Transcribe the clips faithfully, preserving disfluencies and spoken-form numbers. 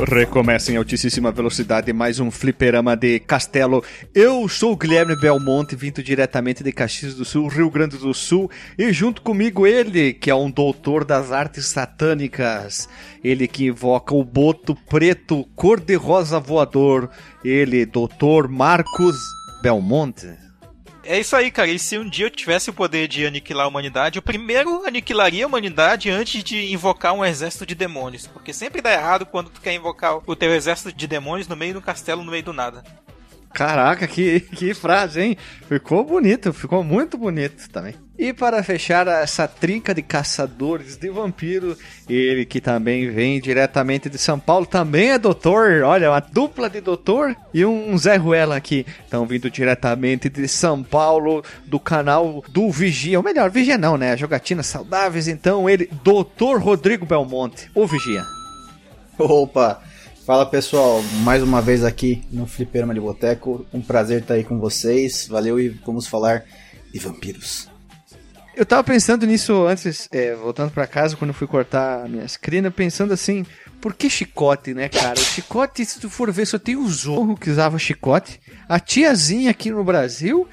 Recomeça em altíssima velocidade mais um fliperama de Castelo. Eu sou o Guilherme Belmonte, vindo diretamente de Caxias do Sul, Rio Grande do Sul, e junto comigo ele, que é um doutor das artes satânicas, ele que invoca o boto preto cor-de-rosa voador, ele, doutor Marcos Belmonte. É isso aí, cara, e se um dia eu tivesse o poder de aniquilar a humanidade, eu primeiro aniquilaria a humanidade antes de invocar um exército de demônios, porque sempre dá errado quando tu quer invocar o teu exército de demônios no meio do castelo, no meio do nada. Caraca, que, que frase, hein? Ficou bonito, ficou muito bonito também. E para fechar essa trinca de caçadores de vampiro, ele que também vem diretamente de São Paulo, também é doutor, olha, uma dupla de doutor e um Zé Ruela aqui, estão vindo diretamente de São Paulo, do canal do Vigia, ou melhor, Vigia não, né, Jogatinas Saudáveis, então ele, doutor Rodrigo Belmonte, o Vigia. Opa! Fala pessoal, mais uma vez aqui no Fliperama de Boteco, um prazer estar aí com vocês, valeu e vamos falar de vampiros. Eu tava pensando nisso antes, é, voltando pra casa, quando eu fui cortar minhas crinas, pensando assim, por que chicote, né, cara? O chicote, se tu for ver, só tem o Zorro que usava chicote, a tiazinha aqui no Brasil,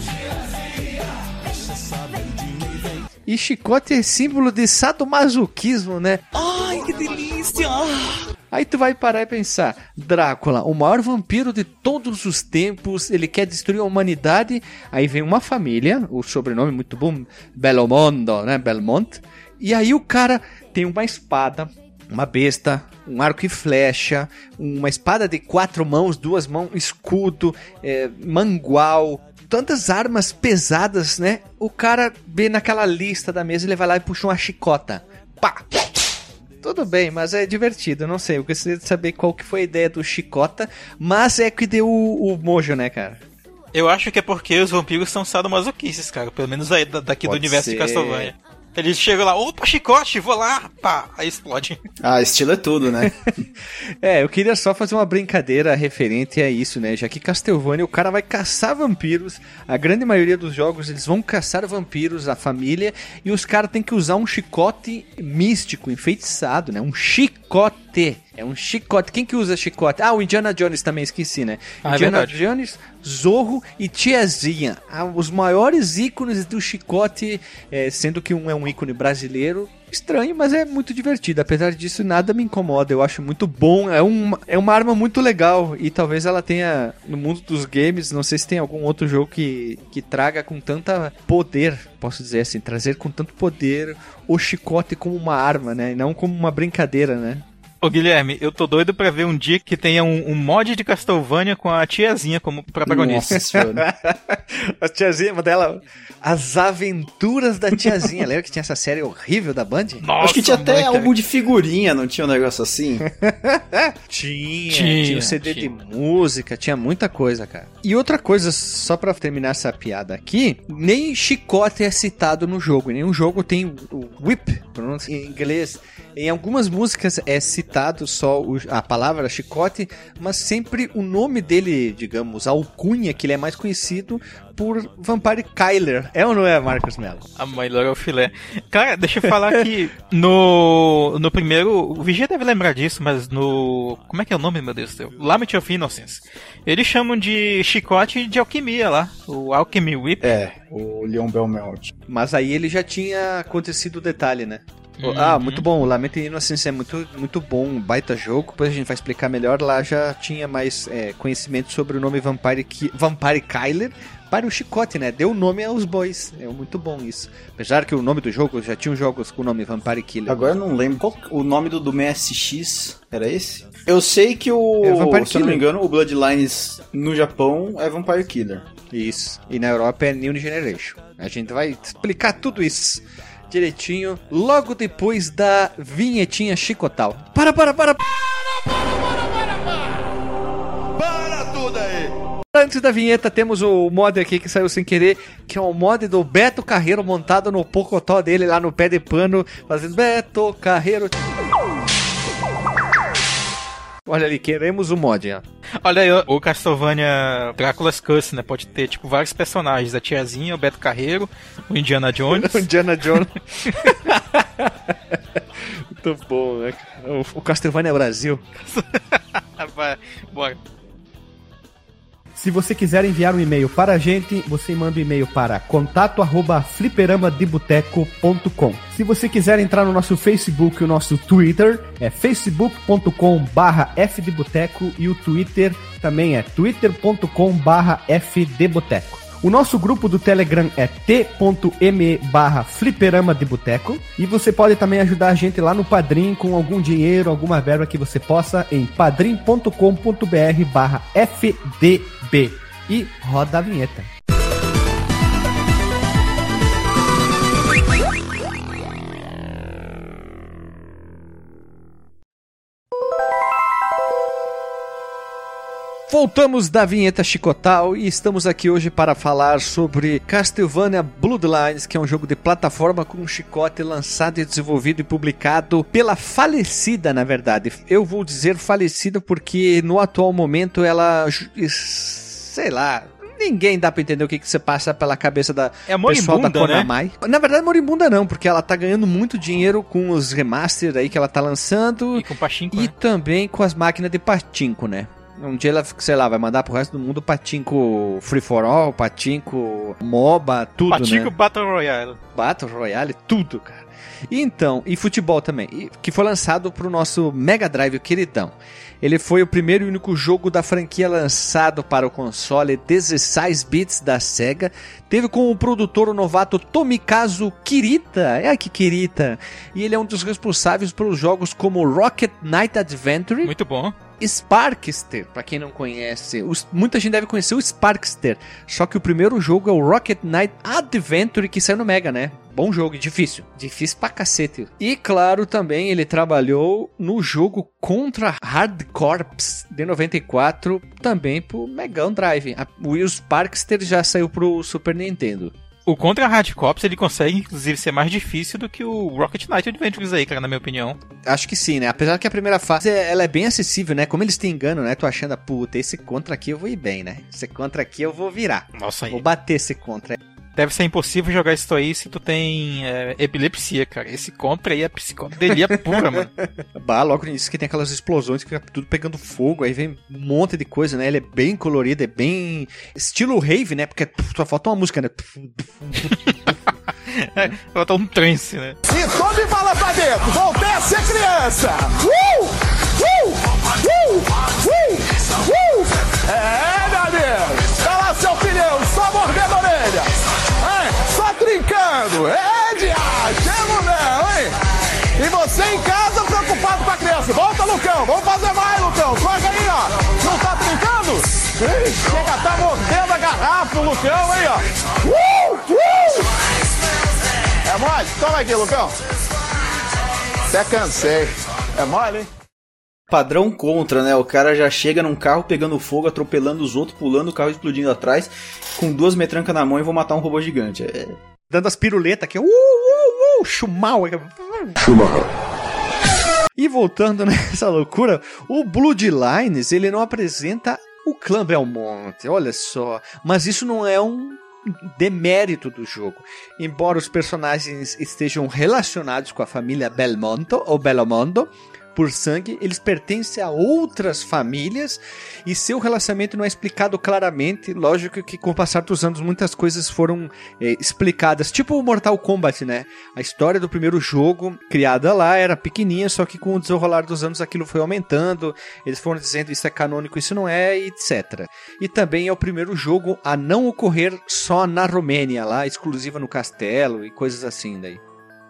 e chicote é símbolo de sadomasoquismo, né? Ai, que delícia! Aí tu vai parar e pensar, Drácula, o maior vampiro de todos os tempos, ele quer destruir a humanidade, aí vem uma família, o sobrenome muito bom, Belmondo, né, Belmont, e aí o cara tem uma espada, uma besta, um arco e flecha, uma espada de quatro mãos, duas mãos, escudo, é, mangual, tantas armas pesadas, né, o cara vê naquela lista da mesa, ele vai lá e puxa uma chicota, pá! Tudo bem, mas é divertido, eu não sei, eu gostaria de saber qual que foi a ideia do chicota, mas é que deu o, o mojo, né, cara? Eu acho que é porque os vampiros são sadomasoquistas, cara, pelo menos aí daqui Pode do universo ser. de Castlevania. Eles chegam lá, opa, chicote, vou lá, pá, aí explode. Ah, estilo é tudo, né? É, eu queria só fazer uma brincadeira referente a isso, né? Já que Castlevania, o cara vai caçar vampiros, a grande maioria dos jogos eles vão caçar vampiros, a família, e os caras têm que usar um chicote místico, enfeitiçado, né? Um chicote. É um chicote. Quem que usa chicote? Ah, o Indiana Jones também, esqueci, né? Ah, Indiana é Jones, Zorro e Tiazinha. Ah, os maiores ícones do chicote, é, sendo que um é um ícone brasileiro. Estranho, mas é muito divertido. Apesar disso, nada me incomoda. Eu acho muito bom. É uma, é uma arma muito legal. E talvez ela tenha, no mundo dos games, não sei se tem algum outro jogo que, que traga com tanta poder, posso dizer assim, trazer com tanto poder o chicote como uma arma, né? E não como uma brincadeira, né? Ô Guilherme, eu tô doido pra ver um dia que tenha um, um mod de Castlevania com a tiazinha como protagonista. Nossa senhora. A tiazinha dela, As Aventuras da Tiazinha. Lembra que tinha essa série horrível da Band? Nossa, Acho que tinha até mãe, cara. álbum de figurinha, não tinha um negócio assim? Tinha, Tinha, tinha o C D tinha. de música, tinha muita coisa, cara. E outra coisa, só pra terminar essa piada aqui, nem chicote é citado no jogo, nenhum jogo tem o, o whip, pronúncia em inglês. Em algumas músicas é citado só o, a palavra chicote, mas sempre o nome dele, digamos, a alcunha, que ele é mais conhecido por Vampire Kyler. É ou não é, Marcos Mello? A mãe logo é o filé. Cara, deixa eu falar que no, no primeiro, o Vigia deve lembrar disso, mas no... Como é que é o nome, meu Deus do céu? Lament of Innocence. Eles chamam de chicote de alquimia lá, o Alchemy Whip. É, o Leon Belmont. Mas aí ele já tinha acontecido o detalhe, né? Ah, Uhum. muito bom, o Lament Innocence é muito, muito bom, um baita jogo, depois a gente vai explicar melhor, lá já tinha mais é, conhecimento sobre o nome Vampire, Ki- Vampire Kyler para o chicote, né, deu nome aos bois, é muito bom isso, apesar que o nome do jogo, já tinha jogos com o nome Vampire Killer. Agora eu não lembro, qual o nome do, do M S X era esse? Eu sei que o, É, Vampire se eu não me Killer. engano, o Bloodlines no Japão é Vampire Killer. Isso, e na Europa é New Generation, a gente vai explicar tudo isso direitinho, logo depois da vinhetinha chicotal. Para, para, para, para, para, para, para, para tudo aí! Antes da vinheta temos o mod aqui que saiu sem querer, que é o mod do Beto Carreiro montado no pocotó dele lá no pé de pano, fazendo Beto Carreiro. Olha ali, queremos o mod, ó. Olha aí, o Castlevania Drácula's Curse, né? Pode ter, tipo, vários personagens. A tiazinha, o Beto Carreiro, o Indiana Jones. O Indiana Jones. Muito bom, né? O Castlevania Brasil. Bora. Se você quiser enviar um e-mail para a gente, você manda um e-mail para contato arroba fliperamadeboteco ponto com. Se você quiser entrar no nosso Facebook e o nosso Twitter, é facebook ponto com barra fdboteco e o Twitter também é twitter ponto com barra fdboteco. O nosso grupo do Telegram é t.me barra fliperama de boteco. E você pode também ajudar a gente lá no Padrim com algum dinheiro, alguma verba que você possa em padrim ponto com ponto br barra fdb. E roda a vinheta. Voltamos da vinheta Chicotal e estamos aqui hoje para falar sobre Castlevania Bloodlines, que é um jogo de plataforma com um chicote lançado e desenvolvido e publicado pela falecida, na verdade. Eu vou dizer falecida porque no atual momento ela, sei lá... Ninguém dá pra entender o que que você passa pela cabeça da é pessoal da Konami. Né? Na verdade, moribunda não, porque ela tá ganhando muito dinheiro com os remaster aí que ela tá lançando. E com pachinko, E né? também com as máquinas de pachinko, né? Um dia ela, sei lá, vai mandar pro resto do mundo pachinko Free for All, pachinko MOBA, tudo, pachinko, né? Pachinko Battle Royale. Battle Royale, tudo, cara. E então, e futebol também, e, que foi lançado pro nosso Mega Drive, o queridão. Ele foi o primeiro e único jogo da franquia lançado para o console dezesseis bits da Sega. Teve como produtor o novato Tomikazu Kirita. É que Kirita. E ele é um dos responsáveis pelos jogos como Rocket Knight Adventure. Muito bom. Sparkster, pra quem não conhece. Os, muita gente deve conhecer o Sparkster. Só que o primeiro jogo é o Rocket Knight Adventure, que saiu no Mega, né? Bom jogo e difícil. Difícil pra cacete. E claro, também ele trabalhou no jogo Contra Hard Corps de noventa e quatro, também pro Mega Drive. A, o Sparkster já saiu pro Super Nintendo. O Contra Hard Corps, ele consegue, inclusive, ser mais difícil do que o Rocket Knight Adventures aí, cara, na minha opinião. Acho que sim, né? Apesar que a primeira fase, ela é bem acessível, né? Como eles te enganam, né? Tu achando, puta, esse Contra aqui eu vou ir bem, né? Esse Contra aqui eu vou virar. Nossa, aí. Vou bater esse Contra. Deve ser impossível jogar isso aí se tu tem é, epilepsia, cara. Esse Contra aí é psicodelia pura, mano. Bah, logo nisso que tem aquelas explosões que fica tudo pegando fogo, aí vem um monte de coisa, né? Ele é bem colorido, é bem estilo rave, né? Porque só falta uma música, né? É, falta um trance, né? E tome bala pra dentro, voltei a ser criança! Uh! Uh! Uh! Uh! Uh! É, meu amigo! Tá lá seu filhão, só mordendo a orelha! É, só trincando! É, diacho, não, hein? E você em casa preocupado com a criança! Volta, Lucão! Vamos fazer mais, Lucão! Corre aí, ó! Não tá trincando? Ih, chega, tá mordendo a garrafa, o Lucão, aí, ó! Uh! Uh! É mole? Toma aqui, Lucão. Até cansei. É mole, hein? Padrão Contra, né? O cara já chega num carro pegando fogo, atropelando os outros, pulando o carro explodindo atrás, com duas metrancas na mão e vou matar um robô gigante. É... Dando as piruletas aqui. Uh, uh, uh, Shumal. Shumal. E voltando nessa loucura, o Bloodlines, ele não apresenta o clã Belmonte, olha só. Mas isso não é um demérito do jogo. Embora os personagens estejam relacionados com a família Belmonto ou Belomondo por sangue, eles pertencem a outras famílias e seu relacionamento não é explicado claramente. Lógico que com o passar dos anos muitas coisas foram é, explicadas, tipo o Mortal Kombat, né? A história do primeiro jogo criada lá era pequenininha, só que com o desenrolar dos anos aquilo foi aumentando, eles foram dizendo isso é canônico, isso não é, etcétera. E também é o primeiro jogo a não ocorrer só na Romênia, lá exclusiva no castelo e coisas assim daí.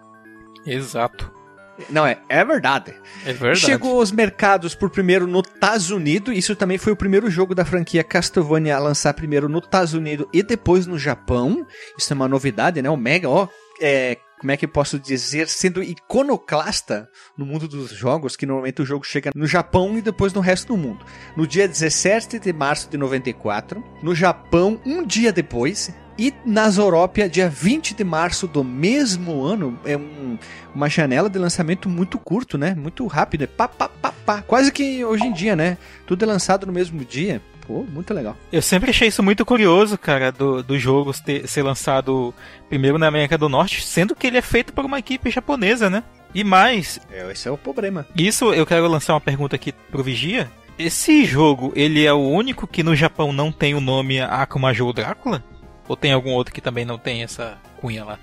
Exato. Não, é, é verdade. É verdade. Chegou aos mercados por primeiro no Estados Unidos. Isso também foi o primeiro jogo da franquia Castlevania a lançar primeiro no Estados Unidos e depois no Japão. Isso é uma novidade, né? O Mega, ó, é, como é que eu posso dizer? Sendo iconoclasta no mundo dos jogos, que normalmente o jogo chega no Japão e depois no resto do mundo. No dia dezessete de março de noventa e quatro, no Japão, um dia depois... E na Zorópia, dia vinte de março do mesmo ano, é um, uma janela de lançamento muito curto, né? Muito rápido, é pá, pá, pá, pá. Quase que hoje em dia, né? Tudo é lançado no mesmo dia. Pô, muito legal. Eu sempre achei isso muito curioso, cara, do, do jogo ter, ser lançado primeiro na América do Norte, sendo que ele é feito por uma equipe japonesa, né? E mais... É, esse é o problema. Isso, eu quero lançar uma pergunta aqui pro Vigia. Esse jogo, ele é o único que no Japão não tem o nome Akumajo Drácula? Ou tem algum outro que também não tem essa cunha lá?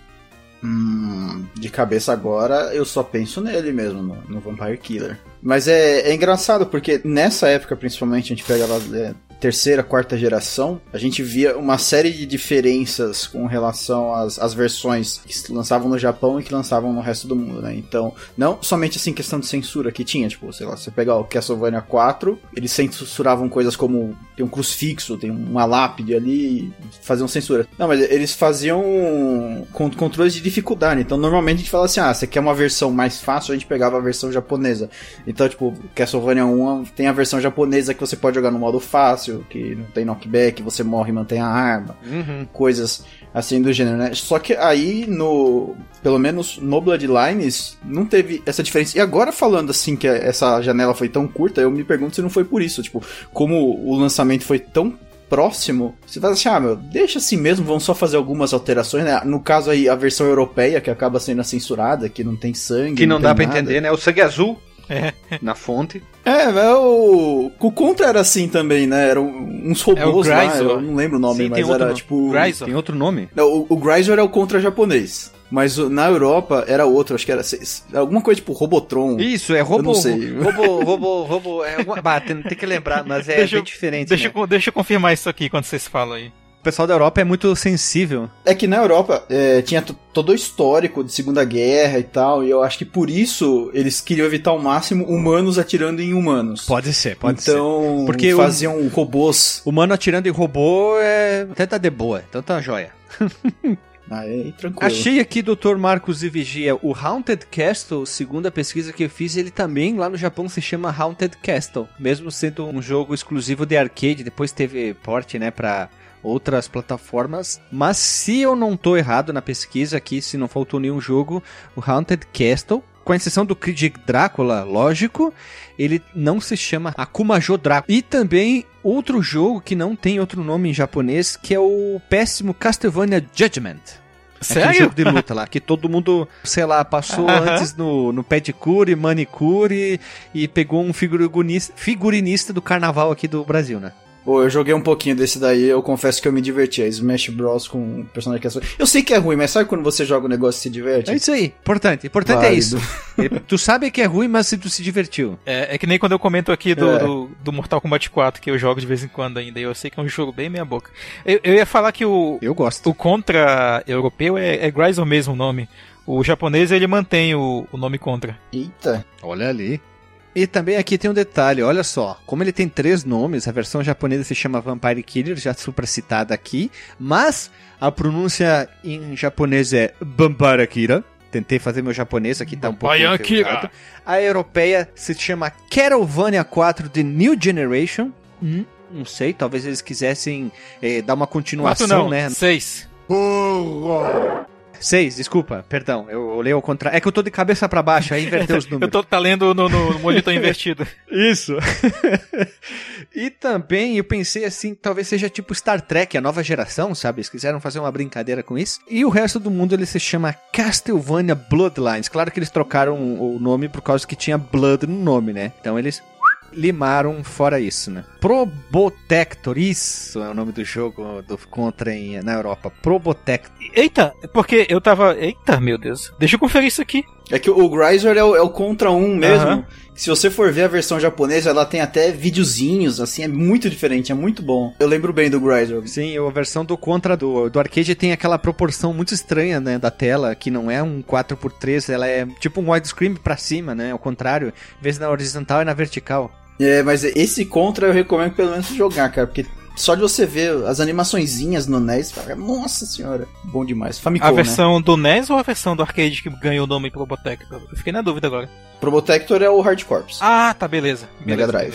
Hum, de cabeça agora, eu só penso nele mesmo, no, no Vampire Killer. Mas é, é engraçado, porque nessa época, principalmente, a gente pega lá... É, terceira, quarta geração, a gente via uma série de diferenças com relação às, às versões que se lançavam no Japão e que lançavam no resto do mundo, né? Então, não somente assim questão de censura que tinha, tipo, sei lá, você pegar o Castlevania quatro, eles censuravam coisas como tem um crucifixo, tem uma lápide ali, faziam censura. Não, mas eles faziam com controles de dificuldade, então normalmente a gente fala assim, ah, você quer uma versão mais fácil, a gente pegava a versão japonesa. Então, tipo, Castlevania um tem a versão japonesa que você pode jogar no modo fácil, que não tem knockback, você morre e mantém a arma, uhum. Coisas assim do gênero, né? Só que aí, no pelo menos no Bloodlines, não teve essa diferença. E agora falando assim que essa janela foi tão curta, eu me pergunto se não foi por isso, tipo, como o lançamento foi tão próximo, você fala assim, ah, meu, deixa assim mesmo, vão só fazer algumas alterações, né? No caso aí, a versão europeia, que acaba sendo censurada, que não tem sangue, que não, não dá pra nada. entender, né? O sangue azul. É. Na fonte. É, o... o Contra era assim também, né? Eram uns robôs é lá, eu não lembro o nome, Sim, mas era tipo... Grisor. Tem outro nome? Não, o, o Grisor é o Contra japonês. Mas na Europa era outro, acho que era alguma coisa tipo Robotron. Isso, é robô. Eu não sei. Robô, robô, robô. É alguma... bah, tem, tem que lembrar, mas é deixa bem eu, diferente. Deixa, né? eu, deixa eu confirmar isso aqui quando vocês falam aí. O pessoal da Europa é muito sensível. É que na Europa é, tinha t- todo o histórico de Segunda Guerra e tal, e eu acho que por isso eles queriam evitar ao máximo humanos atirando em humanos. Pode ser, pode então, ser. Então, porque faziam o, robôs. Humano atirando em robô é até tá de boa, então tá joia. Aí, tranquilo. Achei aqui, doutor Marcos e Vigia, o Haunted Castle, segundo a pesquisa que eu fiz, ele também lá no Japão se chama Haunted Castle, mesmo sendo um jogo exclusivo de arcade, depois teve porte, né, pra outras plataformas, mas se eu não tô errado na pesquisa aqui, se não faltou nenhum jogo, o Haunted Castle, com exceção do Creed Drácula, lógico, ele não se chama Akumajo Drácula. E também outro jogo que não tem outro nome em japonês, que é o péssimo Castlevania Judgment. Sério? Aquele jogo de luta lá, que todo mundo, sei lá, passou uh-huh. antes no, no pedicure, manicure e pegou um figurinista, figurinista do carnaval aqui do Brasil, né? Pô, eu joguei um pouquinho desse daí, eu confesso que eu me diverti. É Smash Bros com um personagem que é só... Eu sei que é ruim, mas sabe quando você joga um negócio e se diverte? É isso aí, importante. Importante Válido. É isso. Tu sabe que é ruim, mas se tu se divertiu. É, é que nem quando eu comento aqui do, É. do, do Mortal Kombat quatro, que eu jogo de vez em quando ainda. E eu sei que é um jogo bem meia boca. Eu, eu ia falar que o, Eu gosto. o Contra europeu é, é Grisor mesmo o nome. O japonês, ele mantém o, o nome Contra. Eita. Olha ali. E também aqui tem um detalhe, olha só, como ele tem três nomes, a versão japonesa se chama Vampire Killer, já super citada aqui, mas a pronúncia em japonês é Vampire Killer. Tentei fazer meu japonês aqui, tá um pouco enferrujado. A europeia se chama Castlevania quatro The New Generation. Hum, não sei, talvez eles quisessem eh, dar uma continuação, Quatro não, né? seis. Seis, desculpa, perdão, eu olhei ao contrário. É que eu tô de cabeça pra baixo, aí inverteu os números. Eu tô tá lendo no, no, no monitor invertido. Isso. E também eu pensei assim, talvez seja tipo Star Trek, a nova geração, sabe? Eles quiseram fazer uma brincadeira com isso. E o resto do mundo ele se chama Castlevania Bloodlines. Claro que eles trocaram o nome por causa que tinha Blood no nome, né? Então eles limaram fora isso, né? Probotector, isso é o nome do jogo do Contra em, na Europa. Probotector. Eita, porque eu tava... Eita, meu Deus. Deixa eu conferir isso aqui. É que o Grisor é o, é o Contra um mesmo. Aham. Se você for ver a versão japonesa, ela tem até videozinhos, assim, é muito diferente, é muito bom. Eu lembro bem do Grisor. Sim, a versão do Contra do, do arcade tem aquela proporção muito estranha, né, da tela, que não é um quatro por três, ela é tipo um widescreen pra cima, né, ao contrário, em vez na horizontal é na vertical. É, mas esse Contra eu recomendo pelo menos jogar, cara, porque só de você ver as animaçõezinhas no N E S, fala, nossa senhora, bom demais. Famicom, A versão né? do N E S ou a versão do arcade que ganhou o nome Probotector? Eu fiquei na dúvida agora. Probotector é o Hard Corps. Ah, tá, beleza. beleza Mega Drive. beleza.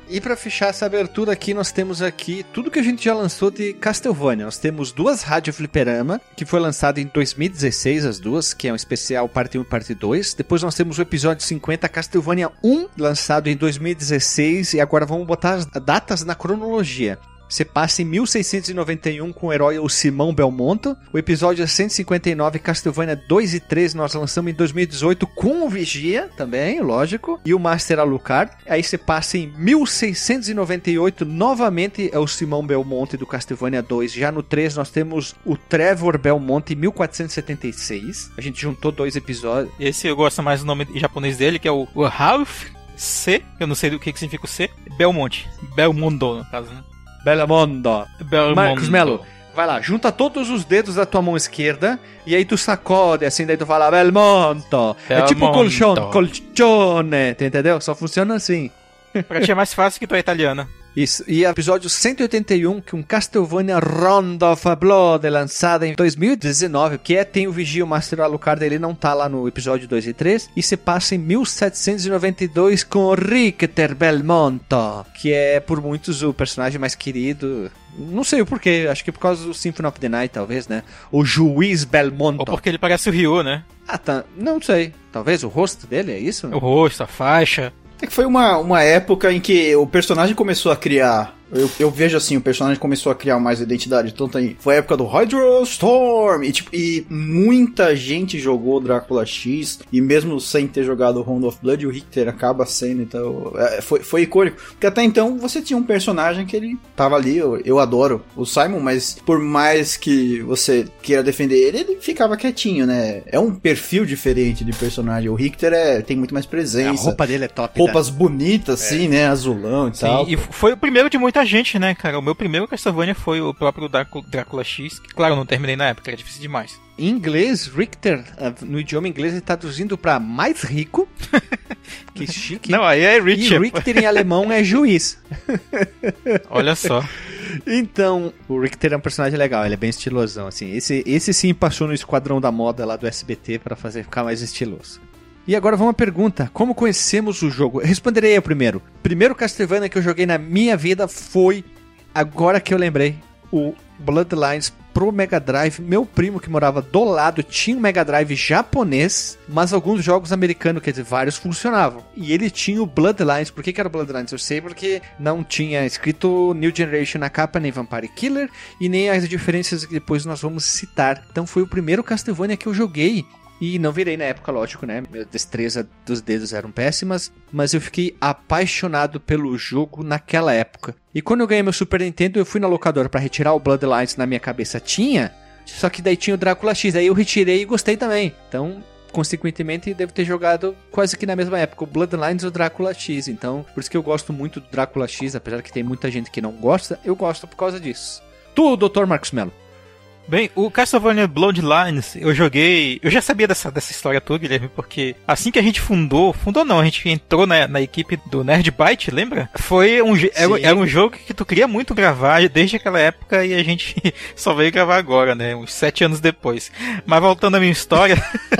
E pra fechar essa abertura aqui, nós temos aqui tudo que a gente já lançou de Castlevania. Nós temos duas Rádio Fliperama, que foi lançado em dois mil e dezesseis, as duas, que é um especial parte um e parte dois. Depois nós temos o episódio cinquenta, Castlevania um, lançado em dois mil e dezesseis. E agora vamos botar as datas na cronologia. Você passa em mil seiscentos e noventa e um com o herói o Simão Belmonto. O episódio cento e cinquenta e nove, Castlevania dois e três, nós lançamos em dois mil e dezoito com o Vigia também, lógico. E o Master Alucard. Aí você passa em mil seiscentos e noventa e oito, novamente é o Simão Belmonte do Castlevania dois. Já no três nós temos o Trevor Belmonte em mil quatrocentos e setenta e seis. A gente juntou dois episódios. Esse eu gosto mais do nome japonês dele, que é o, o Ralph C. Eu não sei do que, que significa o C. Belmonte. Belmondo, no caso, né? Belmondo. Belmondo. Marcos Melo, vai lá, junta todos os dedos da tua mão esquerda e aí tu sacode assim, daí tu fala Belmonto. É tipo colchão, colchone, entendeu? Só funciona assim. Pra ti é mais fácil que tu é italiana. Isso, e episódio cento e oitenta e um, que um Castlevania Round of Blood, lançado em dois mil e dezenove, que é, tem o Vigia, o Master Alucard, ele não tá lá no episódio dois e três, e se passa em mil setecentos e noventa e dois com o Richter Belmonto, que é por muitos o personagem mais querido, não sei o porquê, acho que por causa do Symphony of the Night, talvez, né? O Juiz Belmonto. Ou porque ele parece o Ryu, né? Ah, tá, não sei, talvez o rosto dele, é isso? O rosto, a faixa... É que foi uma, uma época em que o personagem começou a criar... Eu, eu vejo assim, o personagem começou a criar mais identidade. Tanto aí, foi a época do Hydro Storm. E, tipo, e muita gente jogou Drácula X. E mesmo sem ter jogado Round of Blood, o Richter acaba sendo. Então, é, foi, foi icônico. Porque até então você tinha um personagem que ele tava ali. Eu, eu adoro o Simon, mas por mais que você queira defender ele, ele ficava quietinho, né? É um perfil diferente de personagem. O Richter é, tem muito mais presença. A roupa dele é top. Roupas da... bonitas, assim, é. né? Azulão e Sim, tal. E foi o primeiro de muita gente, né, cara? O meu primeiro Castlevania foi o próprio Drácula X, que, claro, eu não terminei na época, era difícil demais. Em inglês, Richter, no idioma inglês, ele tá traduzindo pra mais rico. Que chique. Não, aí é Richter. E Richter em alemão é juiz. Olha só. Então, o Richter é um personagem legal, ele é bem estilosão, assim. Esse, esse sim passou no Esquadrão da Moda lá do S B T pra fazer ficar mais estiloso. E agora vamos à pergunta, como conhecemos o jogo? Eu responderei eu primeiro. Primeiro Castlevania que eu joguei na minha vida foi, agora que eu lembrei, o Bloodlines pro Mega Drive. Meu primo que morava do lado tinha um Mega Drive japonês, mas alguns jogos americanos, quer dizer, vários funcionavam. E ele tinha o Bloodlines. Por que que era o Bloodlines? Eu sei porque não tinha escrito New Generation na capa, nem Vampire Killer, e nem as diferenças que depois nós vamos citar. Então foi o primeiro Castlevania que eu joguei. E não virei na época, lógico, né? Minha destreza dos dedos eram péssimas, mas eu fiquei apaixonado pelo jogo naquela época. E quando eu ganhei meu Super Nintendo, eu fui na locadora pra retirar o Bloodlines, na minha cabeça tinha, só que daí tinha o Drácula X, aí eu retirei e gostei também. Então, consequentemente, devo ter jogado quase que na mesma época, o Bloodlines e o Drácula X. Então, por isso que eu gosto muito do Drácula X, apesar que tem muita gente que não gosta, eu gosto por causa disso. Tu, doutor Marcos Melo. Bem, o Castlevania Bloodlines, eu joguei... Eu já sabia dessa, dessa história toda, Guilherme, porque assim que a gente fundou... Fundou não, a gente entrou na, na equipe do Nerd Byte, lembra? Foi um... Era, era um jogo que tu queria muito gravar desde aquela época e a gente só veio gravar agora, né? Uns sete anos depois. Mas voltando à minha história...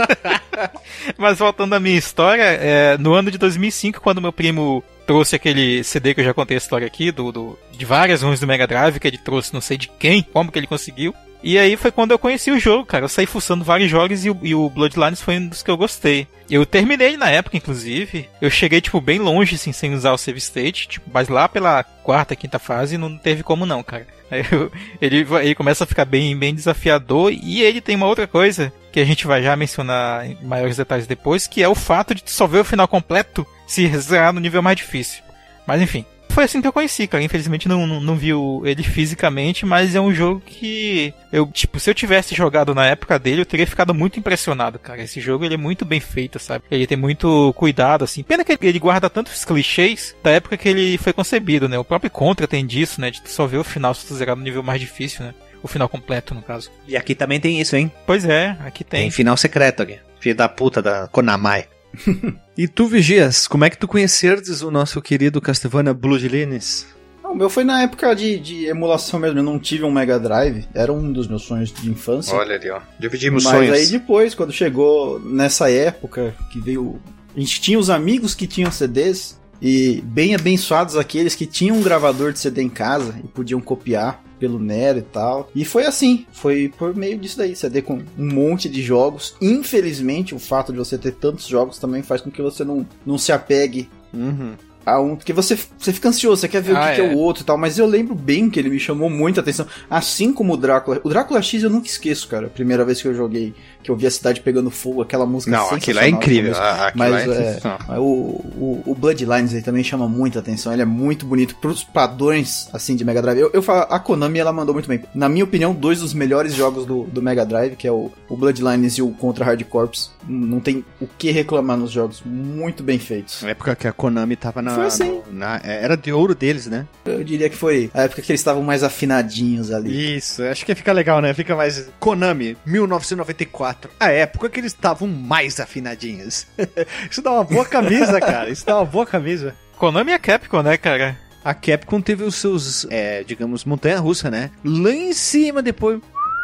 Mas voltando à minha história, é, no ano de dois mil e cinco, quando meu primo... trouxe aquele C D que eu já contei a história aqui, do, do, de várias runs do Mega Drive, que ele trouxe não sei de quem, como que ele conseguiu. E aí foi quando eu conheci o jogo, cara. Eu saí fuçando vários jogos e o, e o Bloodlines foi um dos que eu gostei. Eu terminei na época, inclusive. Eu cheguei, tipo, bem longe, assim, sem usar o save state. Tipo, mas lá pela quarta, quinta fase não teve como não, cara. Aí eu, ele, ele começa a ficar bem, bem desafiador. E ele tem uma outra coisa que a gente vai já mencionar em maiores detalhes depois, que é o fato de só ver o final completo se zerar no nível mais difícil. Mas enfim, foi assim que eu conheci, cara. Infelizmente não, não, não vi ele fisicamente, mas é um jogo que eu, tipo, se eu tivesse jogado na época dele, eu teria ficado muito impressionado, cara. Esse jogo, ele é muito bem feito, sabe? Ele tem muito cuidado, assim. Pena que ele guarda tantos clichês da época que ele foi concebido, né? O próprio Contra tem disso, né? De só ver o final se tu zerar no nível mais difícil, né? O final completo, no caso. E aqui também tem isso, hein? Pois é, aqui tem. Tem final secreto aqui. Filho da puta da Konami. E tu, Vigias, como é que tu conhecerdes o nosso querido Castlevania Bloodlines? O meu foi na época de, de emulação mesmo, eu não tive um Mega Drive, era um dos meus sonhos de infância. Olha ali, ó, dividimos Mas sonhos. Mas aí depois, quando chegou nessa época, que veio... A gente tinha os amigos que tinham C Ds, E bem abençoados aqueles que tinham um gravador de C D em casa e podiam copiar pelo Nero e tal. E foi assim, foi por meio disso daí, C D com um monte de jogos. Infelizmente, o fato de você ter tantos jogos também faz com que você não, não se apegue Uhum. a um, porque você, você fica ansioso, você quer ver Ah, o que, é. que é o outro e tal, mas eu lembro bem que ele me chamou muita atenção, assim como o Drácula. O Drácula X eu nunca esqueço, cara, a primeira vez que eu joguei, que eu vi a cidade pegando fogo, aquela música Não, aquilo é sensacional, incrível. aquela música. Ah, aquilo Mas é é, sensacional. o, o, o Bloodlines aí também chama muita atenção, ele é muito bonito pros padrões, assim, de Mega Drive. Eu, eu falo, a Konami, ela mandou muito bem. Na minha opinião, dois dos melhores jogos do, do Mega Drive, que é o, o Bloodlines e o Contra Hard Corps, não tem o que reclamar nos jogos, muito bem feitos. Na época que a Konami tava na, Foi assim. no- na- era de ouro deles, né? Eu diria que foi a época que eles estavam mais afinadinhos ali. Isso, acho que fica legal, né? Fica mais... Konami, mil novecentos e noventa e quatro. A época que eles estavam mais afinadinhos. Isso dá uma boa camisa, cara. Isso dá uma boa camisa. Konami é Capcom, né, cara? A Capcom teve os seus, é, digamos, montanha-russa, né? Lá em cima, depois...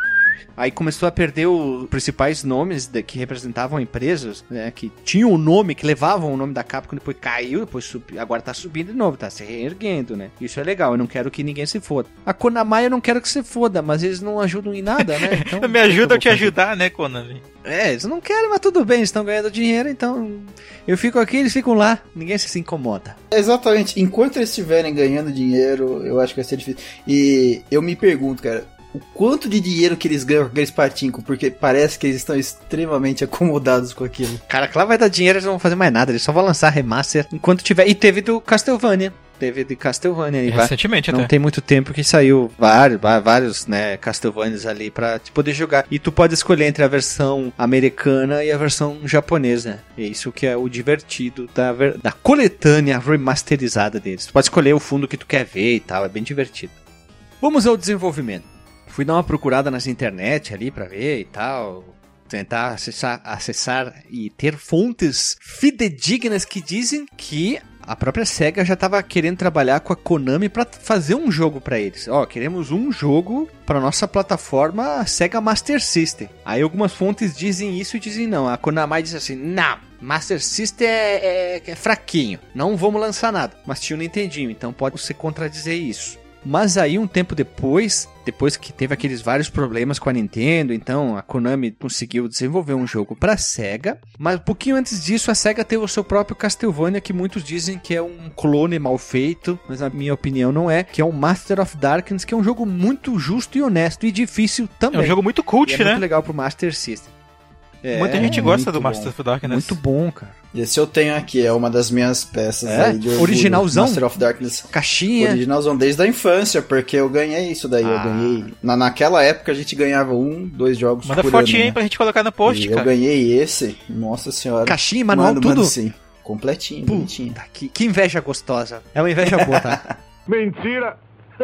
Aí começou a perder os principais nomes de- que representavam empresas, né? Que tinham o nome, que levavam o nome da Capcom, depois caiu, depois subiu, agora tá subindo de novo, tá se reerguendo, né? Isso é legal, eu não quero que ninguém se foda. A Konami eu não quero que se foda, mas eles não ajudam em nada, né? Então, Me ajuda a eu te vou fazer? ajudar, né, Konami? É, eles não querem, mas tudo bem, eles estão ganhando dinheiro, então eu fico aqui, eles ficam lá, ninguém se incomoda. Exatamente, enquanto eles estiverem ganhando dinheiro, eu acho que vai ser difícil. E eu me pergunto, cara, o quanto de dinheiro que eles ganham com aqueles patinco, porque parece que eles estão extremamente acomodados com aquilo. Cara, que lá vai dar dinheiro, eles não vão fazer mais nada, eles só vão lançar remaster enquanto tiver. E teve do Castlevania. Teve de Castlevania aí, vai. Recentemente Não até. tem muito tempo que saiu vários, va- vários, né, Castlevanias ali pra te poder jogar. E tu pode escolher entre a versão americana e a versão japonesa. É isso que é o divertido da, ver- da coletânea remasterizada deles. Tu pode escolher o fundo que tu quer ver e tal, é bem divertido. Vamos ao desenvolvimento. Fui dar uma procurada nas internet ali pra ver e tal. Tentar acessar, acessar e ter fontes fidedignas que dizem que a própria SEGA já estava querendo trabalhar com a Konami para fazer um jogo para eles. Ó, queremos um jogo para nossa plataforma SEGA Master System. Aí algumas fontes dizem isso e dizem não. A Konami diz assim, não, Master System é, é, é fraquinho, não vamos lançar nada. Mas tinha o Nintendinho, então pode se contradizer isso. Mas aí um tempo depois, depois que teve aqueles vários problemas com a Nintendo, então a Konami conseguiu desenvolver um jogo para a SEGA, mas um pouquinho antes disso a SEGA teve o seu próprio Castlevania, que muitos dizem que é um clone mal feito, mas na minha opinião não é, que é o Master of Darkness, que é um jogo muito justo e honesto e difícil também. É um jogo muito E cult, é né? muito legal pro Master System. É, Muita gente gosta muito do Master bom. of Darkness. muito bom, cara. Esse eu tenho aqui, é uma das minhas peças É? aí de orgulho. Originalzão? Master of Darkness. Caixinha. Originalzão desde a infância, porque eu ganhei isso daí. Ah. Eu ganhei. Na, naquela época a gente ganhava um, dois jogos Manda por fotinha ano, aí né? pra gente colocar no post, E eu cara. ganhei esse, nossa senhora. Caixinha, manual, Mando, tudo. mando sim. Completinho, bonitinho. Puta, que, que inveja gostosa. É uma inveja boa, tá? Mentira!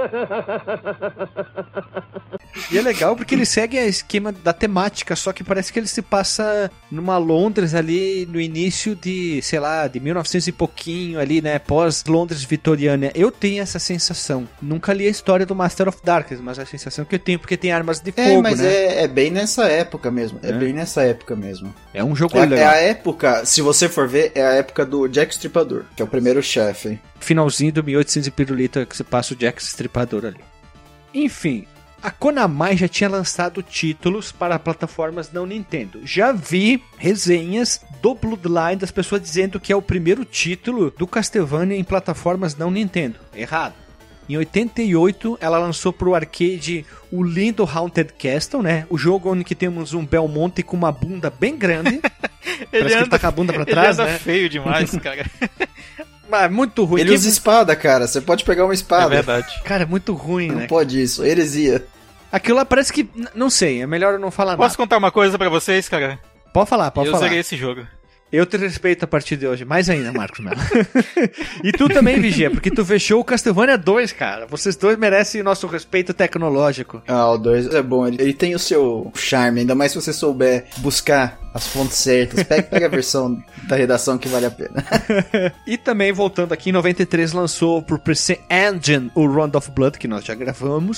E é legal porque ele segue a esquema da temática, só que parece que ele se passa numa Londres ali no início de, sei lá, de mil e novecentos e pouquinho ali, né, pós Londres vitoriana. Eu tenho essa sensação. Nunca li a história do Master of Darkness, mas a sensação que eu tenho porque tem armas de É, fogo, mas né? é, é bem nessa época mesmo. É, É. bem nessa época mesmo. É um jogo É, é legal. a época, se você for ver, é a época do Jack Stripador, que é o primeiro chefe. Finalzinho do mil e oitocentos e pirulita que você passa o Jack Stripador ali. Enfim, a Konami já tinha lançado títulos para plataformas não Nintendo. Já vi resenhas do Bloodline das pessoas dizendo que é o primeiro título do Castlevania em plataformas não Nintendo. Errado. Em oitenta e oito, ela lançou para o arcade o lindo Haunted Castle, né? O jogo onde que temos um Belmonte com uma bunda bem grande. Parece que ele tá com a bunda pra trás, ele anda né? feio demais, cara. Mas muito ruim. Ele Que- usa espada, cara. Você pode pegar uma É espada. verdade. Cara, muito ruim, Não né? pode isso. Heresia. Aquilo lá parece que... n- Não sei, é melhor eu não falar Posso nada. contar uma coisa pra vocês, cara? Pode falar, pode eu falar. zerei esse jogo. Eu te respeito a partir de hoje, mais ainda, Marcos Mello. E tu também, Vigia, porque tu fechou o Castlevania dois, cara. Vocês dois merecem o nosso respeito tecnológico. Ah, o dois é bom. Ele, ele tem o seu charme, ainda mais se você souber buscar as fontes certas. Pega, pega a versão da redação que vale a pena. E também, voltando aqui, em noventa e três lançou pro P C Engine o Round of Blood, que nós já gravamos.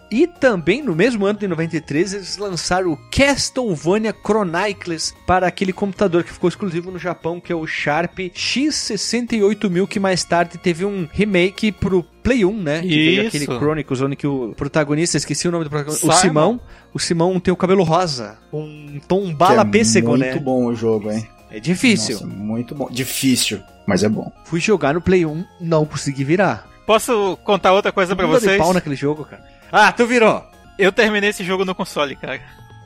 E também, no mesmo ano de noventa e três, eles lançaram o Castlevania Chronicles para aquele computador que ficou exclusivo no Japão, que é o Sharp X sessenta e oito mil, que mais tarde teve um remake pro Play um, né? Que veio Isso. aquele Chronicles, onde que o protagonista, esqueci o nome do protagonista, o Simon. Simão. O Simão tem o cabelo rosa, um tom bala Que é pêssego, né? Muito bom o jogo, hein? É difícil. Nossa, muito bom. Difícil, mas é bom. Fui jogar no Play um, não consegui virar. Posso contar outra coisa pra Bunda de vocês? pau naquele jogo, cara. Ah, tu virou! Eu terminei esse jogo no console, cara.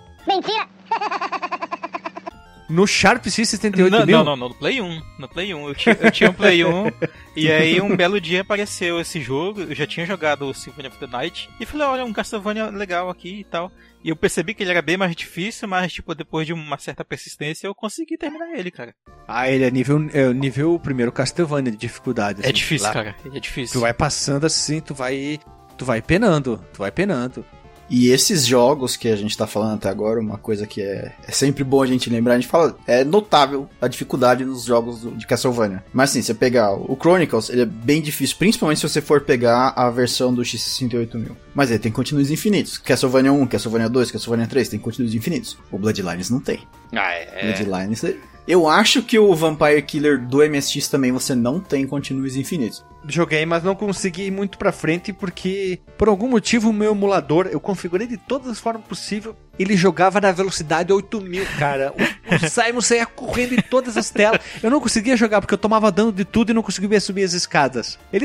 No Sharp X setenta e oito Não, mil? não, não, não, no Play um. No Play um. Eu tinha, eu tinha um Play um e aí um belo dia apareceu esse jogo. Eu já tinha jogado o Symphony of the Night e falei, olha, um Castlevania legal aqui e tal. E eu percebi que ele era bem mais difícil, mas tipo, depois de uma certa persistência eu consegui terminar ele, cara. Ah, ele é nível, é nível primeiro Castlevania de dificuldade. É assim, difícil, lá. cara. É difícil. Tu vai passando assim, tu vai. Tu vai penando, tu vai penando. E esses jogos que a gente tá falando até agora, uma coisa que é, é sempre bom a gente lembrar, a gente fala, é notável a dificuldade nos jogos do, de Castlevania. Mas assim, você pegar o Chronicles, ele é bem difícil, principalmente se você for pegar a versão do X sessenta e oito mil. Mas ele tem continuos infinitos. Castlevania um, Castlevania dois, Castlevania três, tem continuos infinitos. O Bloodlines não tem. Ah, é. Bloodlines... Eu acho que o Vampire Killer do M S X também você não tem continuos infinitos. Joguei, mas não consegui ir muito pra frente porque, por algum motivo, o meu emulador, eu configurei de todas as formas possíveis, ele jogava na velocidade oito mil, cara. O, o Simon saía correndo em todas as telas. Eu não conseguia jogar porque eu tomava dano de tudo e não conseguia subir as escadas. Ele...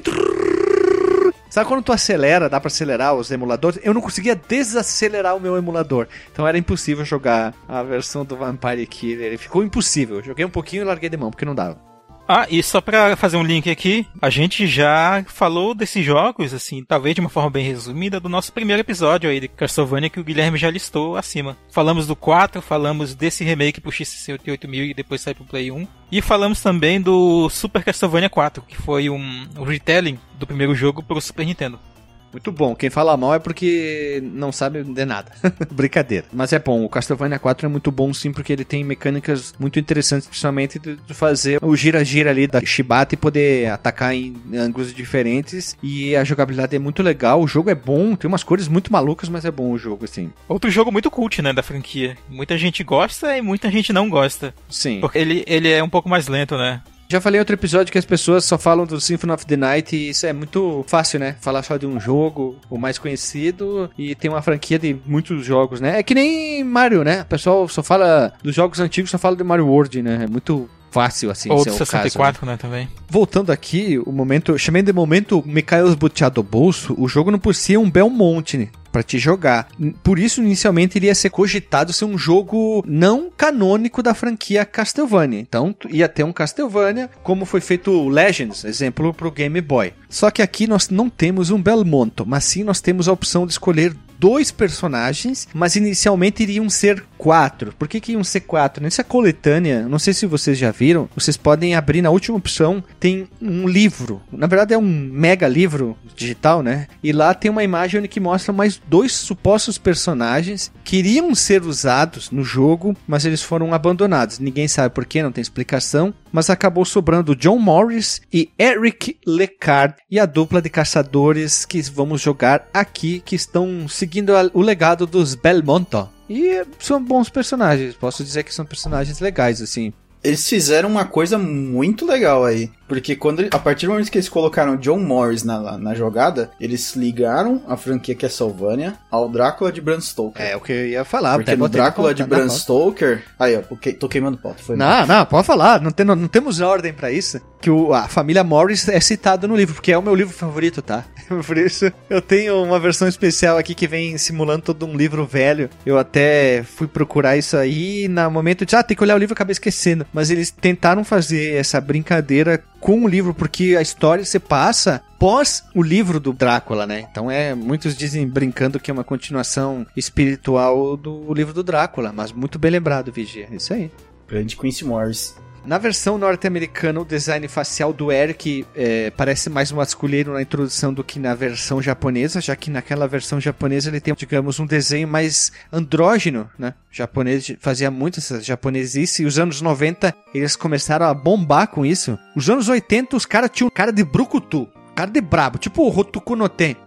Sabe quando tu acelera, dá pra acelerar os emuladores? Eu não conseguia desacelerar o meu emulador. Então era impossível jogar a versão do Vampire Killer. Ele ficou impossível. Eu joguei um pouquinho e larguei de mão, porque não dava. Ah, e só pra fazer um link aqui, a gente já falou desses jogos, assim, talvez de uma forma bem resumida, do nosso primeiro episódio aí de Castlevania que o Guilherme já listou acima. Falamos do quatro, falamos desse remake pro X sessenta e oito mil e depois saiu pro Play um. E falamos também do Super Castlevania quatro, que foi um, um retelling do primeiro jogo pro Super Nintendo. Muito bom. Quem fala mal é porque não sabe de nada. Brincadeira. Mas é bom. O Castlevania quatro é muito bom, sim, porque ele tem mecânicas muito interessantes, principalmente de, de fazer o gira-gira ali da Shibata e poder atacar em ângulos diferentes. E a jogabilidade é muito legal. O jogo é bom. Tem umas cores muito malucas, mas é bom o jogo, assim. Outro jogo muito cult, né, da franquia. Muita gente gosta e muita gente não gosta. Sim. Porque ele, ele é um pouco mais lento, né? Já falei em outro episódio que as pessoas só falam do Symphony of the Night e isso é muito fácil, né? Falar só de um jogo, o mais conhecido, e tem uma franquia de muitos jogos, né? É que nem Mario, né? O pessoal só fala dos jogos antigos, só fala de Mario World, né? É muito fácil, assim, Ou esse do é o sessenta e quatro, caso, né? né, também. Voltando aqui, o momento, chamei de momento Mikhail Butear do bolso, o jogo não possuía um Belmont, né? Pra te jogar. Por isso, inicialmente, ele ia ser cogitado ser um jogo não canônico da franquia Castlevania. Então, ia ter um Castlevania, como foi feito o Legends, exemplo, pro Game Boy. Só que aqui nós não temos um Belmonto, mas sim nós temos a opção de escolher dois personagens, mas inicialmente iriam ser quatro. Por que que iam ser quatro? Nessa coletânea, não sei se vocês já viram, vocês podem abrir na última opção, tem um livro. Na verdade é um mega livro digital, né? E lá tem uma imagem onde que mostra mais dois supostos personagens que iriam ser usados no jogo, mas eles foram abandonados. Ninguém sabe por quê, não tem explicação, mas acabou sobrando John Morris e Eric Lecard e a dupla de caçadores que vamos jogar aqui, que estão seguindo a, o legado dos Belmonto. E são bons personagens, posso dizer que são personagens legais, assim. Eles fizeram uma coisa muito legal aí. Porque quando, a partir do momento que eles colocaram John Morris na, na jogada, eles ligaram a franquia Castlevania ao Drácula de Bram Stoker. É o que eu ia falar. Porque no Drácula de Bram Stoker... Aí, ó, tô queimando pauta. Foi não, mal. não, pode falar. Não, tem, não, não temos ordem pra isso. Que o, a família Morris é citada no livro, porque é o meu livro favorito, tá? Por isso, eu tenho uma versão especial aqui que vem simulando todo um livro velho. Eu até fui procurar isso aí e no momento de, ah, tem que olhar o livro e acabei esquecendo. Mas eles tentaram fazer essa brincadeira com o livro, porque a história se passa pós o livro do Drácula, né? Então é, muitos dizem, brincando, que é uma continuação espiritual do livro do Drácula, mas muito bem lembrado, Vigia, isso aí. Grande Quincy Morris. Na versão norte-americana, o design facial do Eric é, parece mais masculino na introdução do que na versão japonesa, já que naquela versão japonesa ele tem, digamos, um desenho mais andrógeno, né? O japonês fazia muito essa japonesice, e os anos noventa eles começaram a bombar com isso. Os anos oitenta os caras tinham cara de brucutu, cara de brabo, tipo o Hotoku no Ten.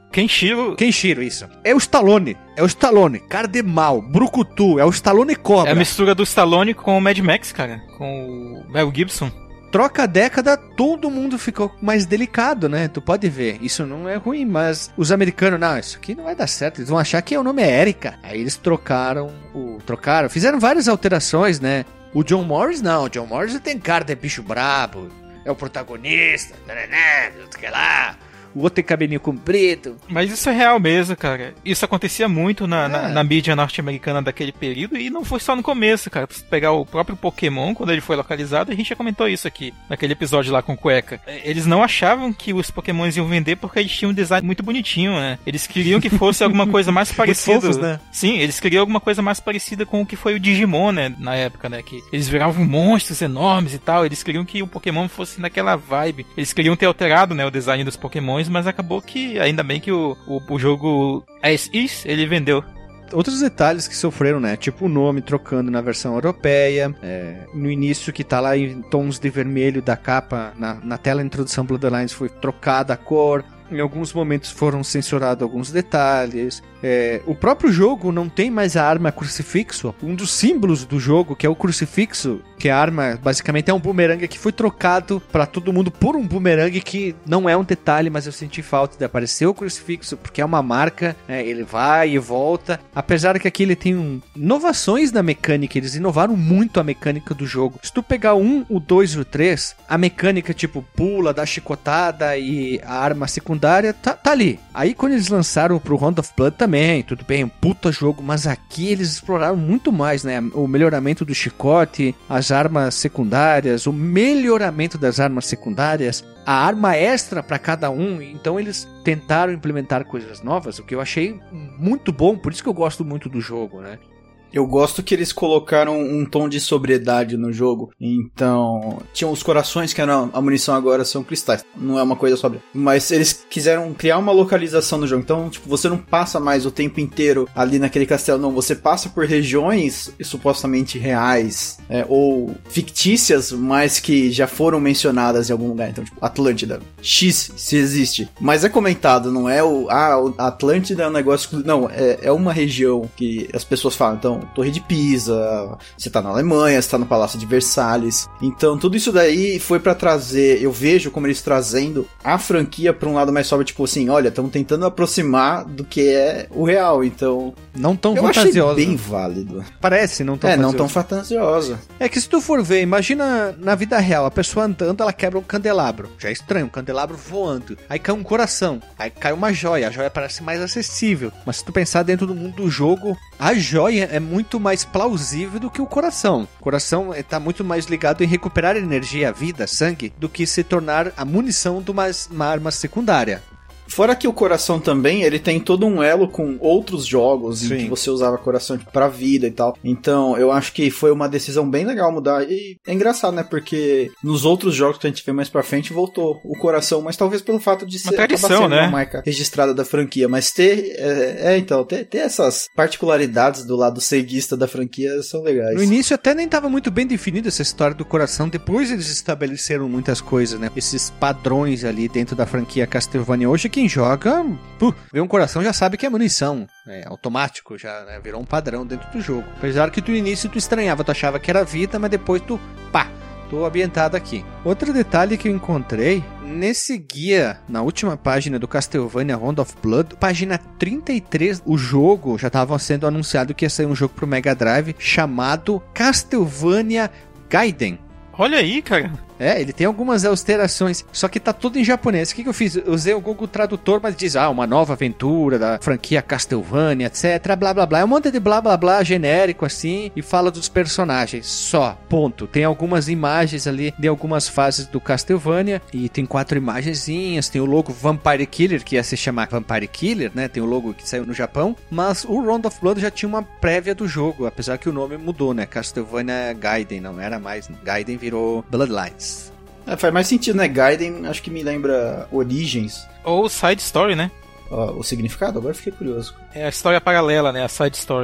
Kenshiro... Kenshiro, isso. É o Stallone. É o Stallone. Cara de mal. Brucutu. É o Stallone Cobra. É a mistura do Stallone com o Mad Max, cara. Com o Mel Gibson. Troca a década, todo mundo ficou mais delicado, né? Tu pode ver. Isso não é ruim, mas os americanos, não, isso aqui não vai dar certo. Eles vão achar que o nome é Erika. Aí eles trocaram o... Trocaram. Fizeram várias alterações, né? O John Morris, não. O John Morris tem cara de bicho brabo. É o protagonista. Não sei lá. O outro tem cabelinho comprido. Mas isso é real mesmo, cara. Isso acontecia muito na, é. na, na mídia norte-americana daquele período e não foi só no começo, cara. Pra pegar o próprio Pokémon, quando ele foi localizado, a gente já comentou isso aqui, naquele episódio lá com o Cueca. Eles não achavam que os Pokémons iam vender porque eles tinham um design muito bonitinho, né? Eles queriam que fosse alguma coisa mais parecida. Fofos, né? Sim, eles queriam alguma coisa mais parecida com o que foi o Digimon, né? Na época, né? Que eles viravam monstros enormes e tal. Eles queriam que o Pokémon fosse naquela vibe. Eles queriam ter alterado, né, o design dos Pokémons, mas acabou que, ainda bem que o, o, o jogo As Is, ele vendeu. Outros detalhes que sofreram, né? Tipo o nome trocando na versão europeia. É, no início que tá lá em tons de vermelho da capa, na, na tela de introdução Bloodlines foi trocada a cor. Em alguns momentos foram censurados alguns detalhes. É, o próprio jogo não tem mais a arma crucifixo. Um dos símbolos do jogo, que é o crucifixo, que a arma basicamente é um bumerangue que foi trocado pra todo mundo por um bumerangue que não é um detalhe, mas eu senti falta de aparecer o crucifixo, porque é uma marca, né, ele vai e volta. Apesar que aqui ele tem um, inovações na mecânica, eles inovaram muito a mecânica do jogo. Se tu pegar o um, o dois e o três, a mecânica tipo pula, dá chicotada e a arma secundária tá, tá ali. Aí quando eles lançaram pro Round of Blood também, tudo bem, um puta jogo, mas aqui eles exploraram muito mais, né? O melhoramento do chicote, as armas secundárias, o melhoramento das armas secundárias, a arma extra para cada um. Então eles tentaram implementar coisas novas, o que eu achei muito bom, por isso que eu gosto muito do jogo, né? Eu gosto que eles colocaram um tom de sobriedade no jogo. Então, tinham os corações que eram a munição, agora são cristais. Não é uma coisa sóbria. Mas eles quiseram criar uma localização no jogo. Então, tipo, você não passa mais o tempo inteiro ali naquele castelo. Não, você passa por regiões supostamente reais, é, ou fictícias, mas que já foram mencionadas em algum lugar. Então, tipo, Atlântida. X, se existe. Mas é comentado, não é o... Ah, o Atlântida é um negócio... Não, é, é uma região que as pessoas falam. Então, Torre de Pisa, você tá na Alemanha, você tá no Palácio de Versalhes. Então, tudo isso daí foi pra trazer, eu vejo como eles trazendo a franquia pra um lado mais sóbrio, tipo assim, olha, estamos tentando aproximar do que é o real, então... Não tão eu fantasioso. Achei bem válido. Parece, não tão É, fantasioso. não tão fantasioso. É que se tu for ver, imagina na vida real, a pessoa andando, ela quebra um candelabro. Já é estranho, um candelabro voando. Aí cai um coração, aí cai uma joia, a joia parece mais acessível. Mas se tu pensar dentro do mundo do jogo, a joia é muito mais plausível do que o coração. O coração está muito mais ligado em recuperar energia, vida, sangue, do que se tornar a munição de uma, uma arma secundária. Fora que o coração também, ele tem todo um elo com outros jogos Sim. em que você usava coração tipo, pra vida e tal. Então, eu acho que foi uma decisão bem legal mudar. E é engraçado, né? Porque nos outros jogos que a gente vê mais pra frente, voltou o coração. Mas talvez pelo fato de ser uma tradição, acabar sendo né? uma marca registrada da franquia. Mas ter, é, é então, ter, ter essas particularidades do lado ceguista da franquia são legais. No início até nem estava muito bem definida essa história do coração. Depois eles estabeleceram muitas coisas, né? Esses padrões ali dentro da franquia Castlevania. Hoje quem joga, puh, vê um coração já sabe que é munição, é automático, já, né, virou um padrão dentro do jogo. Apesar que tu no início tu estranhava, tu achava que era vida, mas depois tu, pá, tô ambientado aqui. Outro detalhe que eu encontrei, nesse guia, na última página do Castlevania Round of Blood, página trinta e três, o jogo já estava sendo anunciado que ia sair um jogo pro Mega Drive chamado Castlevania Gaiden. Olha aí, cara. É, ele tem algumas alterações, só que tá tudo em japonês. O que que eu fiz? Eu usei o Google Tradutor, mas diz, ah, uma nova aventura da franquia Castlevania, etc, blá blá blá. É um monte de blá blá blá genérico assim, e fala dos personagens, só, ponto. Tem algumas imagens ali de algumas fases do Castlevania, e tem quatro imagenzinhas, tem o logo Vampire Killer, que ia se chamar Vampire Killer, né, tem o logo que saiu no Japão, mas o Round of Blood já tinha uma prévia do jogo, apesar que o nome mudou, né, Castlevania Gaiden, não era mais, Gaiden virou Bloodlines. É, faz mais sentido, né? Gaiden, acho que me lembra Origens. Ou Side Story, né? Ó, o significado? Agora fiquei curioso. É a história paralela, né? A Side Story.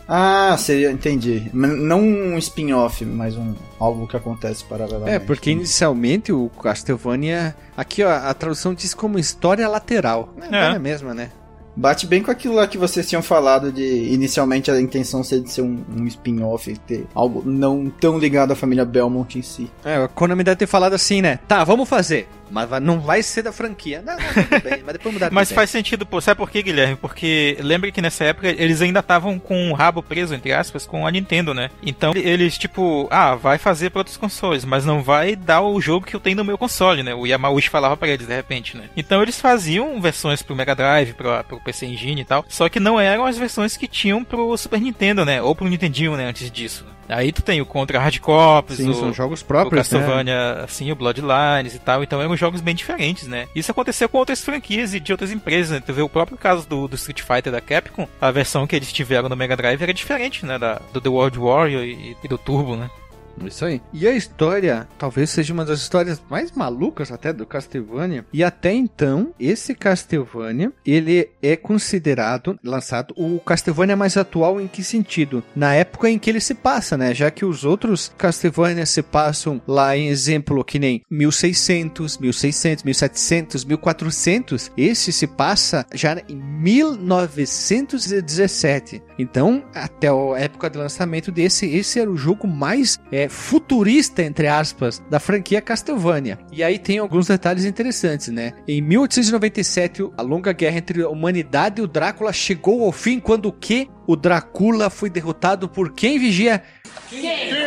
Ah, seria, entendi. Não um spin-off, mas um algo que acontece paralelamente. É, porque inicialmente o Castlevania... Aqui, ó, a tradução diz como história lateral. É, é a mesma, né? Bate bem com aquilo lá que vocês tinham falado de inicialmente a intenção ser de ser um, um spin-off, ter algo não tão ligado à família Belmont em si. É, a Konami deve ter falado assim, né? Tá, vamos fazer. Mas não vai ser da franquia. Não, não, tudo bem, mas depois mudar. Mas faz sentido, pô. Sabe por quê, Guilherme? Porque lembra que nessa época eles ainda estavam com o rabo preso, entre aspas, com a Nintendo, né? Então eles, tipo, ah, vai fazer pra outros consoles, mas não vai dar o jogo que eu tenho no meu console, né? O Yamauchi falava pra eles, de repente, né? Então eles faziam versões pro Mega Drive, pro, pro P C Engine e tal, só que não eram as versões que tinham pro Super Nintendo, né? Ou pro Nintendinho, né? Antes disso. Aí tu tem o Contra Hard Corps, Sim, o, são jogos próprios, o Castlevania, né? Assim, o Bloodlines e tal, então eram jogos bem diferentes, né? Isso aconteceu com outras franquias e de outras empresas, né? Tu vê o próprio caso do, do Street Fighter da Capcom, a versão que eles tiveram no Mega Drive era diferente, né? Da, do The World Warrior e, e do Turbo, né? Isso aí. E a história, talvez seja uma das histórias mais malucas até do Castlevania. E até então, esse Castlevania, ele é considerado, lançado, o Castlevania mais atual em que sentido? Na época em que ele se passa, né? Já que os outros Castlevania se passam lá em exemplo que nem mil e seiscentos, mil e seiscentos, mil e setecentos, mil e quatrocentos. Esse se passa já em mil novecentos e dezessete. Então, até a época de lançamento desse, esse era o jogo mais... É, futurista, entre aspas, da franquia Castlevania. E aí tem alguns detalhes interessantes, né? Em mil oitocentos e noventa e sete, a longa guerra entre a humanidade e o Drácula chegou ao fim quando o quê? O Drácula foi derrotado por quem, Vigia? Quem?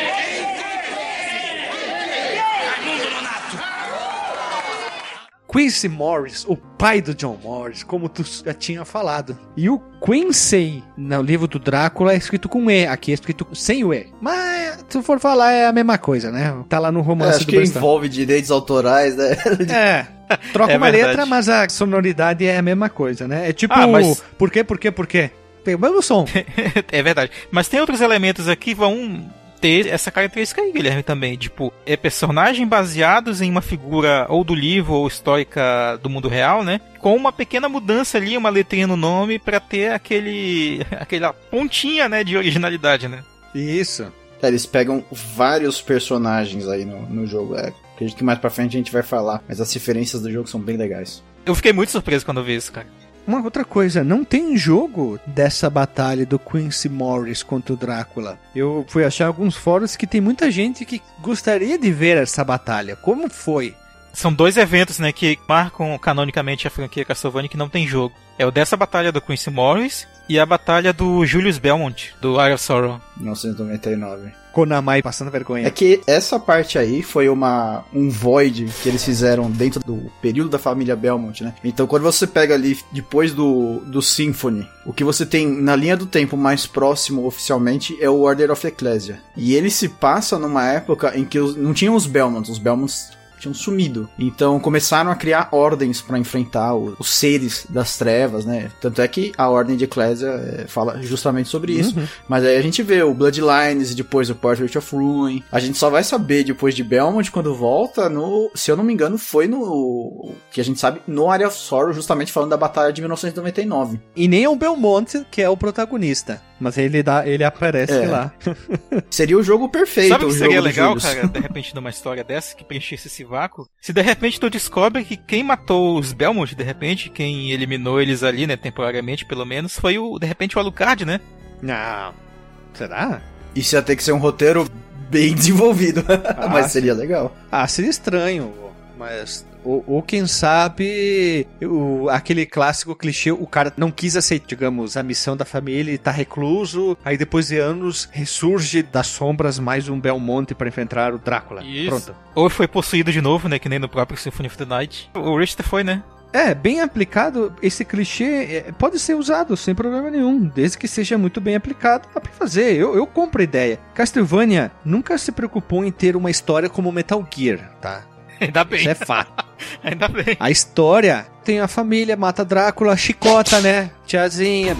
Quincy Morris, o pai do John Morris, como tu já tinha falado. E o Quincy, no livro do Drácula, é escrito com E. Aqui é escrito sem o E. Mas, se for falar, é a mesma coisa, né? Tá lá no romance é, acho do que Bastão. Envolve direitos autorais, né? É. Troca é uma verdade. letra, mas a sonoridade é a mesma coisa, né? É tipo... Ah, mas... Por quê, por quê, por quê? Tem o mesmo som. É verdade. Mas tem outros elementos aqui que vão... ter essa característica aí, Guilherme, também, tipo, é personagem baseados em uma figura ou do livro ou histórica do mundo real, né, com uma pequena mudança ali, uma letrinha no nome pra ter aquele, aquela pontinha, né, de originalidade, né. Isso. É, eles pegam vários personagens aí no, no jogo, é, acredito que mais pra frente a gente vai falar, mas as referências do jogo são bem legais. Eu fiquei muito surpreso quando eu vi isso, cara. Uma outra coisa, não tem jogo dessa batalha do Quincy Morris contra o Drácula. Eu fui achar alguns fóruns que tem muita gente que gostaria de ver essa batalha. Como foi? São dois eventos, né, que marcam canonicamente a franquia Castlevania que não tem jogo. É o dessa batalha do Quincy Morris e a batalha do Julius Belmont, do Eye of Sorrow. mil novecentos e noventa e nove. Konami passando vergonha. É que essa parte aí foi uma, um void que eles fizeram dentro do período da família Belmont, né? Então quando você pega ali, depois do, do Symphony, o que você tem na linha do tempo mais próximo oficialmente é o Order of Ecclesia. E ele se passa numa época em que os, não tinham os Belmonts, os Belmonts tinham sumido. Então começaram a criar ordens pra enfrentar o, os seres das trevas, né? Tanto é que a Ordem de Ecclesia é, fala justamente sobre isso. Uhum. Mas aí a gente vê o Bloodlines e depois o Portrait of Ruin. A gente só vai saber depois de Belmont quando volta no... Se eu não me engano, foi no... que a gente sabe, no Area of Sorrow, justamente falando da batalha de mil novecentos e noventa e nove. E nem é o Belmont que é o protagonista. Mas ele, dá, ele aparece é. lá. Seria o jogo perfeito. Sabe o que o seria jogo legal, cara, de repente, numa história dessa, que preenchesse esse vácuo? Se de repente tu descobre que quem matou os Belmont, de repente, quem eliminou eles ali, né, temporariamente, pelo menos, foi o, de repente, o Alucard, né? Não. Será? Isso ia ter que ser um roteiro bem desenvolvido. Ah, mas seria legal. Ah, seria estranho, mas... Ou, ou quem sabe, o, aquele clássico clichê, o cara não quis aceitar, digamos, a missão da família e tá recluso, aí depois de anos ressurge das sombras mais um Belmonte pra enfrentar o Drácula. Isso. Pronto. Ou foi possuído de novo, né, que nem no próprio Symphony of the Night. O Richter foi, né? É, bem aplicado, esse clichê pode ser usado sem problema nenhum, desde que seja muito bem aplicado, dá pra fazer, eu, eu compro a ideia. Castlevania nunca se preocupou em ter uma história como Metal Gear, tá? Ainda bem. Isso é fato. Ainda bem. A história tem a família, mata Drácula, chicota, né? Tiazinha,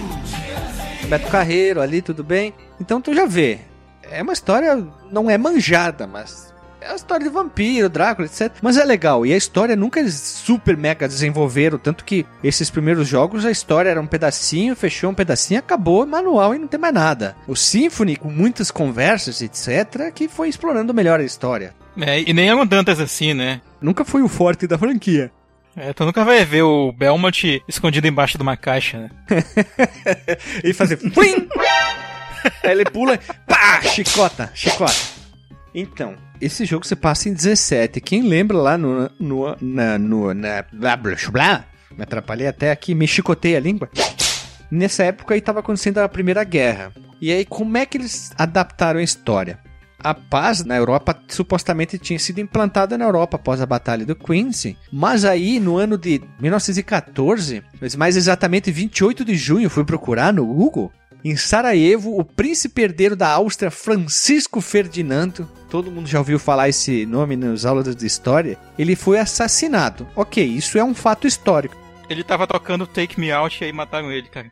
Beto Carreiro ali, tudo bem. Então tu já vê. É uma história, não é manjada, mas É uma história de vampiro, Drácula, etcétera. Mas é legal. E a história nunca eles super mega desenvolveram. Tanto que esses primeiros jogos, a história era um pedacinho, fechou um pedacinho, acabou, manual e não tem mais nada. O Symphony, com muitas conversas, etcétera, que foi explorando melhor a história. É, e nem eram tantas assim, né? Nunca foi o forte da franquia. É, tu nunca vai ver o Belmont escondido embaixo de uma caixa, né? E fazer... Plim! Aí ele pula, pá, chicota, chicota. Então, esse jogo se passa em dezessete. Quem lembra lá no... no na, no na, blá, blá, blá, me atrapalhei até aqui, me chicotei a língua. Nessa época aí estava acontecendo a Primeira Guerra. E aí, como é que eles adaptaram a história? A paz na Europa supostamente tinha sido implantada na Europa após a Batalha do Quincy, mas aí no ano de mil novecentos e catorze, mais exatamente vinte e oito de junho, fui procurar no Google, em Sarajevo, o príncipe herdeiro da Áustria, Francisco Ferdinando, todo mundo já ouviu falar esse nome nas aulas de história, ele foi assassinado. Ok, isso é um fato histórico. Ele tava tocando Take Me Out e aí mataram ele, cara.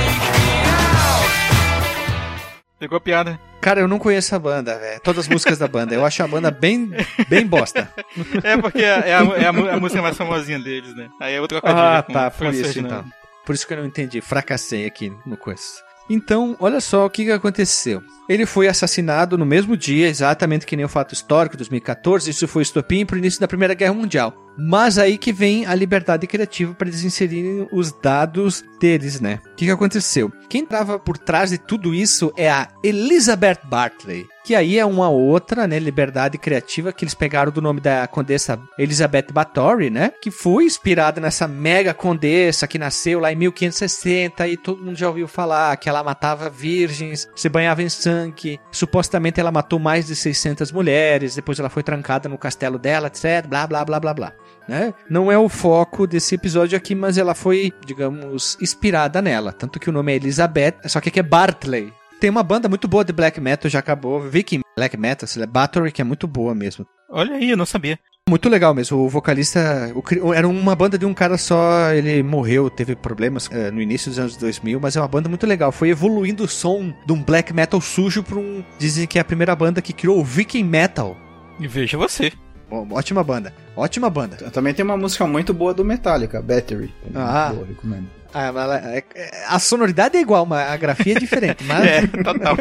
Pegou a piada. Cara, eu não conheço a banda, velho. Todas as músicas da banda. Eu acho a banda bem, bem bosta. É porque é, a, é a, a música mais famosinha deles, né? Aí é outra trocadilho. Ah, tá. Por isso, então. Por isso que eu não entendi. Fracassei aqui no coisa. Então, olha só o que, que aconteceu. Ele foi assassinado no mesmo dia, exatamente que nem o fato histórico de dois mil e catorze. Isso foi estopim para o início da Primeira Guerra Mundial. Mas aí que vem a liberdade criativa para eles inserirem os dados deles, né? O que, que aconteceu? Quem estava por trás de tudo isso é a Elizabeth Bartley, que aí é uma outra, né, liberdade criativa que eles pegaram do nome da condessa Elizabeth Bathory, né? Que foi inspirada nessa mega condessa que nasceu lá em mil quinhentos e sessenta e todo mundo já ouviu falar que ela matava virgens, se banhava em sangue. Supostamente ela matou mais de seiscentas mulheres, depois ela foi trancada no castelo dela, etcétera. Blá, blá, blá, blá, blá. Né? Não é o foco desse episódio aqui, mas ela foi, digamos, inspirada nela. Tanto que o nome é Elizabeth, só que aqui é Bartley. Tem uma banda muito boa de black metal, já acabou. Viking Black Metal, Bathory, que é muito boa mesmo. Olha aí, eu não sabia. Muito legal mesmo. O vocalista o, era uma banda de um cara só, ele morreu, teve problemas uh, no início dos anos dois mil, mas é uma banda muito legal. Foi evoluindo o som de um black metal sujo para um... Dizem que é a primeira banda que criou o Viking Metal. E veja você. Bom, ótima banda. Ótima banda. Também tem uma música muito boa do Metallica, Battery. Ah. Boa, recomendo. Ah, a sonoridade é igual, mas a grafia é diferente. Mas... É, total.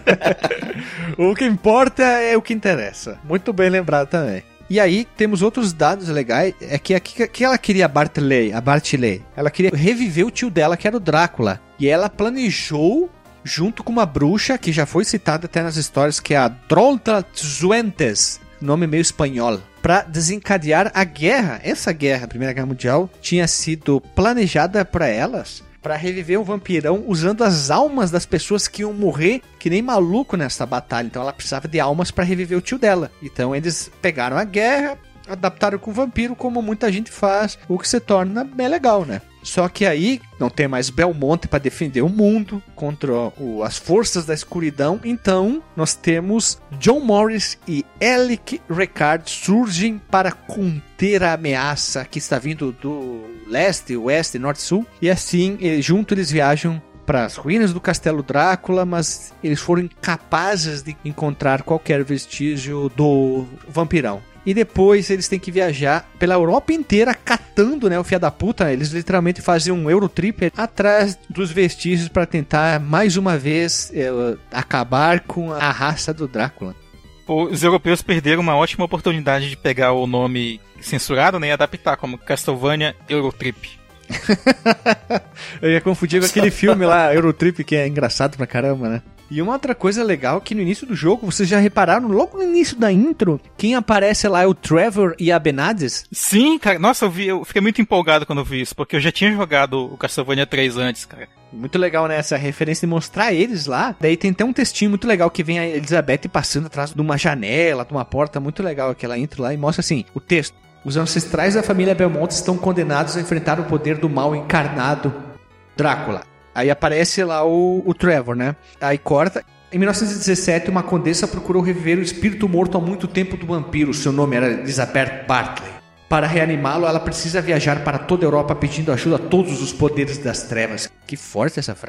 O que importa é o que interessa. Muito bem lembrado também. E aí, temos outros dados legais. É que, que, que ela queria, a Bartley, a Bartley, ela queria reviver o tio dela, que era o Drácula. E ela planejou, junto com uma bruxa, que já foi citada até nas histórias, que é a Drolta Zuentes, nome meio espanhol, para desencadear a guerra. Essa guerra, a Primeira Guerra Mundial, tinha sido planejada para elas, para reviver um vampirão usando as almas das pessoas que iam morrer que nem maluco nessa batalha. Então ela precisava de almas para reviver o tio dela. Então eles pegaram a guerra, adaptaram com o vampiro, como muita gente faz, o que se torna bem legal, né? Só que aí não tem mais Belmonte para defender o mundo contra o, as forças da escuridão. Então nós temos John Morris e Alec Ricard surgem para conter a ameaça que está vindo do leste, oeste, norte e sul. E assim, juntos eles viajam para as ruínas do Castelo Drácula, mas eles foram incapazes de encontrar qualquer vestígio do vampirão. E depois eles têm que viajar pela Europa inteira catando, né, o filho da puta. Eles literalmente fazem um Eurotrip atrás dos vestígios para tentar mais uma vez é, acabar com a raça do Drácula. Os europeus perderam uma ótima oportunidade de pegar o nome censurado, né, e adaptar como Castlevania Eurotrip. Eu ia confundir com aquele filme lá, Eurotrip, que é engraçado pra caramba, né? E uma outra coisa legal é que no início do jogo, vocês já repararam, logo no início da intro, quem aparece lá é o Trevor e a Benades? Sim, cara. Nossa, eu, vi, eu fiquei muito empolgado quando eu vi isso, porque eu já tinha jogado o Castlevania três antes, cara. Muito legal, né? Essa referência de mostrar eles lá. Daí tem até um textinho muito legal que vem a Elizabeth passando atrás de uma janela, de uma porta. Muito legal aquela intro lá. E mostra assim, o texto. Os ancestrais da família Belmonte estão condenados a enfrentar o poder do mal encarnado, Drácula. Aí aparece lá o, o Trevor, né? Aí corta. Em mil novecentos e dezessete, uma condessa procurou reviver o espírito morto há muito tempo do vampiro. Seu nome era Elizabeth Bartley. Para reanimá-lo, ela precisa viajar para toda a Europa pedindo ajuda a todos os poderes das trevas. Que forte essa frase.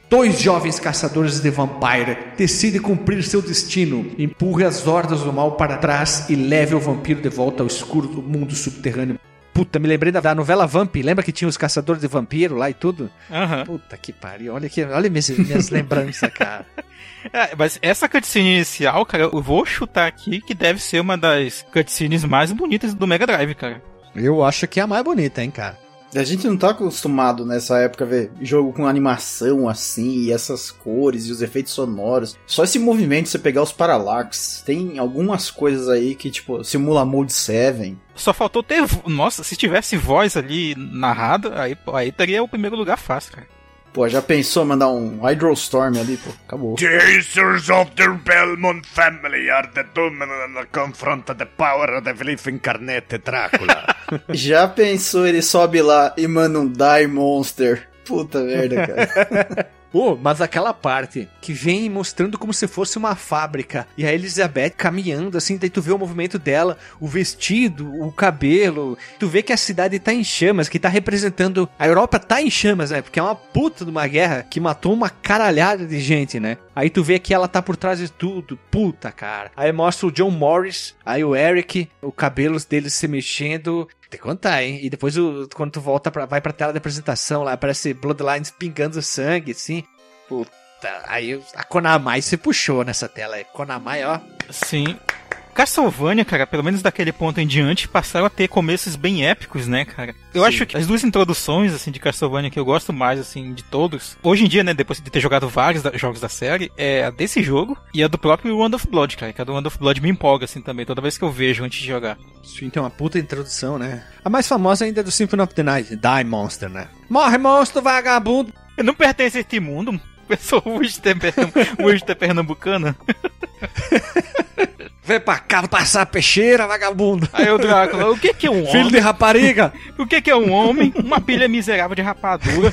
Dois jovens caçadores de vampire decidem cumprir seu destino. Empurre as hordas do mal para trás e leve o vampiro de volta ao escuro do mundo subterrâneo. Puta, me lembrei da, da novela Vamp. Lembra que tinha os caçadores de vampiro lá e tudo? Aham. Uhum. Puta que pariu. Olha, aqui, olha minhas, minhas lembranças, cara. É, mas essa cutscene inicial, cara, eu vou chutar aqui que deve ser uma das cutscenes mais bonitas do Mega Drive, cara. Eu acho que é a mais bonita, hein, cara. A gente não tá acostumado nessa época a ver jogo com animação assim, e essas cores e os efeitos sonoros. Só esse movimento, você pegar os parallax, tem algumas coisas aí que, tipo, simula Mode sete. Só faltou ter... Nossa, se tivesse voz ali narrada, aí, aí teria o primeiro lugar fácil, cara. Pô, já pensou mandar um Hydrostorm ali, pô? Acabou. Chasers of the Belmont family are determined to confront the power of the belief incarnate Drácula. Já pensou, ele sobe lá e manda um Die Monster? Puta merda, cara. Pô, oh, mas aquela parte que vem mostrando como se fosse uma fábrica, e a Elizabeth caminhando assim, daí tu vê o movimento dela, o vestido, o cabelo, tu vê que a cidade tá em chamas, que tá representando, a Europa tá em chamas, né, porque é uma puta de uma guerra que matou uma caralhada de gente, né. Aí tu vê que ela tá por trás de tudo, puta, cara. Aí mostra o John Morris, aí o Eric, o cabelo deles se mexendo. Tem que contar, hein? E depois, o, quando tu volta pra, vai pra tela de apresentação, lá aparece Bloodlines pingando sangue, assim. Puta, aí a Konami se puxou nessa tela. Konami, ó. Sim. Castlevania, cara, pelo menos daquele ponto em diante, passaram a ter começos bem épicos, né, cara? Eu Sim. acho que as duas introduções, assim, de Castlevania que eu gosto mais, assim, de todos, hoje em dia, né, depois de ter jogado vários da- jogos da série, é a desse jogo e a do próprio Wand of Blood, cara, que a do Wand of Blood me empolga, assim, também, toda vez que eu vejo antes de jogar. Sim, tem uma puta introdução, né? A mais famosa ainda é do Symphony of the Night, Die Monster, né? Morre, monstro, vagabundo! Eu não pertenço a este mundo, eu sou o Wister Pernamb- pernambucano. Vem pra cá passar a peixeira, vagabundo! Aí o Drácula, o que que é um homem? Filho de rapariga! O que que é um homem? Uma pilha miserável de rapadura.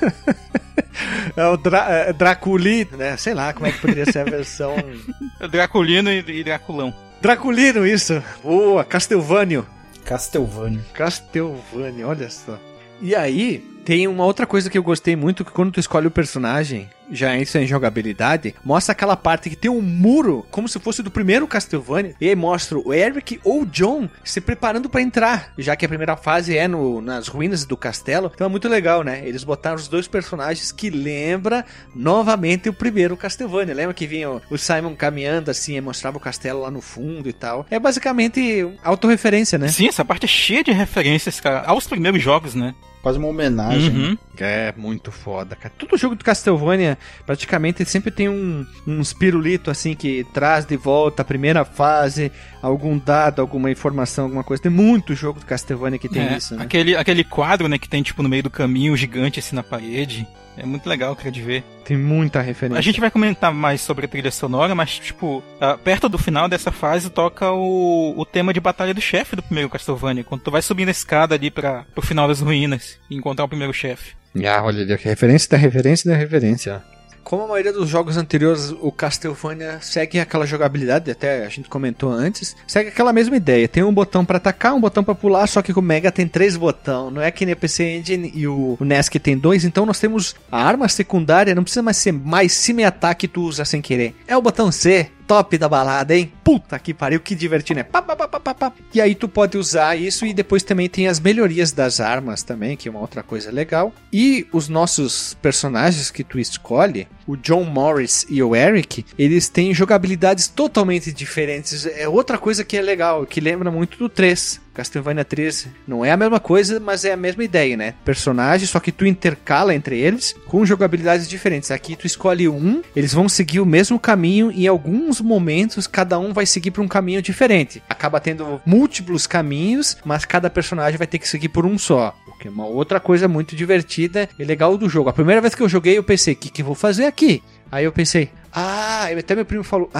É o Dra- é, Draculi, né? Sei lá como é que poderia ser a versão... Draculino e, e Draculão. Draculino, isso! Boa, Castlevânio. Castlevania. Castlevania, olha só. E aí, tem uma outra coisa que eu gostei muito, que quando tu escolhe o personagem, já isso é em jogabilidade, mostra aquela parte que tem um muro, como se fosse do primeiro Castlevania, e aí mostra o Eric ou o John se preparando pra entrar, já que a primeira fase é no, nas ruínas do castelo, então é muito legal, né? Eles botaram os dois personagens que lembra novamente o primeiro Castlevania, lembra que vinha o, o Simon caminhando assim, e mostrava o castelo lá no fundo e tal, é basicamente autorreferência, né? Sim, essa parte é cheia de referências, cara, aos primeiros jogos, né? Quase uma homenagem. Uhum. É muito foda, cara. Todo jogo do Castlevania, praticamente, sempre tem um, uns pirulito assim que traz de volta a primeira fase, algum dado, alguma informação, alguma coisa. Tem muito jogo do Castlevania que tem É, isso, né? aquele, aquele quadro, né, que tem, tipo, no meio do caminho, gigante, assim, na parede. É muito legal, cara, de ver. Tem muita referência. A gente vai comentar mais sobre a trilha sonora, mas, tipo, ah, perto do final dessa fase toca o, o tema de batalha do chefe do primeiro Castlevania. Quando tu vai subindo a escada ali pra, pro final das ruínas e encontrar o primeiro chefe. Ah, olha ali, referência da referência da referência. Como a maioria dos jogos anteriores, o Castlevania segue aquela jogabilidade, até a gente comentou antes, segue aquela mesma ideia. Tem um botão pra atacar, um botão pra pular, só que o Mega tem três botões. Não é que nem o P C Engine e o, o N E S que tem dois, então nós temos a arma secundária, não precisa mais ser mais semi-ataque que tu usa sem querer. É o botão C. Top da balada, hein? Puta que pariu, que divertido, né? Pá, pá, pá, pá, pá. E aí tu pode usar isso e depois também tem as melhorias das armas também, que é uma outra coisa legal. E os nossos personagens que tu escolhe, o John Morris e o Eric, eles têm jogabilidades totalmente diferentes. É outra coisa que é legal, que lembra muito do três. Castlevania três não é a mesma coisa, mas é a mesma ideia, né? Personagens, só que tu intercala entre eles com jogabilidades diferentes. Aqui tu escolhe um, eles vão seguir o mesmo caminho e em alguns momentos cada um vai seguir por um caminho diferente. Acaba tendo múltiplos caminhos, mas cada personagem vai ter que seguir por um só. O que é uma outra coisa muito divertida e legal do jogo. A primeira vez que eu joguei eu pensei, o que, que eu vou fazer aqui? Aí eu pensei, ah, até meu primo falou,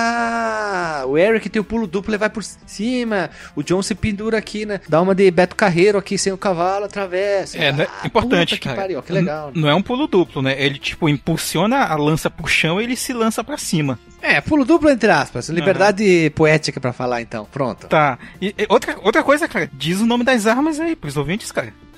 ah, o Eric tem o pulo duplo e vai por cima, o John se pendura aqui, né, dá uma de Beto Carreiro aqui sem o cavalo, atravessa. É, né? Ah, Importante, puta que cara. pariu, que legal. N- não é um pulo duplo, né? Ele, tipo, impulsiona a lança pro chão e ele se lança pra cima. É, pulo duplo entre aspas, liberdade uhum. poética pra falar então, pronto. Tá, e, e outra, outra coisa, cara, diz o nome das armas aí pros ouvintes, cara.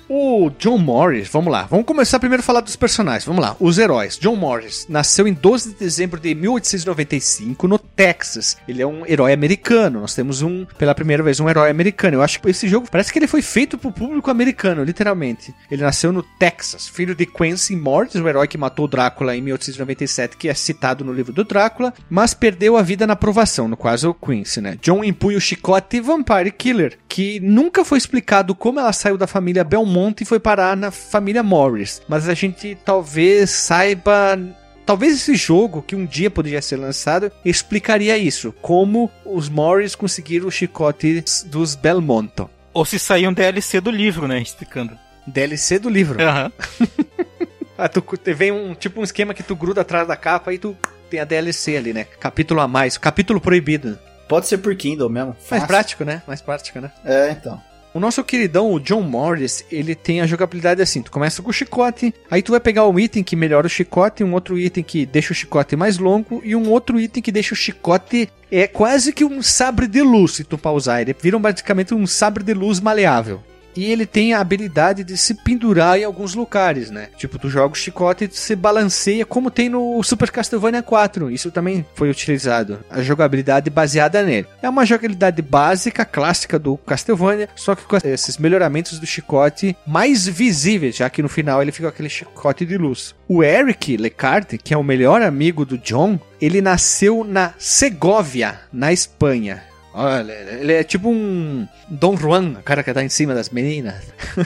O John Morris, vamos lá, vamos começar primeiro a falar dos personagens, vamos lá, os heróis. John Morris nasceu em doze de dezembro de mil oitocentos e noventa e cinco no Texas. Ele é um herói americano, nós temos um, pela primeira vez, um herói americano. Eu acho que esse jogo parece que ele foi feito pro público americano, literalmente. Ele nasceu no Texas, filho de Quincy Morris, o herói que matou o Drácula em mil oitocentos e noventa e sete, que é citado no livro do Drácula, mas perdeu a vida na provação, no caso o Quincy, né? John empunha o chicote Vampire Killer, que nunca foi explicado como ela saiu da família Belmont e foi parar na família Morris, mas a gente talvez saiba, talvez esse jogo que um dia poderia ser lançado explicaria isso, como os Morris conseguiram o chicote dos Belmont. Ou se sair um D L C do livro, né, explicando. D L C do livro. Aham. Uhum. Ah, tu, vem um tipo um esquema que tu gruda atrás da capa e tu tem a D L C ali, né? Capítulo a mais, capítulo proibido. Pode ser por Kindle mesmo. Fácil. Mais prático, né? Mais prático, né? É, então. O nosso queridão, o John Morris, ele tem a jogabilidade assim, tu começa com o chicote, aí tu vai pegar um item que melhora o chicote, um outro item que deixa o chicote mais longo e um outro item que deixa o chicote é quase que um sabre de luz, se tu pausar. Ele vira basicamente um sabre de luz maleável. E ele tem a habilidade de se pendurar em alguns lugares, né? Tipo, tu joga o chicote e tu se balanceia, como tem no Super Castlevania quatro. Isso também foi utilizado. A jogabilidade baseada nele. É uma jogabilidade básica, clássica do Castlevania, só que com esses melhoramentos do chicote mais visíveis, já que no final ele fica com aquele chicote de luz. O Eric Lecarte, que é o melhor amigo do John, ele nasceu na Segóvia, na Espanha. Olha, ele é tipo um Dom Juan, o cara que tá em cima das meninas.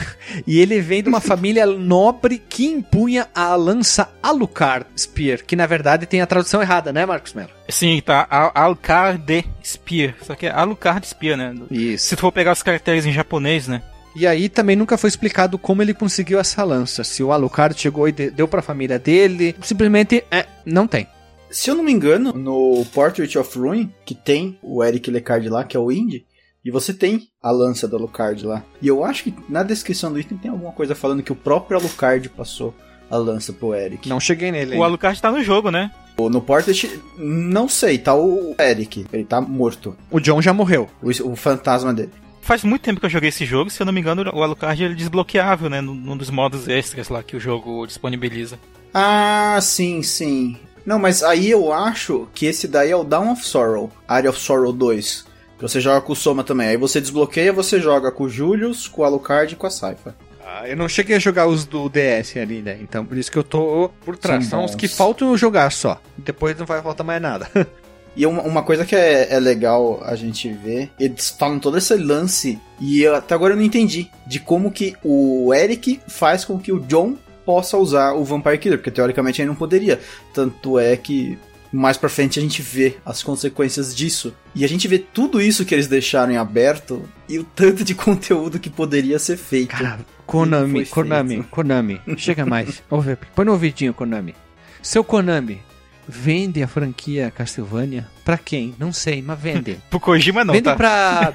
E ele vem de uma família nobre que impunha a lança Alucard Spear, que na verdade tem a tradução errada, né, Marcos Melo? Sim, tá. Alucard Spear. Só que é Alucard Spear, né? Isso. Se tu for pegar os caracteres em japonês, né? E aí também nunca foi explicado como ele conseguiu essa lança. Se o Alucard chegou e deu pra família dele, simplesmente é, não tem. Se eu não me engano, no Portrait of Ruin, que tem o Eric Lecard lá, que é o Indy, e você tem a lança do Alucard lá. E eu acho que na descrição do item tem alguma coisa falando que o próprio Alucard passou a lança pro Eric. Não cheguei nele ainda. O Alucard tá no jogo, né? No Portrait, não sei, tá o Eric, ele tá morto. O John já morreu. O, o fantasma dele. Faz muito tempo que eu joguei esse jogo, se eu não me engano, o Alucard ele é desbloqueável, né? Num dos modos extras lá que o jogo disponibiliza. Ah, sim, sim. Não, mas aí eu acho que esse daí é o Dawn of Sorrow, Area of Sorrow dois. Que você joga com o Soma também. Aí você desbloqueia, você joga com o Julius, com o Alucard e com a Sypha. Ah, eu não cheguei a jogar os do D S ali, né? Então por isso que eu tô por trás. São São bons. os que faltam eu jogar só. Depois não vai faltar mais nada. E uma, uma coisa que é, é legal a gente ver, eles falam todo esse lance, e eu, até agora eu não entendi, de como que o Eric faz com que o John possa usar o Vampire Killer, porque teoricamente ele não poderia. Tanto é que mais pra frente a gente vê as consequências disso. E a gente vê tudo isso que eles deixaram em aberto e o tanto de conteúdo que poderia ser feito. Cara, Konami, foi Konami, feito. Konami. Chega mais. Ouve, põe no ouvidinho, Konami. Seu Konami, vende a franquia Castlevania pra quem? Não sei, mas vende. Pro Kojima não, vende tá? pra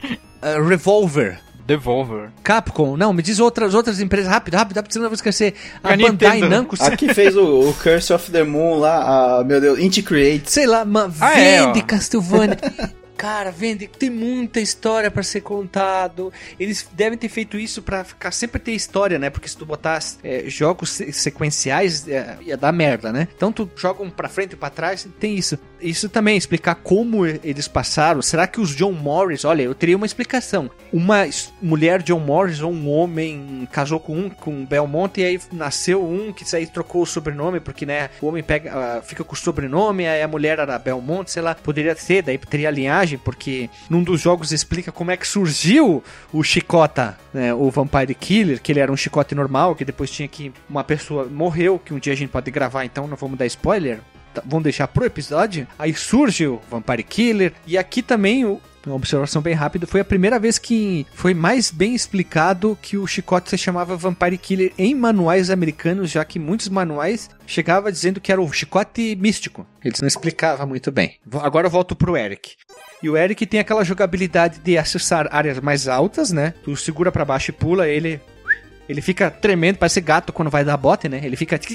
uh, Revolver. Devolver. Capcom, não, me diz outras outras empresas, rápido, rápido, rápido, senão eu vou esquecer. A A Bandai Nintendo. Namco, sei, Aqui fez o, o Curse of the Moon lá, a, meu Deus, Inti Create. sei lá, mas Ah, é, vende ó. Castlevania. Cara, vende, tem muita história pra ser contado. Eles devem ter feito isso pra ficar sempre ter história, né? Porque se tu botar é, jogos se- sequenciais, é, ia dar merda, né? Então tu joga um pra frente e pra trás, tem isso. Isso também, explicar como e- eles passaram. Será que os John Morris, olha, eu teria uma explicação. Uma es- mulher John Morris ou um homem casou com um, com Belmont, e aí nasceu um que aí trocou o sobrenome, porque, né, o homem pega, ah, fica com o sobrenome, aí a mulher era Belmont, sei lá, poderia ser, daí teria linhagem, porque num dos jogos explica como é que surgiu o Chicota, né, o Vampire Killer, que ele era um chicote normal, que depois tinha que uma pessoa morreu, que um dia a gente pode gravar, então não vamos dar spoiler, tá, vamos deixar pro episódio. Aí surge o Vampire Killer, e aqui também o uma observação bem rápida, foi a primeira vez que foi mais bem explicado que o chicote se chamava Vampire Killer em manuais americanos, já que muitos manuais chegavam dizendo que era o chicote místico. Eles não explicavam muito bem. Agora eu volto pro Eric. E o Eric tem aquela jogabilidade de acessar áreas mais altas, né? Tu segura pra baixo e pula, ele... Ele fica tremendo, parece gato quando vai dar bote, né? Ele fica...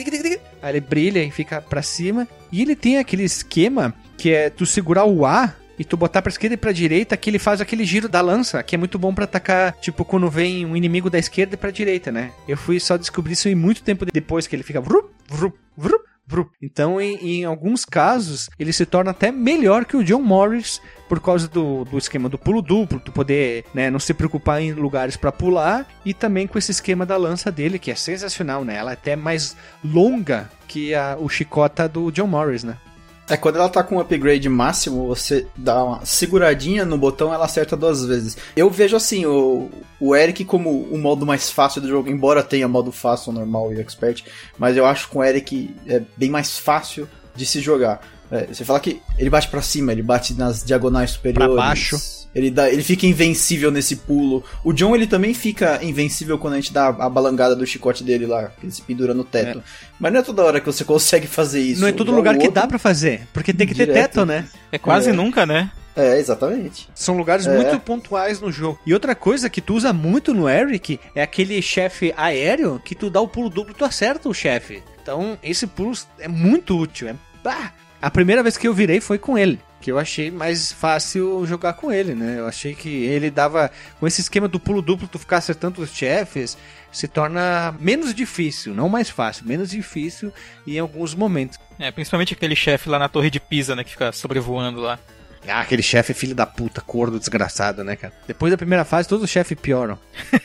Aí ele brilha e fica pra cima. E ele tem aquele esquema que é tu segurar o A e tu botar pra esquerda e pra direita, que ele faz aquele giro da lança, que é muito bom pra atacar, tipo, quando vem um inimigo da esquerda e pra direita, né? Eu fui só descobrir isso em muito tempo depois, que ele fica vrup, vrup, vrup, vrup. Então, em, em alguns casos, ele se torna até melhor que o John Morris, por causa do, do esquema do pulo duplo, tu poder, né, não se preocupar em lugares pra pular, e também com esse esquema da lança dele, que é sensacional, né? Ela é até mais longa que a, o chicota do John Morris, né? É, quando ela tá com um upgrade máximo, você dá uma seguradinha no botão, ela acerta duas vezes. Eu vejo assim, o, o Eric como o modo mais fácil do jogo, embora tenha modo fácil, normal e expert, mas eu acho que com o Eric é bem mais fácil de se jogar. É, você fala que ele bate pra cima, ele bate nas diagonais superiores. Pra baixo. Ele, dá, ele fica invencível nesse pulo. O John, ele também fica invencível quando a gente dá a balangada do chicote dele lá, que ele se pendura no teto. É. Mas não é toda hora que você consegue fazer isso. Não é todo lugar que outro... dá pra fazer, porque tem que ter Direto. teto, né? É quase é. nunca, né? É, exatamente. São lugares é. muito pontuais no jogo. E outra coisa que tu usa muito no Eric é aquele chefe aéreo que tu dá o pulo duplo e tu acerta o chefe. Então, esse pulo é muito útil. É... Bah! A primeira vez que eu virei foi com ele, que eu achei mais fácil jogar com ele, né? Eu achei que ele dava... Com esse esquema do pulo duplo, tu ficar acertando os chefes, se torna menos difícil, não mais fácil, menos difícil em alguns momentos. É, principalmente aquele chefe lá na Torre de Pisa, né? Que fica sobrevoando lá. Ah, aquele chefe é filho da puta, corno desgraçado, né, cara? Depois da primeira fase, todos os chefes pioram.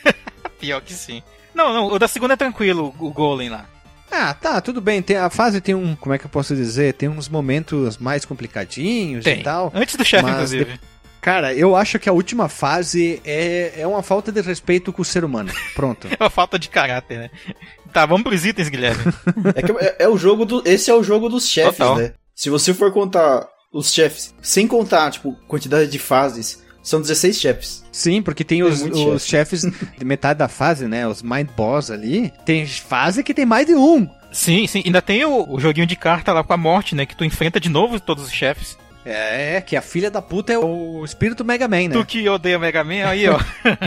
Pior que sim. Não, não, o da segunda é tranquilo, o Golem lá. Ah, tá, tudo bem. Tem, a fase tem um, como é que eu posso dizer? Tem uns momentos mais complicadinhos tem. e tal. Antes do chefe, inclusive. De... Cara, eu acho que a última fase é, é uma falta de respeito com o ser humano. Pronto. É uma falta de caráter, né? Tá, vamos pros itens, Guilherme. É, que é, é o jogo do, esse é o jogo dos chefes, Total. Né? Se você for contar os chefes, sem contar, tipo, quantidade de fases, são dezesseis chefes. Sim, porque tem, tem os, os chefes de metade da fase, né? Os Mind Boss ali. Tem fase que tem mais de um. Sim, sim. Ainda tem o, o joguinho de carta lá com a morte, né? Que tu enfrenta de novo todos os chefes. É, que a filha da puta é o espírito Mega Man, né? Tu que odeia Mega Man, aí ó.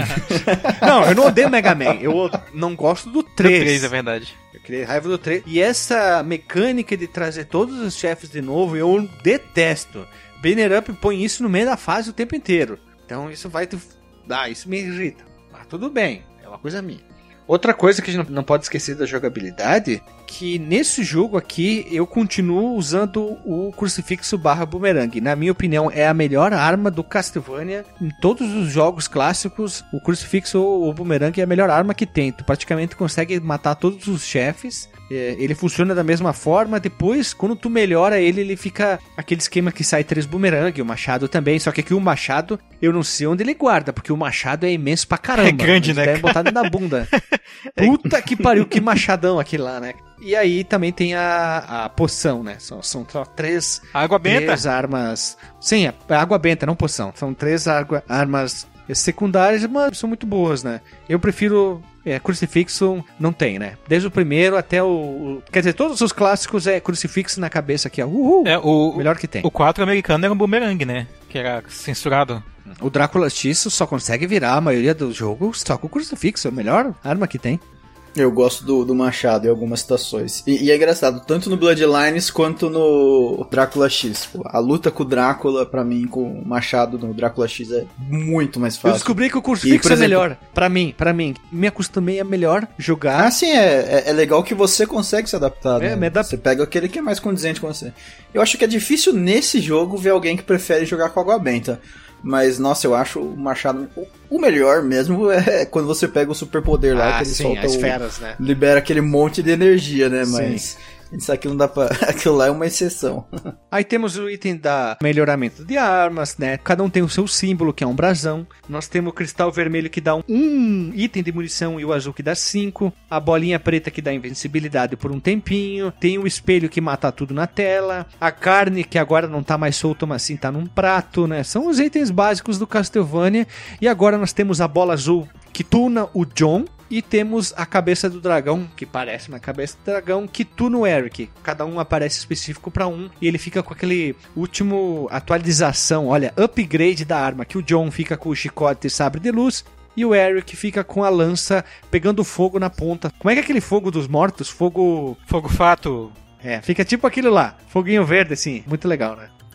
Não, eu não odeio Mega Man. Eu não gosto do três. Do três, é verdade. Eu criei raiva do três. E essa mecânica de trazer todos os chefes de novo, eu detesto. Banner Up põe isso no meio da fase o tempo inteiro. Então isso vai te... Ah, isso me irrita. Mas tudo bem, é uma coisa minha. Outra coisa que a gente não pode esquecer da jogabilidade, que nesse jogo aqui eu continuo usando o crucifixo barra boomerang. Na minha opinião, é a melhor arma do Castlevania. Em todos os jogos clássicos, o crucifixo ou o boomerang é a melhor arma que tem. Tu praticamente consegue matar todos os chefes. É, ele funciona da mesma forma. Depois, quando tu melhora ele, ele fica aquele esquema que sai três boomerang, o machado também. Só que aqui o machado, eu não sei onde ele guarda, porque o machado é imenso pra caramba. É grande, né? Deve botar na bunda. Puta que pariu, que machadão aquele lá, né? E aí também tem a, a poção, né? São, são só três, água benta. três armas... Sim, é água benta, não poção. São três água, armas secundárias, mas são muito boas, né? Eu prefiro... É, crucifixo não tem, né? Desde o primeiro até o, o... Quer dizer, todos os clássicos é crucifixo na cabeça aqui, ó. Uhul! É, o melhor que tem. O quatro americano era um boomerang, né? Que era censurado. O Drácula X só consegue virar a maioria dos jogos só com o crucifixo. É a melhor arma que tem. Eu gosto do, do machado em algumas situações. E, e é engraçado, tanto no Bloodlines quanto no Drácula X. Pô, a luta com o Drácula, pra mim, com o machado no Drácula X é muito mais fácil. Eu descobri que o crucifixo é melhor. Pra mim, pra mim. Me acostumei a melhor jogar. Ah, sim, é, é, é legal que você consegue se adaptar. É, né? me adap... Você pega aquele que é mais condizente com você. Eu acho que é difícil nesse jogo ver alguém que prefere jogar com água benta. Mas, nossa, eu acho o machado... O melhor mesmo é quando você pega o superpoder lá, ah, que ele sim, solta as o... feras, né? Libera aquele monte de energia, né? Mas... Sim. Isso aqui não dá pra... Aquilo lá é uma exceção. Aí temos o item da melhoramento de armas, né? Cada um tem o seu símbolo, que é um brasão. Nós temos o cristal vermelho que dá um, um item de munição e o azul que dá cinco. A bolinha preta que dá invencibilidade por um tempinho. Tem o espelho que mata tudo na tela. A carne que agora não tá mais solta, mas sim tá num prato, né? São os itens básicos do Castlevania. E agora nós temos a bola azul que tuna o John. E temos a cabeça do dragão, que parece uma cabeça do dragão, que tuna o Eric. Cada um aparece específico para um. E ele fica com aquele último atualização, olha, upgrade da arma. Que o John fica com o chicote e sabre de luz. E o Eric fica com a lança pegando fogo na ponta. Como é que é aquele fogo dos mortos? Fogo... Fogo fato. É, fica tipo aquilo lá. Foguinho verde, assim. Muito legal, né?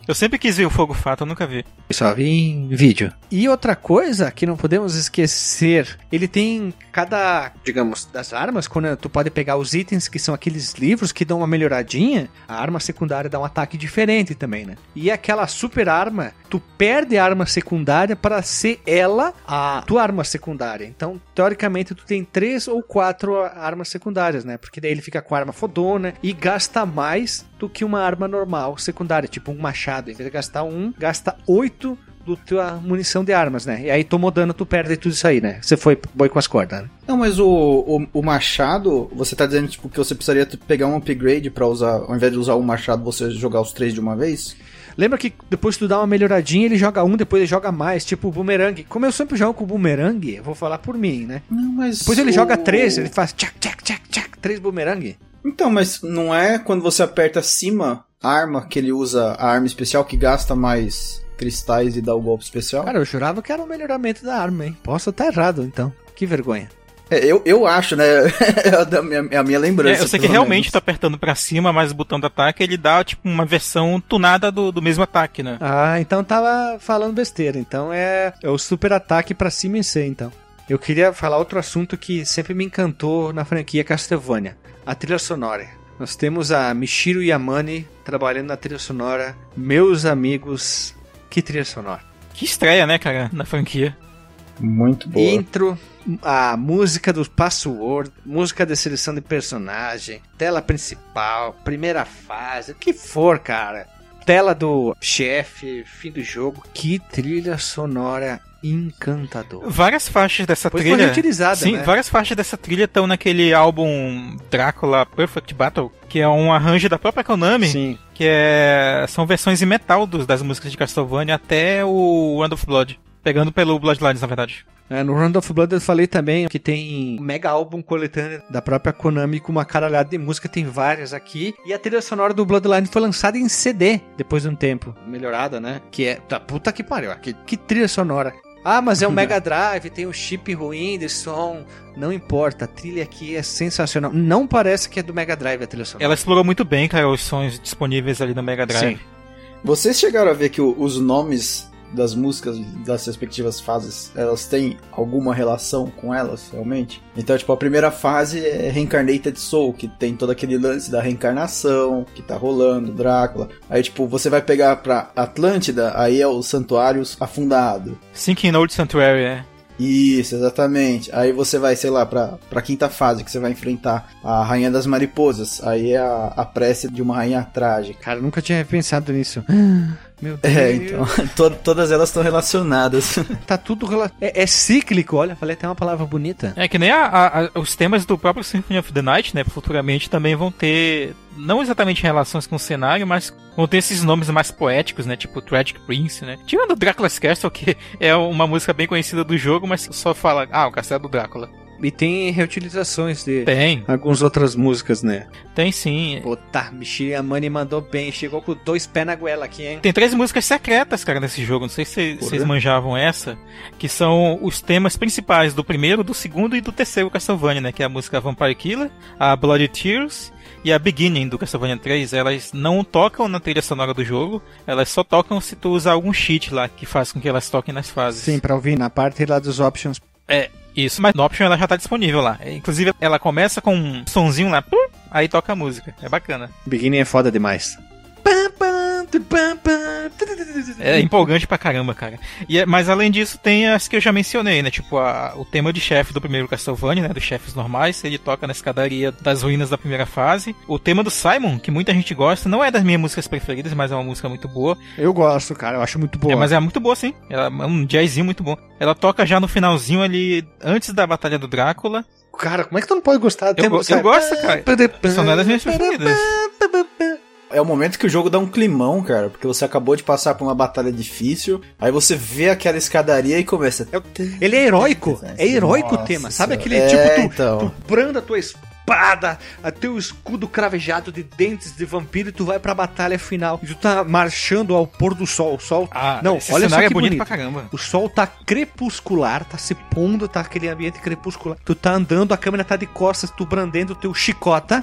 Eu sempre quis ver o Fogo Fato, eu nunca vi. Só vi em vídeo. E outra coisa que não podemos esquecer, ele tem cada, digamos, das armas, quando tu pode pegar os itens que são aqueles livros que dão uma melhoradinha, a arma secundária dá um ataque diferente também, né? E aquela super arma, tu perde a arma secundária para ser ela a tua arma secundária. Então, teoricamente, tu tem três ou quatro armas secundárias, né? Porque daí ele fica com a arma fodona e gasta mais do que uma arma normal secundária, tipo um machado. Em vez de gastar um, gasta oito do tua munição de armas, né? E aí tomou dano, tu perde tudo isso aí, né? Você foi boi com as cordas, né? Não, mas o, o, o machado, você tá dizendo tipo, que você precisaria pegar um upgrade pra usar, ao invés de usar um machado, você jogar os três de uma vez? Lembra que depois tu dá uma melhoradinha, ele joga um, depois ele joga mais, tipo o boomerang. Como eu sempre jogo com o boomerang, eu vou falar por mim, né? Não, mas... Depois ele o... joga três, ele faz tchac, tchac, tchac, tchac, três boomerang. Então, mas não é quando você aperta acima a arma que ele usa a arma especial que gasta mais cristais e dá o golpe especial? Cara, eu jurava que era um melhoramento da arma, hein? Posso estar errado, então. Que vergonha. É, eu, eu acho, né? É a minha, a minha lembrança. É, eu sei que realmente tá apertando pra cima, mas o botão do ataque ele dá tipo uma versão tunada do, do mesmo ataque, né? Ah, então tava falando besteira. Então é, é o super ataque pra cima em C, então. Eu queria falar outro assunto que sempre me encantou na franquia Castlevania. A trilha sonora. Nós temos a Michiru Yamane trabalhando na trilha sonora. Meus amigos, que trilha sonora. Que estreia, né, cara, na franquia. Muito boa. Intro, a música do password, música de seleção de personagem, tela principal, primeira fase, o que for, cara. Tela do chefe, fim do jogo. Que trilha sonora encantadora. Várias faixas dessa Pois trilha... foi reutilizada, Sim, né? várias faixas dessa trilha estão naquele álbum Drácula Perfect Battle, que é um arranjo da própria Konami. Sim. Que é... são versões em metal dos, das músicas de Castlevania até o Round of Blood. Pegando pelo Bloodlines, na verdade. É, no Round of Blood eu falei também que tem um mega álbum coletâneo da própria Konami com uma caralhada de música, tem várias aqui. E a trilha sonora do Bloodline foi lançada em C D depois de um tempo. Melhorada, né? Que é... Tá, puta que pariu. Que, que trilha sonora. Ah, mas é um Mega Drive, tem um chip ruim de som. Não importa, a trilha aqui é sensacional. Não parece que é do Mega Drive a trilha sonora. Ela explorou muito bem, cara, os sons disponíveis ali no Mega Drive. Sim. Vocês chegaram a ver que o, os nomes das músicas das respectivas fases, elas têm alguma relação com elas, realmente? Então, tipo, a primeira fase é Reincarnated Soul, que tem todo aquele lance da reencarnação, que tá rolando, Drácula. Aí, tipo, você vai pegar pra Atlântida, aí é o Santuários Afundado. Sinking Old Sanctuary, é. Isso, exatamente. Aí você vai, sei lá, pra, pra quinta fase, que você vai enfrentar a Rainha das Mariposas. Aí é a, a prece de uma rainha trágica. Cara, eu nunca tinha pensado nisso. Meu Deus. É, então, to- todas elas estão relacionadas. Tá tudo rela- é, é cíclico, olha, falei até uma palavra bonita. É que nem a, a, a, os temas do próprio Symphony of the Night, né, futuramente também vão ter, não exatamente relações com o cenário, mas vão ter esses nomes mais poéticos, né, tipo Tragic Prince, né. Tirando Dracula's Castle, que é uma música bem conhecida do jogo, mas só fala, ah, o castelo do Drácula. E tem reutilizações de Tem, algumas outras músicas, né? tem sim. Puta, Michiru Yamane mandou bem, chegou com dois pés na goela aqui, hein? Tem três músicas secretas, cara, nesse jogo. Não sei se vocês manjavam essa. Que são os temas principais do primeiro, do segundo e do terceiro Castlevania, né? Que é a música Vampire Killer, a Bloody Tears e a Beginning do Castlevania três. Elas não tocam na trilha sonora do jogo. Elas só tocam se tu usar algum cheat lá, que faz com que elas toquem nas fases. Sim, pra ouvir na parte lá dos options. É, isso. Mas no Option ela já tá disponível lá. Inclusive, ela começa com um sonzinho lá, pum, aí toca a música. É bacana. Beginning é foda demais. É empolgante pra caramba, cara. E, é- mas além disso, tem as que eu já mencionei, né? Tipo, a- o tema de chefe do primeiro Castlevania, né? Dos chefes normais. Ele toca na escadaria das ruínas da primeira fase. O tema do Simon, que muita gente gosta, não é das minhas músicas preferidas, mas é uma música muito boa. Eu gosto, cara, eu acho muito boa. É, mas é muito boa, sim. Ela é um jazzinho muito bom. Ela toca já no finalzinho ali, antes da Batalha do Drácula. Cara, como é que tu não pode gostar do Eu, tema? go- eu gosto, cara. Só não é das minhas preferidas. É o momento que o jogo dá um climão, cara, porque você acabou de passar por uma batalha difícil, aí você vê aquela escadaria e começa... Ele é heróico, é heróico o tema. Sabe aquele é, tipo, tu, então. tu branda a tua espada, a teu escudo cravejado de dentes de vampiro e tu vai pra batalha final. E tu tá marchando ao pôr do sol. O sol... Ah, não, esse olha só cenário que é bonito bonito. pra caramba. O sol tá crepuscular, tá se pondo, tá aquele ambiente crepuscular. Tu tá andando, a câmera tá de costas, tu brandendo o teu chicota.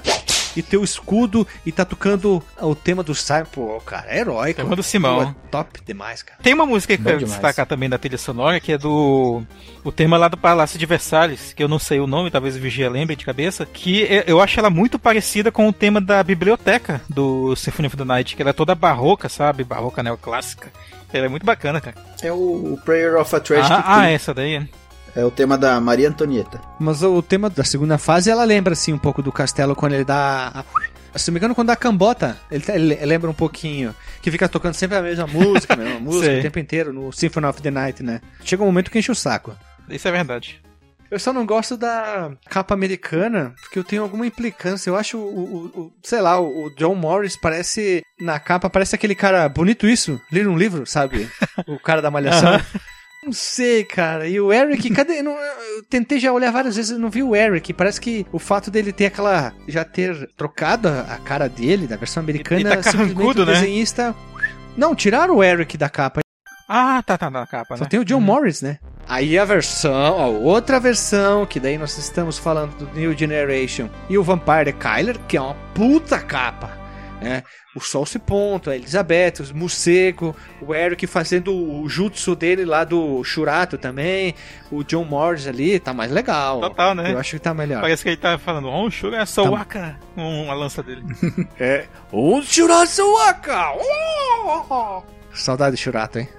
e teu escudo e tá tocando o tema do Simon. Pô, cara, é heróico. Tema do Simão. Pô, top demais, cara. Tem uma música que eu Bom quero demais. destacar também da trilha sonora, que é do... o tema lá do Palácio de Versalhes, que eu não sei o nome, talvez o Vigia lembre de cabeça, que eu acho ela muito parecida com o tema da biblioteca do Symphony of the Night, que ela é toda barroca, sabe? Barroca neoclássica. Ela é muito bacana, cara. É o Prayer of a Tragic Ah, ah, Queen. essa daí, é. É o tema da Maria Antonieta. Mas o tema da segunda fase, ela lembra, assim, um pouco do castelo quando ele dá... A... Se não me engano, quando dá a cambota, ele, ele lembra um pouquinho. Que fica tocando sempre a mesma música, a mesma música Sei. o tempo inteiro, no Symphony of the Night, né? Chega um momento que enche o saco. Isso é verdade. Eu só não gosto da capa americana, porque eu tenho alguma implicância. Eu acho, o, o, o sei lá, o, o John Morris parece, na capa, parece aquele cara bonito isso, ler um livro, sabe? O cara da Malhação. Aham. Não sei, cara. E o Eric, cadê? Não, eu tentei já olhar várias vezes, eu não vi o Eric. Parece que o fato dele ter aquela... já ter trocado a, a cara dele, da versão americana, E- e tá simplesmente carrancudo, o né? desenhista... Não, tiraram o Eric da capa. Ah, tá, tá na capa, Só né? tem o John Morris, né? Aí a versão, ó, outra versão, que daí nós estamos falando do New Generation. E o Vampire Kyler, que é uma puta capa, né? O Sol se ponta, a Elizabeth, os morcego, o Eric fazendo o jutsu dele lá do Shurato também, o John Morris ali, tá mais legal. Total, né? Eu acho que tá melhor. Parece que ele tá falando, oh, Sugar Sowaka, uma lança dele. É, o Shurato Waka! Oh! Saudade de Shurato, hein?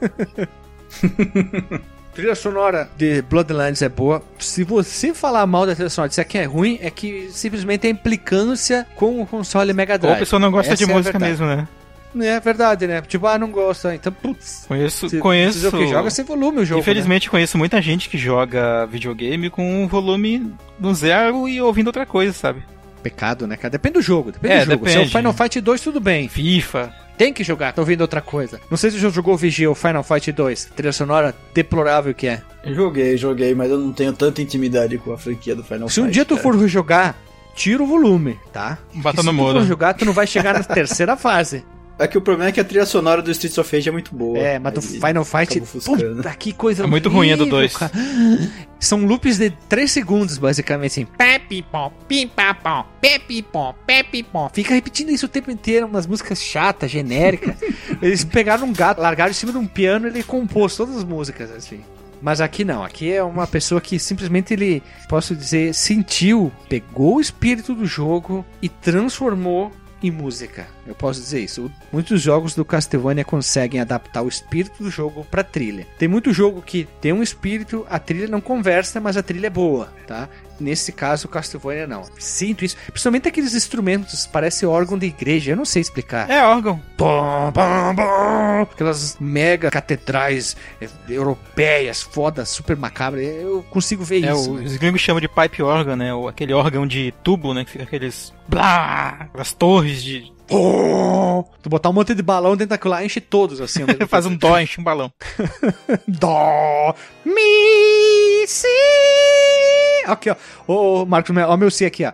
Trilha sonora de Bloodlines é boa. Se você falar mal da trilha sonora, disser que é ruim, é que simplesmente é implicância com o console Mega Ou Drive. a pessoa não gosta Essa de é a música verdade. mesmo, né? É verdade, né? Tipo, ah, não gosta. Então, putz. Conheço, Se, conheço... se o que joga sem volume o jogo. Infelizmente conheço muita gente que joga videogame com o volume no zero e ouvindo outra coisa, sabe? Né? Pecado, né, cara? Depende do jogo. Depende É, do jogo. depende. Se é o Final Fight dois, tudo bem. FIFA. Tem que jogar, tá ouvindo outra coisa. Não sei se você jogou o Vigia ou Final Fight dois. Trilha sonora deplorável que é. Joguei, joguei, mas eu não tenho tanta intimidade com a franquia do Final Se Fight. um dia tu cara. for jogar, tira o volume, tá? Bota Porque no se modo. tu for jogar, tu não vai chegar na terceira fase. É que o problema é que a trilha sonora do Streets of Rage é muito boa. É, mas do Aí Final Fight, acaba ofuscando. puta, que coisa É muito ruim a do horrível, dois. cara. São loops de três segundos, basicamente, assim. Pepipom, pimpapom, pepipom, pepipom. Fica repetindo isso o tempo inteiro, umas músicas chatas, genéricas. Eles pegaram um gato, largaram em cima de um piano e ele compôs todas as músicas, assim. Mas aqui não, aqui é uma pessoa que simplesmente ele, posso dizer, sentiu, pegou o espírito do jogo e transformou em música. Eu posso dizer isso. Muitos jogos do Castlevania conseguem adaptar o espírito do jogo pra trilha. Tem muito jogo que tem um espírito, a trilha não conversa, mas a trilha é boa, tá? Nesse caso, o Castlevania não. Sinto isso. Principalmente aqueles instrumentos, parece órgão de igreja, eu não sei explicar. É órgão. Bom, bom, bom. Aquelas mega catedrais eh, europeias, fodas, super macabras. Eu consigo ver É, isso. o- os gringos chamam de pipe organ, né? Ou aquele órgão de tubo, né? Que fica aqueles... Blá! As torres de... Oh, tu botar um monte de balão dentro daquilo lá, enche todos assim. ao mesmo Faz um tempo. dó, enche um balão. Dó, mi, si. Aqui, ó. Ô, Marcos, ó, meu si aqui, ó.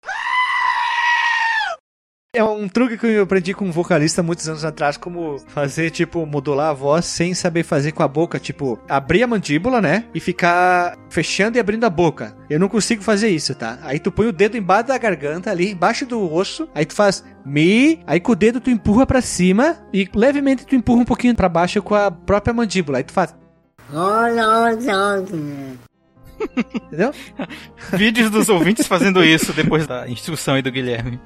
É um truque que eu aprendi com um vocalista muitos anos atrás, como fazer, tipo, modular a voz sem saber fazer com a boca, tipo, abrir a mandíbula, né, e ficar fechando e abrindo a boca. Eu não consigo fazer isso, tá? Aí tu põe o dedo embaixo da garganta, ali, embaixo do osso, aí tu faz mi, aí com o dedo tu empurra pra cima e levemente tu empurra um pouquinho pra baixo com a própria mandíbula, aí tu faz... Entendeu? Vídeos dos ouvintes fazendo isso depois da instrução aí do Guilherme.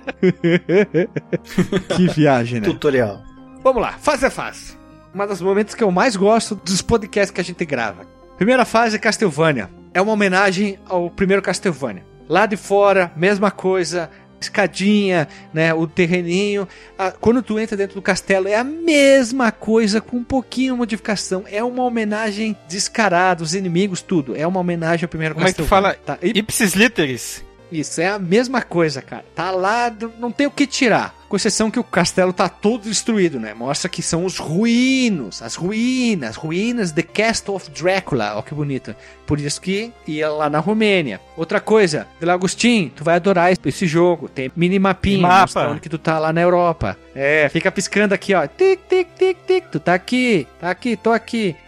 Que viagem, né? Tutorial. Vamos lá, fase a fase. Uma dos momentos que eu mais gosto dos podcasts que a gente grava. Primeira fase, Castlevania. É uma homenagem ao primeiro Castlevania. Lá de fora, mesma coisa, escadinha, né, o terreninho. Ah, quando tu entra dentro do castelo, é a mesma coisa, com um pouquinho de modificação. É uma homenagem descarada, os inimigos, tudo. É uma homenagem ao primeiro Como é que tu Castlevania. fala? Tá? E Ipsis literis. isso, é a mesma coisa, cara. Tá lá, não tem o que tirar. Com exceção que o castelo tá todo destruído, né? Mostra que são os ruínos, as ruínas, ruínas The Castle of Drácula. Ó que bonito. Por isso que ia lá na Romênia. Outra coisa, Vila Agustin, tu vai adorar esse jogo. Tem minimapinha, Mapa. mostrando que tu tá lá na Europa. É, fica piscando aqui, ó. Tic, tic, tic, tic. Tu tá aqui, tá aqui, tô aqui.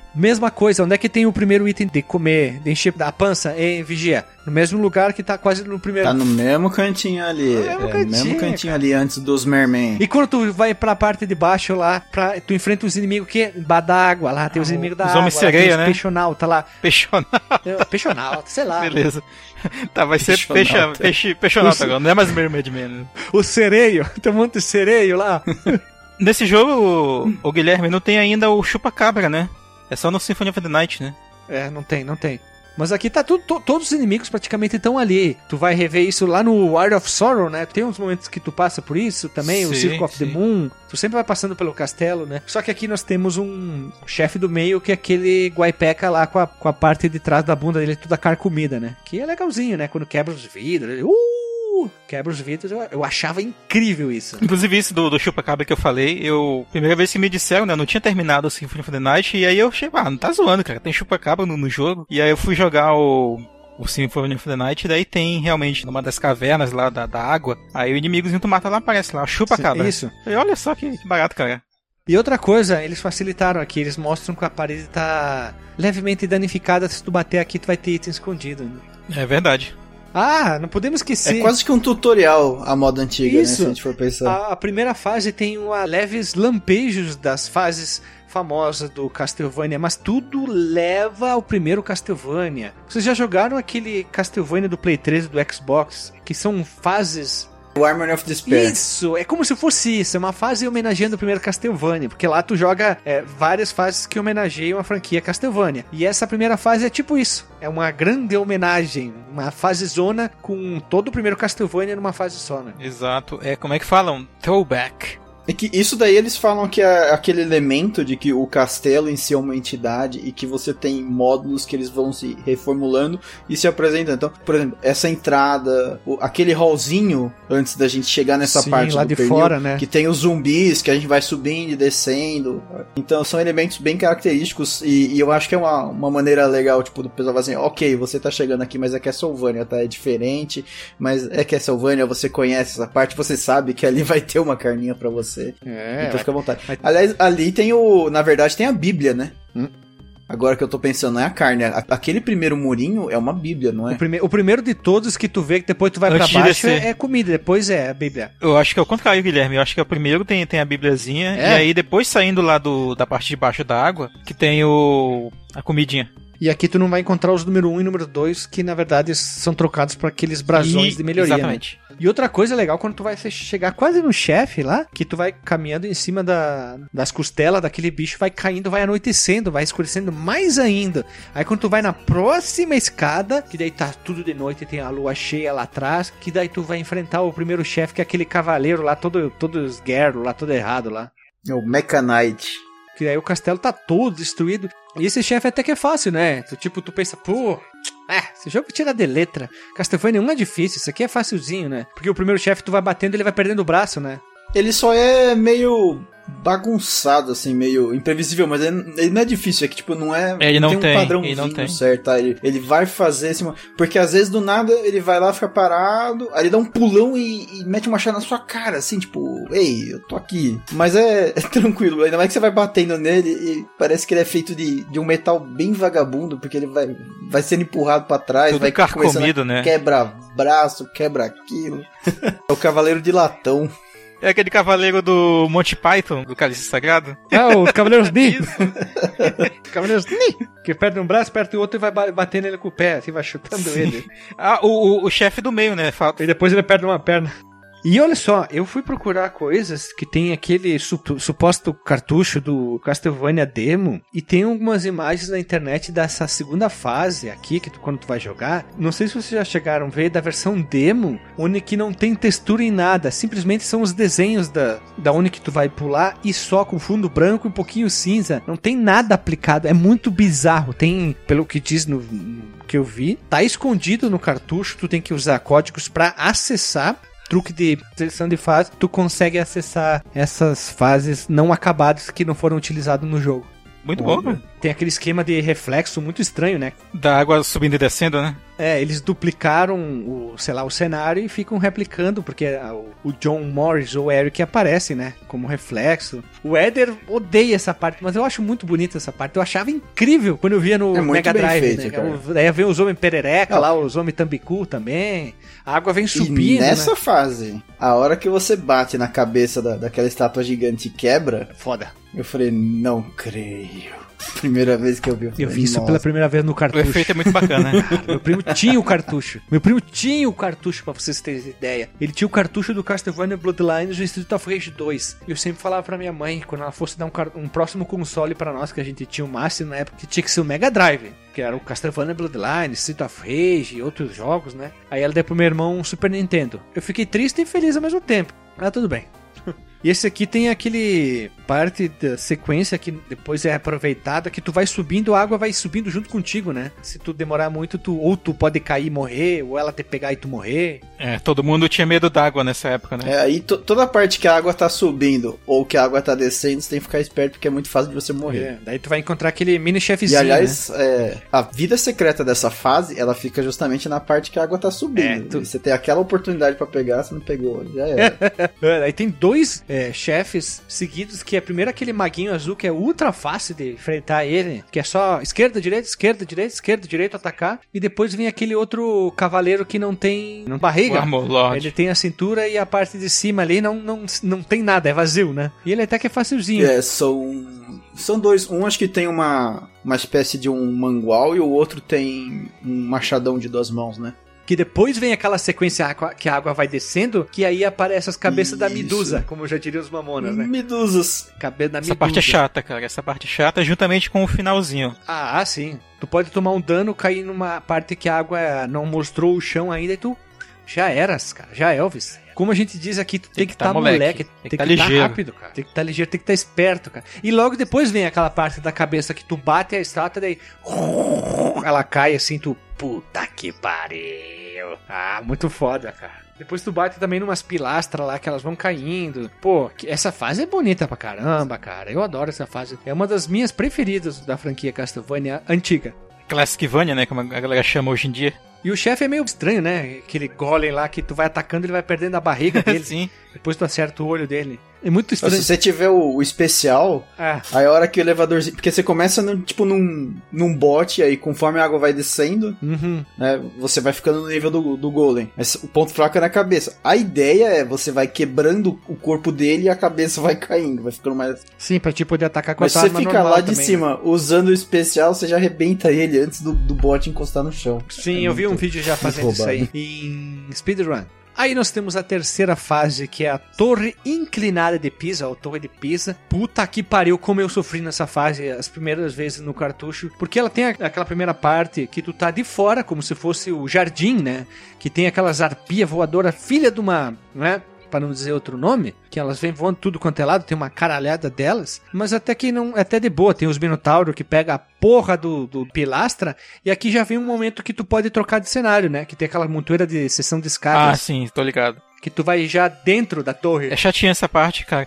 Mesma coisa, onde é que tem o primeiro item de comer, de encher a pança, hein, Vigia? No mesmo lugar que tá quase no primeiro... Tá no mesmo cantinho ali. No mesmo é, cantinho, mesmo cantinho cara. ali antes dos mermen. E quando tu vai pra parte de baixo lá, pra, tu enfrenta os inimigos que embaixo da água, lá tem os inimigos da os água, homens lá, sereia, tem os né? peixonauta lá. Peixonauta. É, Peixonauta, sei lá. Beleza. Tá, vai ser peixe, Peixonauta. peixe, peixonauta Os- agora, não é mais Mermaid Man. né? O sereio, tem um monte de sereio lá. Nesse jogo, o Guilherme, não tem ainda o chupa-cabra, né? É só no Symphony of the Night, né? É, não tem, não tem. Mas aqui tá tudo, to- todos os inimigos praticamente estão ali. Tu vai rever isso lá no Wild of Sorrow, né? Tem uns momentos que tu passa por isso também, o Sim, Circle of the sim. Moon. Tu sempre vai passando pelo castelo, né? Só que aqui nós temos um chefe do meio que é aquele guaipeca lá com a, com a parte de trás da bunda dele toda carcomida, né? Que é legalzinho, né? Quando quebra os vidros, ele... Uh! Quebra os vidros, eu, eu achava incrível isso. Inclusive isso do, do chupa-cabra que eu falei, eu... Primeira vez que me disseram, né? Eu não tinha terminado o Symphony of the Night, e aí eu achei, ah, não tá zoando, cara. Tem chupa-cabra no, no jogo. E aí eu fui jogar o... O Symphony of the Night, e daí tem realmente numa das cavernas lá da, da água. Aí o inimigozinho tu mata lá, aparece lá, chupa-cabra. Isso. E olha só que, que barato, cara. E outra coisa, eles facilitaram aqui, eles mostram que a parede tá levemente danificada, se tu bater aqui tu vai ter item escondido. É verdade. Ah, não podemos esquecer. É quase que um tutorial a moda antiga, Isso. né? Se a gente for pensar. A, a primeira fase tem uma leves lampejos das fases famosas do Castlevania, mas tudo leva ao primeiro Castlevania. Vocês já jogaram aquele Castlevania do Play três e do Xbox, que são fases... O Harmony of Despair. Isso, é como se fosse isso, é uma fase homenageando o primeiro Castlevania, porque lá tu joga é, várias fases que homenageiam a franquia Castlevania. E essa primeira fase é tipo isso, é uma grande homenagem, uma fase zona com todo o primeiro Castlevania numa fase só, né? Exato. É, como é que falam? Throwback. É que isso daí eles falam que é aquele elemento de que o castelo em si é uma entidade e que você tem módulos que eles vão se reformulando e se apresentando. Então, por exemplo, essa entrada, o- aquele hallzinho antes da gente chegar nessa Sim, parte lá do de pernil, fora, né? que tem os zumbis que a gente vai subindo e descendo. Então são elementos bem característicos e, e eu acho que é uma, uma maneira legal, tipo, do pessoal falar assim, ok, você tá chegando aqui, mas é Castlevania, tá? É diferente, mas é Castlevania, você conhece essa parte, você sabe que ali vai ter uma carninha pra você. É, Então fica à vontade. vai- Aliás, ali tem o... Na verdade tem a Bíblia, né? Hum. Agora que eu tô pensando, não é a carne. a- Aquele primeiro murinho é uma Bíblia, não é? O, prime o primeiro de todos que tu vê que depois tu vai Antes de pra baixo descer. é, é comida, depois é a Bíblia. Eu acho que é o contrário, Guilherme. Eu acho que é o primeiro tem, tem a bibliazinha, É? e aí depois saindo lá do, da parte de baixo da água, que tem o a comidinha. E aqui tu não vai encontrar os número um e número dois, que na verdade são trocados por aqueles brasões E- de melhoria. Exatamente. Né? E outra coisa legal, quando tu vai fe- chegar quase no chefe lá, que tu vai caminhando em cima da, das costelas daquele bicho, vai caindo, vai anoitecendo, vai escurecendo mais ainda. Aí quando tu vai na próxima escada, que daí tá tudo de noite, tem a lua cheia lá atrás, que daí tu vai enfrentar o primeiro chefe, que é aquele cavaleiro lá, todo, todo esguerdo lá, todo errado lá. É o Mechanite. Que aí o castelo tá todo destruído. E esse chefe até que é fácil, né? Tu, tipo, tu pensa, pô, é, esse jogo tira de letra. Castlevania um é difícil, isso aqui é facilzinho, né? Porque o primeiro chefe tu vai batendo, ele vai perdendo o braço, né? Ele só é meio bagunçado, assim, meio imprevisível, mas ele, ele não é difícil, é que, tipo, não é... Ele não tem um tem, padrãozinho ele não tem. certo, tá? Ele, ele vai fazer esse... Porque às vezes, do nada, ele vai lá, fica parado, aí ele dá um pulão e, e mete uma machado na sua cara, assim, tipo, ei, eu tô aqui. Mas é, é tranquilo, ainda mais que você vai batendo nele e parece que ele é feito de, de um metal bem vagabundo, porque ele vai, vai sendo empurrado pra trás, Tudo vai carcomido, começando a né? quebra braço, quebra aquilo. É o Cavaleiro de Latão. É aquele cavaleiro do Monty Python, do Cálice Sagrado. Ah, os Cavaleiros Ni! Isso. Cavaleiros Ni! Que perde um braço, perde o outro e vai ba- batendo ele com o pé, assim, vai chutando ele. Ah, o, o, o chefe do meio, né? Fala- E depois ele perde uma perna. E olha só, eu fui procurar coisas que tem aquele sup- suposto cartucho do Castlevania Demo e tem algumas imagens na internet dessa segunda fase aqui, que tu, quando tu vai jogar, não sei se vocês já chegaram a ver da versão Demo, onde que não tem textura em nada, simplesmente são os desenhos da, da onde que tu vai pular e só com fundo branco e um pouquinho cinza, não tem nada aplicado, é muito bizarro, tem, pelo que diz no... no que eu vi, tá escondido no cartucho, tu tem que usar códigos pra acessar. Truque de seleção de fase, tu consegue acessar essas fases não acabadas que não foram utilizadas no jogo. Muito bom, cara. Tem aquele esquema de reflexo muito estranho, né? Da água subindo e descendo, né? É, eles duplicaram o, sei lá, o cenário e ficam replicando, porque a, o, o John Morris ou o Eric aparece, né? Como reflexo. O Eder odeia essa parte, mas eu acho muito bonita essa parte. Eu achava incrível quando eu via no É muito Mega bem Drive. feito, né? cara. Daí vem os homens perereca Não. lá, os homens tambicu também. A água vem E subindo, nessa né? fase, a hora que você bate na cabeça da, daquela estátua gigante e quebra, Foda. eu falei, não creio. Primeira vez que eu vi. Eu, Eu falei, vi isso nossa. pela primeira vez no O cartucho. efeito é muito bacana, né? Meu primo tinha o cartucho. Meu primo tinha o cartucho, pra vocês terem ideia. Ele tinha o cartucho do Castlevania Bloodlines do Street of Rage dois. E eu sempre falava pra minha mãe, quando ela fosse dar um, car- um próximo console pra nós, que a gente tinha o máximo na época, que tinha que ser o Mega Drive. Que era o Castlevania Bloodlines, Street of Rage e outros jogos, né? Aí ela deu pro meu irmão um Super Nintendo. Eu fiquei triste e feliz ao mesmo tempo. Ah, tudo bem. E esse aqui tem aquele parte da sequência que depois é aproveitada, que tu vai subindo, a água vai subindo junto contigo, né? Se tu demorar muito, tu ou tu pode cair e morrer, ou ela te pegar e tu morrer. É, todo mundo tinha medo d'água nessa época, né? É, aí to- toda a parte que a água tá subindo ou que a água tá descendo, você tem que ficar esperto porque é muito fácil de você morrer. É, daí tu vai encontrar aquele mini E chefezinho, aliás, é, a vida secreta dessa fase, ela fica justamente na parte que a água tá subindo. É, tu- E você tem aquela oportunidade pra pegar, você não pegou, já era. né? Aí tem dois é, chefes seguidos, que é primeiro aquele maguinho azul, que é ultra fácil de enfrentar ele, que é só esquerda, direita, esquerda, direita, esquerda, direita, atacar. E depois vem aquele outro cavaleiro que não tem não O barriga. Armor Lord. Ele tem a cintura e a parte de cima ali não, não, não tem nada, é vazio, né? E ele até que é facilzinho. É, são. São dois. Um acho que tem uma, uma espécie de um mangual e o outro tem um machadão de duas mãos, né? Que depois vem aquela sequência aqua- que a água vai descendo, que aí aparece as cabeças da Isso. Medusa, como já diriam os mamonas, né? Medusas. Cabeça da Essa Medusa. parte é chata, cara. Essa parte é chata, juntamente com o finalzinho. Ah, sim. Tu pode tomar um dano, cair numa parte que a água não mostrou o chão ainda e tu já eras, cara. Já Elvis. Como a gente diz aqui, tu tem, que estar tá moleque, moleque, tem que estar tá ligeiro. rápido, cara. Tem que estar tá ligeiro, tem que estar tá esperto, cara. E logo depois vem aquela parte da cabeça que tu bate a estátua, daí ela cai assim, tu, puta que pariu. Ah, muito foda, cara. Depois tu bate também numas pilastras lá que elas vão caindo. Pô, que- essa fase é bonita pra caramba, cara. Eu adoro essa fase. É uma das minhas preferidas da franquia Castlevania antiga. Classicvania, né? Como a galera chama hoje em dia. E o chefe é meio estranho, né? Aquele golem lá que tu vai atacando, ele vai perdendo a barriga dele. Sim. Depois tu acerta o olho dele. É muito Mas estranho. se você tiver o, o especial, Ah, aí a hora que o elevadorzinho. Porque você começa no, tipo num, num bote, aí conforme a água vai descendo, uhum. né? Você vai ficando no nível do, do golem. Mas o ponto fraco é na cabeça. A ideia é você vai quebrando o corpo dele e a cabeça vai caindo, vai ficando mais. Sim, pra te poder atacar com Mas a se tua você arma fica normal lá de também, cima usando o especial, você já arrebenta ele antes do, do bote encostar no chão. né? Sim, É eu vi um muito- vídeo já fazendo isso roubado. aí. Em speedrun. Aí nós temos a terceira fase, que é a Torre Inclinada de Pisa, ou Torre de Pisa. Puta que pariu, como eu sofri nessa fase as primeiras vezes no cartucho. Porque ela tem a- aquela primeira parte que tu tá de fora, como se fosse o jardim, né? Que tem aquelas arpia voadora, filha de uma, né? Pra não dizer outro nome, que elas vêm voando tudo quanto é lado, tem uma caralhada delas, mas até que não, até de boa, tem os Minotauro que pega a porra do, do pilastra, e aqui já vem um momento que tu pode trocar de cenário, né, que tem aquela montoeira de sessão de Ah, escadas, sim, tô ligado. que tu vai já dentro da torre. É chatinha essa parte, cara.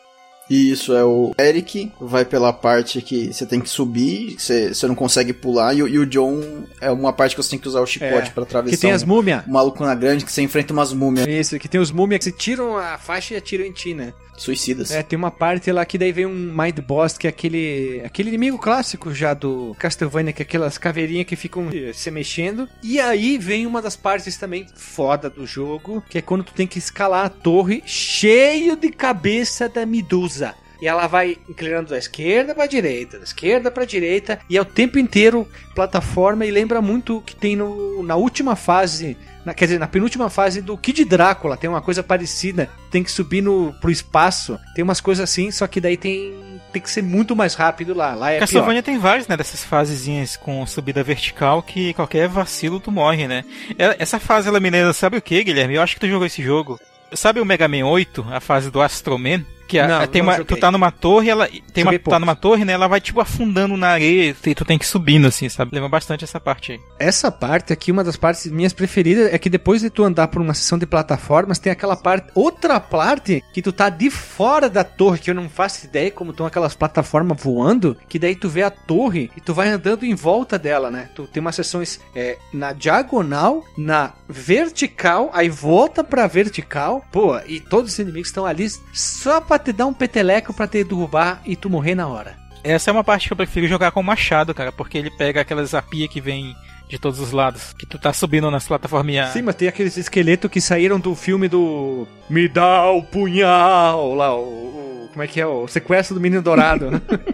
Isso, é o Eric, vai pela parte que você tem que subir, você, você não consegue pular, e, o- e o John é uma parte que você tem que usar o chicote É, pra atravessar. que tem as um, múmias. um maluco na grande que você enfrenta umas múmias Isso, que tem os múmias que se tiram a faixa e atiram em ti, né? suicidas. É, tem uma parte lá que daí vem um Mind Boss, que é aquele aquele inimigo clássico já do Castlevania, que é aquelas caveirinhas que ficam eh, se mexendo. E aí vem uma das partes também foda do jogo, que é quando tu tem que escalar a torre cheio de cabeça da Medusa. E ela vai inclinando da esquerda pra direita, da esquerda pra direita, e é o tempo inteiro plataforma, e lembra muito o que tem no, na última fase, na, quer dizer, na penúltima fase do Kid Drácula, tem uma coisa parecida, tem que subir no, pro espaço, tem umas coisas assim, só que daí tem, tem que ser muito mais rápido lá, lá é pior. Castlevania tem várias, né, dessas fasezinhas com subida vertical que qualquer vacilo tu morre, né? Ela- Essa fase ela me lembra, sabe o que, Guilherme? Eu acho que tu jogou esse jogo. Sabe o Mega Man oito, a fase do Astro Man? Que a, Não, tem não uma, joguei. tu tá numa torre, ela tem uma, Joguei tá pouco. numa torre, né? Ela vai tipo afundando na areia e tu tem que ir subindo assim, sabe? Lembra bastante essa parte aí. Essa parte aqui, uma das partes minhas preferidas, é que depois de tu andar por uma sessão de plataformas, tem aquela parte, outra parte, que tu tá de fora da torre, que eu não faço ideia como estão aquelas plataformas voando, que daí tu vê a torre e tu vai andando em volta dela, né? Tu tem umas sessões é, na diagonal, na vertical, aí volta pra vertical, pô, e todos os inimigos estão ali só pra te dar um peteleco pra te derrubar e tu morrer na hora. Essa é uma parte que eu prefiro jogar com o machado, cara, porque ele pega aquelas arpias que vem de todos os lados, que tu tá subindo nas plataforminhas. Sim, mas tem aqueles esqueletos que saíram do filme do Me dá o punhal, lá, o, o como é que é, o sequestro do menino dourado.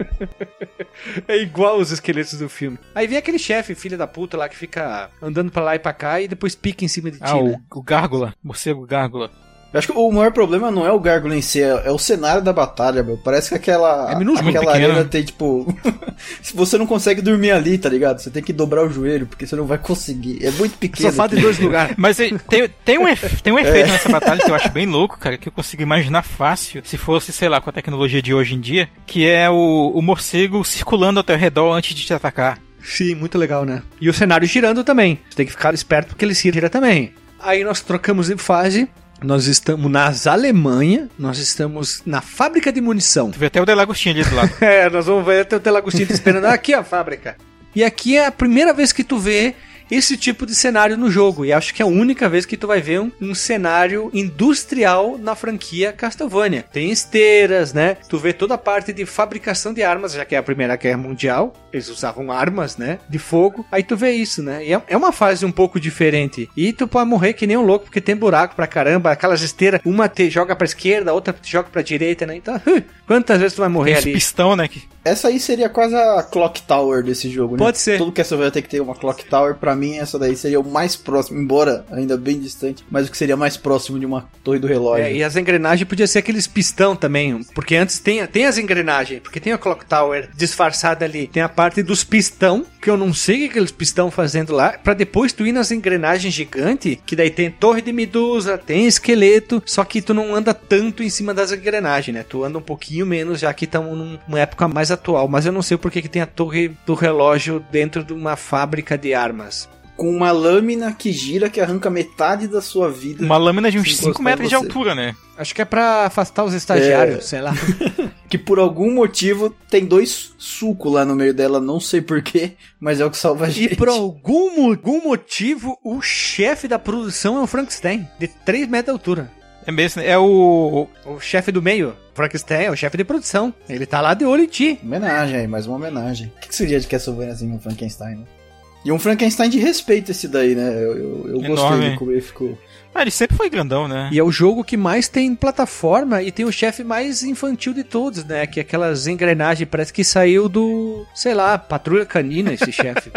É igual os esqueletos do filme. Aí vem aquele chefe, filho da puta lá, que fica andando pra lá e pra cá e depois pica em cima de ti, Ah, né? o, o Gárgula, morcego Gárgula. Eu acho que o maior problema não é o Gárgula em si, é, é o cenário da batalha, meu. Parece que aquela, É minúsculo, aquela pequeno. arena tem, tipo... Se você não consegue dormir ali, tá ligado? Você tem que dobrar o joelho, porque você não vai conseguir. É muito pequeno. Sofá de dois lugares. Mas eh, tem, tem, um, ef- tem um efeito nessa batalha que eu acho bem louco, cara, que eu consigo imaginar fácil, se fosse, sei lá, com a tecnologia de hoje em dia, que é o, o morcego circulando ao teu redor antes de te atacar. Sim, muito legal, né? E o cenário girando também. Você tem que ficar esperto porque ele gira também. Aí nós trocamos de fase. Nós estamos nas Alemanha, nós estamos na fábrica de munição. Tu vê até o Delagostinho ali do lado. É, nós vamos ver até o Telagostinho te esperando. Aqui a fábrica. E aqui é a primeira vez que tu vê esse tipo de cenário no jogo. E acho que é a única vez que tu vai ver um, um cenário industrial na franquia Castlevania. Tem esteiras, né? Tu vê toda a parte de fabricação de armas, já que é a Primeira Guerra Mundial. Eles usavam armas, né? De fogo. Aí tu vê isso, né? E é, é uma fase um pouco diferente. E tu pode morrer que nem um louco, porque tem buraco pra caramba. Aquelas esteiras, uma te joga pra esquerda, a outra te joga pra direita, né? Então, quantas vezes tu vai morrer Tem esse ali? pistão, né? Que... Essa aí seria quase a Clock Tower desse jogo, né? Pode ser. Todo Castlevania tem que ter uma Clock Tower. Pra mim, essa daí seria o mais próximo, embora ainda bem distante, mas o que seria mais próximo de uma torre do relógio. É, e as engrenagens podia ser aqueles pistão também, porque antes tem, tem as engrenagens, porque tem a Clock Tower disfarçada ali, tem a parte dos pistão, que eu não sei o que aqueles pistão fazendo lá, pra depois tu ir nas engrenagens gigantes, que daí tem torre de medusa, tem esqueleto, só que tu não anda tanto em cima das engrenagens, né? Tu anda um pouquinho menos, já que estamos numa época mais atual, mas eu não sei porque que tem a torre do relógio dentro de uma fábrica de armas. Com uma lâmina que gira, que arranca metade da sua vida. Uma lâmina de uns Se cinco encostar metros em de você. altura, né? Acho que é pra afastar os estagiários, É. sei lá. Que por algum motivo tem dois sucos lá no meio dela, não sei porquê, mas é o que salva a gente. E por algum, mo- algum motivo, o chefe da produção é o Frankenstein, de três metros de altura. É mesmo, é o... O chefe do meio, Frankenstein, é o chefe de produção. Ele tá lá de olho em ti. Homenagem aí, mais uma homenagem. O que, que seria de Castlevania assim, um Frankenstein, né? E um Frankenstein de respeito esse daí, né? Eu, eu, eu gostei Enorme. de como ele ficou. Ah, ele sempre foi grandão, né? E é o jogo que mais tem plataforma e tem o chefe mais infantil de todos, né? Que é aquelas engrenagens, parece que saiu do, sei lá, Patrulha Canina esse chefe.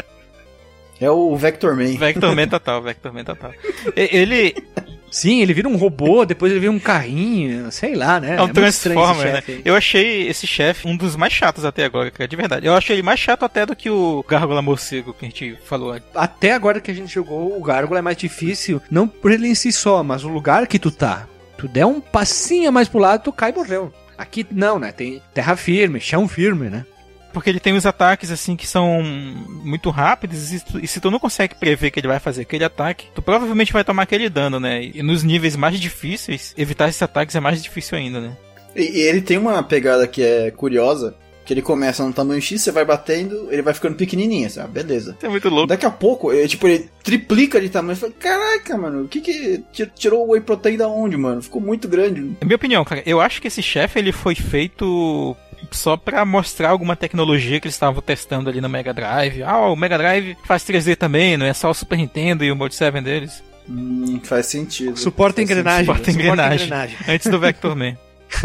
É o Vector Man. Vector Man total, Vector Man total. E- Ele Sim, ele vira um robô, depois ele vira um carrinho, sei lá, né? é um muito estranho esse Transformer, né? chefe aí. Eu achei esse chefe um dos mais chatos até agora, cara, de verdade. Eu achei ele mais chato até do que o Gárgula Morcego que a gente falou antes. Até agora que a gente jogou, o Gárgula é mais difícil, não por ele em si só, mas o lugar que tu tá. Tu der um passinho a mais pro lado, tu cai e morreu. Aqui não, né? Tem terra firme, chão firme, né? Porque ele tem uns ataques, assim, que são muito rápidos, e, tu- e se tu não consegue prever que ele vai fazer aquele ataque, tu provavelmente vai tomar aquele dano, né? E nos níveis mais difíceis, evitar esses ataques é mais difícil ainda, né? E, e ele tem uma pegada que é curiosa, que ele começa no tamanho X, você vai batendo, ele vai ficando pequenininho, assim, ah, beleza. Isso é muito louco. Daqui a pouco, ele, tipo, ele triplica de tamanho. Eu falei, caraca, mano, o que que ti- tirou o Whey Protein da onde, mano? Ficou muito grande. Na minha opinião, cara, eu acho que esse chefe ele foi feito só pra mostrar alguma tecnologia que eles estavam testando ali no Mega Drive. Ah, o Mega Drive faz três D também, não é só o Super Nintendo e o Mode sete deles. Hum, faz sentido. Suporta Faz engrenagem. Suporta engrenagem. Antes do Vector Man.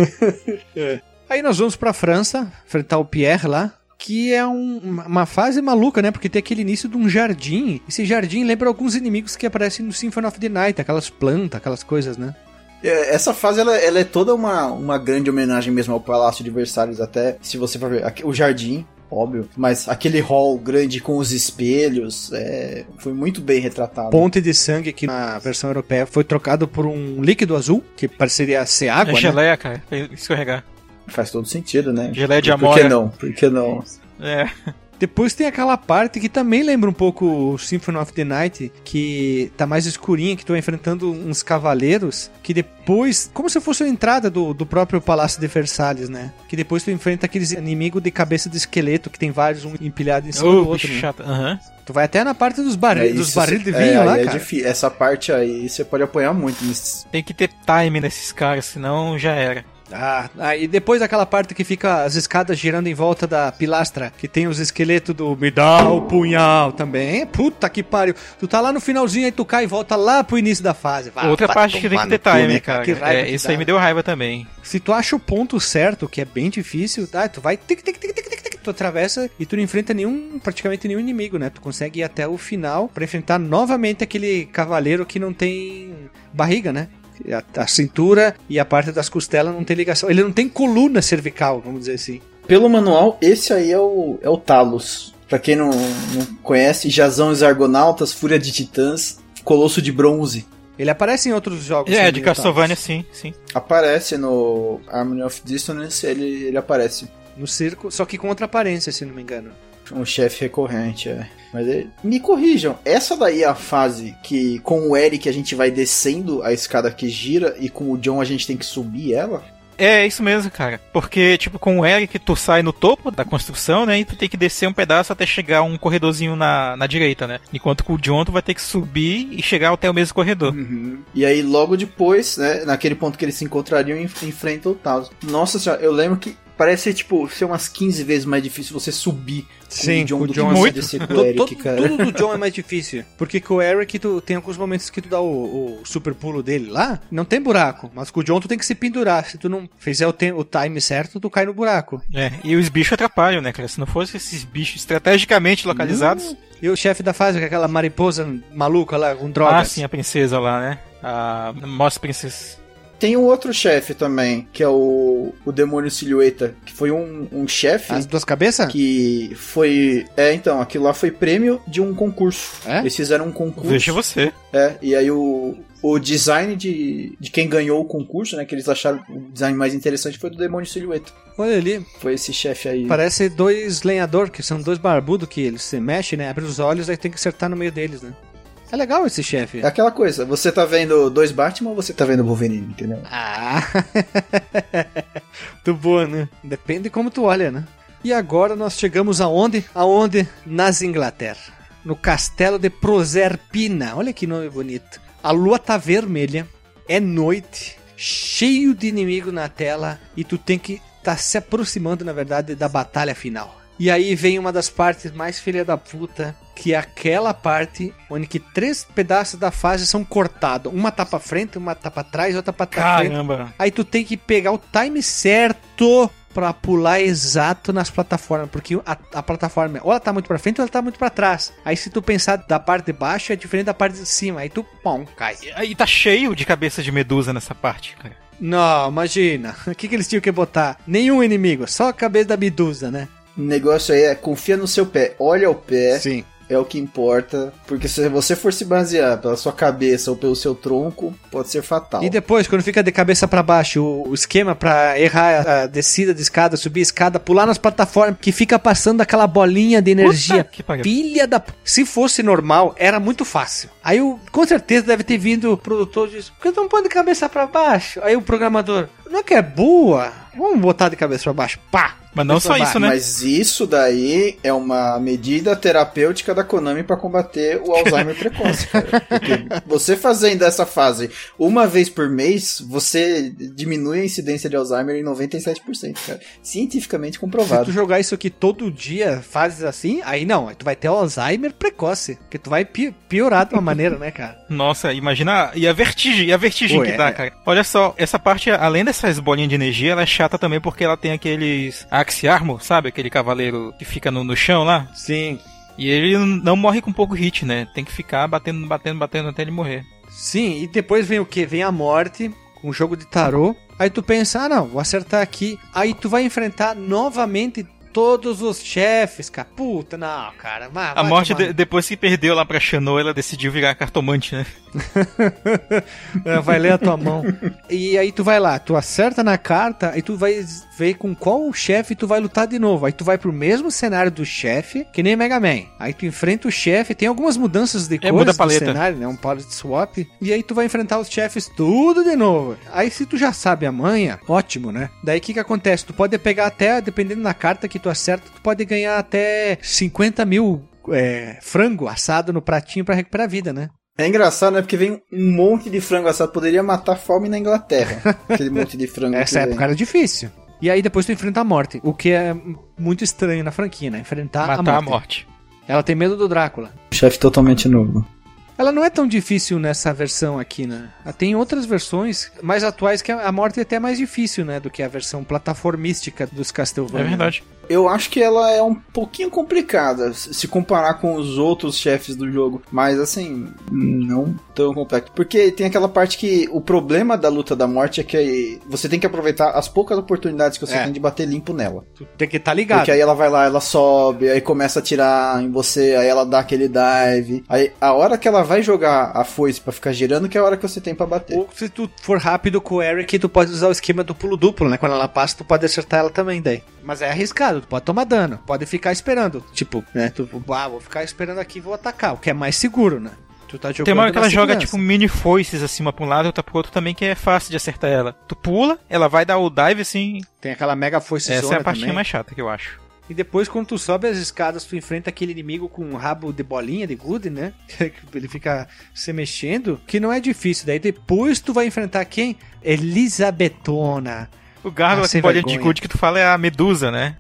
Aí nós vamos pra França, enfrentar o Pierre lá, que é um- uma uma fase maluca, né? Porque tem aquele início de um jardim. Esse jardim lembra alguns inimigos que aparecem no Symphony of the Night, aquelas plantas, aquelas coisas, né? É, essa fase ela, ela é toda uma, uma grande homenagem mesmo ao Palácio de Versalhes, até se você for ver aqui, o jardim, óbvio. Mas aquele hall grande com os espelhos, é, foi muito bem retratado. Ponte de sangue que na versão europeia foi trocado por um líquido azul, que pareceria ser água, É né? geleia, cara, pra escorregar. Faz todo sentido, né? Geleia de Por que amora. não? Por que não? É. Depois tem aquela parte que também lembra um pouco o Symphony of the Night, que tá mais escurinha, que tu vai enfrentando uns cavaleiros, que depois, como se fosse a entrada do, do próprio Palácio de Versalhes, né? Que depois tu enfrenta aqueles inimigos de cabeça de esqueleto, que tem vários, um empilhado em cima Ô, do bicho outro, né? chato. Aham. Tu vai até na parte dos, barri É, dos isso barris de é- vinho é, lá, aí é cara. difí- Essa parte aí você pode apanhar muito. Mas... Tem que ter time nesses caras, senão já era. Ah, ah, e depois aquela parte que fica as escadas girando em volta da pilastra, que tem os esqueletos do me dá o punhal também. Puta que pariu. Tu tá lá no finalzinho, aí tu cai e volta lá pro início da fase. Vai, Outra vai parte que tem tomar que ter no cu, time, né, cara. Que raiva É, que isso dá. aí me deu raiva também. Se tu acha o ponto certo, que é bem difícil, tá? Tu vai tic, tic, tic, tic, tic, tic, tu atravessa e tu não enfrenta nenhum, praticamente nenhum inimigo, né? Tu consegue ir até o final pra enfrentar novamente aquele cavaleiro que não tem barriga, né? A, a cintura e a parte das costelas não tem ligação. Ele não tem coluna cervical, vamos dizer assim. Pelo manual, esse aí é o, é o Talos. Pra quem não, não conhece, Jazão e os Argonautas, Fúria de Titãs, Colosso de Bronze. Ele aparece em outros jogos. É, também, de o Castlevania, Talos. sim, sim. Aparece no Harmony of Dissonance, ele, ele aparece. No circo, só que com outra aparência, se não me engano. Um chefe recorrente, é. Mas ele... me corrijam, essa daí é a fase que com o Eric a gente vai descendo a escada que gira e com o John a gente tem que subir ela? É, isso mesmo, cara. Porque, tipo, com o Eric, tu sai no topo da construção, né? E tu tem que descer um pedaço até chegar um corredorzinho na, na direita, né? Enquanto com o John, tu vai ter que subir e chegar até o mesmo corredor. Uhum. E aí logo depois, né, naquele ponto que eles se encontrariam, enf- enfrentam o Talos. Nossa senhora, eu lembro que parece, tipo, ser umas quinze vezes mais difícil você subir Sim, com o John com o do John que você muito. descer com To- o Eric, to- cara. Tudo do John é mais difícil. Porque com o Eric, tu tem alguns momentos que tu dá o, o super pulo dele lá, não tem buraco. Mas com o John, tu tem que se pendurar. Se tu não fizer o, te- o time certo, tu cai no buraco. É, e os bichos atrapalham, né, cara? Se não fosse esses bichos estrategicamente localizados... E o chefe da fase, que é aquela mariposa maluca lá, com drogas. Ah, sim, a princesa lá, né? A Moss Princess. Tem um outro chefe também, que é o, o Demônio Silhueta, que foi um, um chefe As duas cabeças? que foi... É, então, aquilo lá foi prêmio de um concurso. É? Eles fizeram um concurso. Veja você. É, e aí o, o design de, de quem ganhou o concurso, né, que eles acharam o design mais interessante foi do Demônio Silhueta. Olha ali. Foi esse chefe aí. Parece dois lenhadores, que são dois barbudos que eles se mexem, né? Abre os olhos, aí tem que acertar no meio deles, né? É legal esse chefe. É aquela coisa, você tá vendo dois Batman ou você tá vendo o Wolverine, entendeu? Ah, muito boa, né? Depende de como tu olha, né? E agora nós chegamos aonde? Aonde? Nas Inglaterra. No castelo de Proserpina. Olha que nome bonito. A lua tá vermelha, é noite, cheio de inimigo na tela e tu tem que tá se aproximando, na verdade, da batalha final. E aí vem uma das partes mais filha da puta, que é aquela parte onde que três pedaços da fase são cortados. Uma tá pra frente, uma tá pra trás, outra pra trás. Caramba. Aí tu tem que pegar o time certo pra pular exato nas plataformas, porque a, a plataforma ou ela tá muito pra frente ou ela tá muito pra trás. Aí se tu pensar da parte de baixo é diferente da parte de cima, aí tu, pum, cai. E tá cheio de cabeça de medusa nessa parte, cara. Não, imagina. O que, que eles tinham que botar? Nenhum inimigo, só a cabeça da medusa, né? O negócio aí é confia no seu pé, olha o pé, Sim. é o que importa, porque se você for se basear pela sua cabeça ou pelo seu tronco, pode ser fatal. E depois, quando fica de cabeça pra baixo, o, o esquema pra errar a descida de escada, subir a escada, pular nas plataformas, que fica passando aquela bolinha de energia. Puta que pariu. Filha da... Se fosse normal, era muito fácil. Aí, o, com certeza, deve ter vindo o produtor e disse, por que tu não põe de cabeça pra baixo? Aí o programador, não é que é boa? Vamos botar de cabeça pra baixo. Pá! Mas não só isso, né? Mas isso daí é uma medida terapêutica da Konami pra combater o Alzheimer precoce, cara. Porque você fazendo essa fase uma vez por mês, você diminui a incidência de Alzheimer em noventa e sete por cento, cara. Cientificamente Se comprovado. tu jogar isso aqui todo dia, fases assim, aí não, aí tu vai ter Alzheimer precoce. Porque tu vai pi- piorar de uma maneira, né, cara? Nossa, imagina. E a vertigem, e a vertigem Pô, que é, dá, é. cara. Olha só, essa parte, além dessas bolinhas de energia, ela é chata também porque ela tem aqueles Axe Armor, sabe? Aquele cavaleiro que fica no, no chão lá. Sim. E ele não morre com pouco hit, né? Tem que ficar batendo, batendo, batendo até ele morrer. Sim, e depois vem o que? Vem a morte, com o jogo de tarô. Aí tu pensa, ah não, vou acertar aqui. Aí tu vai enfrentar novamente todos os chefes, cara. Puta, não, cara. Vai, a vai morte, tomar... de, depois que perdeu lá pra Xanô, ela decidiu virar cartomante, né? Vai ler a tua mão. E aí tu vai lá, tu acerta na carta, e tu vai ver com qual chefe tu vai lutar de novo. Aí tu vai pro mesmo cenário do chefe, que nem Mega Man. Aí tu enfrenta o chefe, tem algumas mudanças de É, cores muda a do paleta. cenário, né? Um palette swap. E aí tu vai enfrentar os chefes tudo de novo. Aí se tu já sabe a manha, ótimo, né? Daí o que que acontece? Tu pode pegar até, dependendo da carta que tu acerta, tu pode ganhar até cinquenta mil é, frango assado no pratinho pra recuperar a vida, né? É engraçado, né? Porque vem um monte de frango assado. Poderia matar a fome na Inglaterra. Aquele monte de frango. Essa que época vem. era difícil. E aí depois tu enfrenta a morte, o que é muito estranho na franquia, né? Enfrentar Matar a morte. a morte. Ela tem medo do Drácula. Chefe totalmente novo. Ela não é tão difícil nessa versão aqui, né? Tem outras versões mais atuais que a morte é até mais difícil, né? Do que a versão plataformística dos Castlevania. É verdade. Eu acho que ela é um pouquinho complicada se comparar com os outros chefes do jogo. Mas assim, não tão complexo. Porque tem aquela parte que o problema da luta da morte é que você tem que aproveitar as poucas oportunidades que você É. tem de bater limpo nela. Tu tem que estar ligado. Porque aí ela vai lá, ela sobe, aí começa a atirar em você, aí ela dá aquele dive. Aí a hora que ela vai jogar a foice pra ficar girando, que é a hora que você tem pra bater. Ou se tu for rápido com o Eric, tu pode usar o esquema do pulo duplo, né? Quando ela passa, tu pode acertar ela também daí. Mas é arriscado, tu pode tomar dano, pode ficar esperando. Tipo, né? Tu, ah, vou ficar esperando aqui e vou atacar, o que é mais seguro, né? Tu tá jogando Tem uma hora que na ela joga segurança. tipo mini foices assim, uma pra um lado e outra pro outro também, que é fácil de acertar ela. Tu pula, ela vai dar o dive assim. Tem aquela mega foice Essa zona é a partinha também. mais chata que eu acho. E depois, quando tu sobe as escadas, tu enfrenta aquele inimigo com um rabo de bolinha, de gude, né? Ele fica se mexendo, que não é difícil. Daí depois tu vai enfrentar quem? Elisabetona. O Gárgula Ah, sem com bolinha de vergonha. gude que tu fala é a Medusa, né?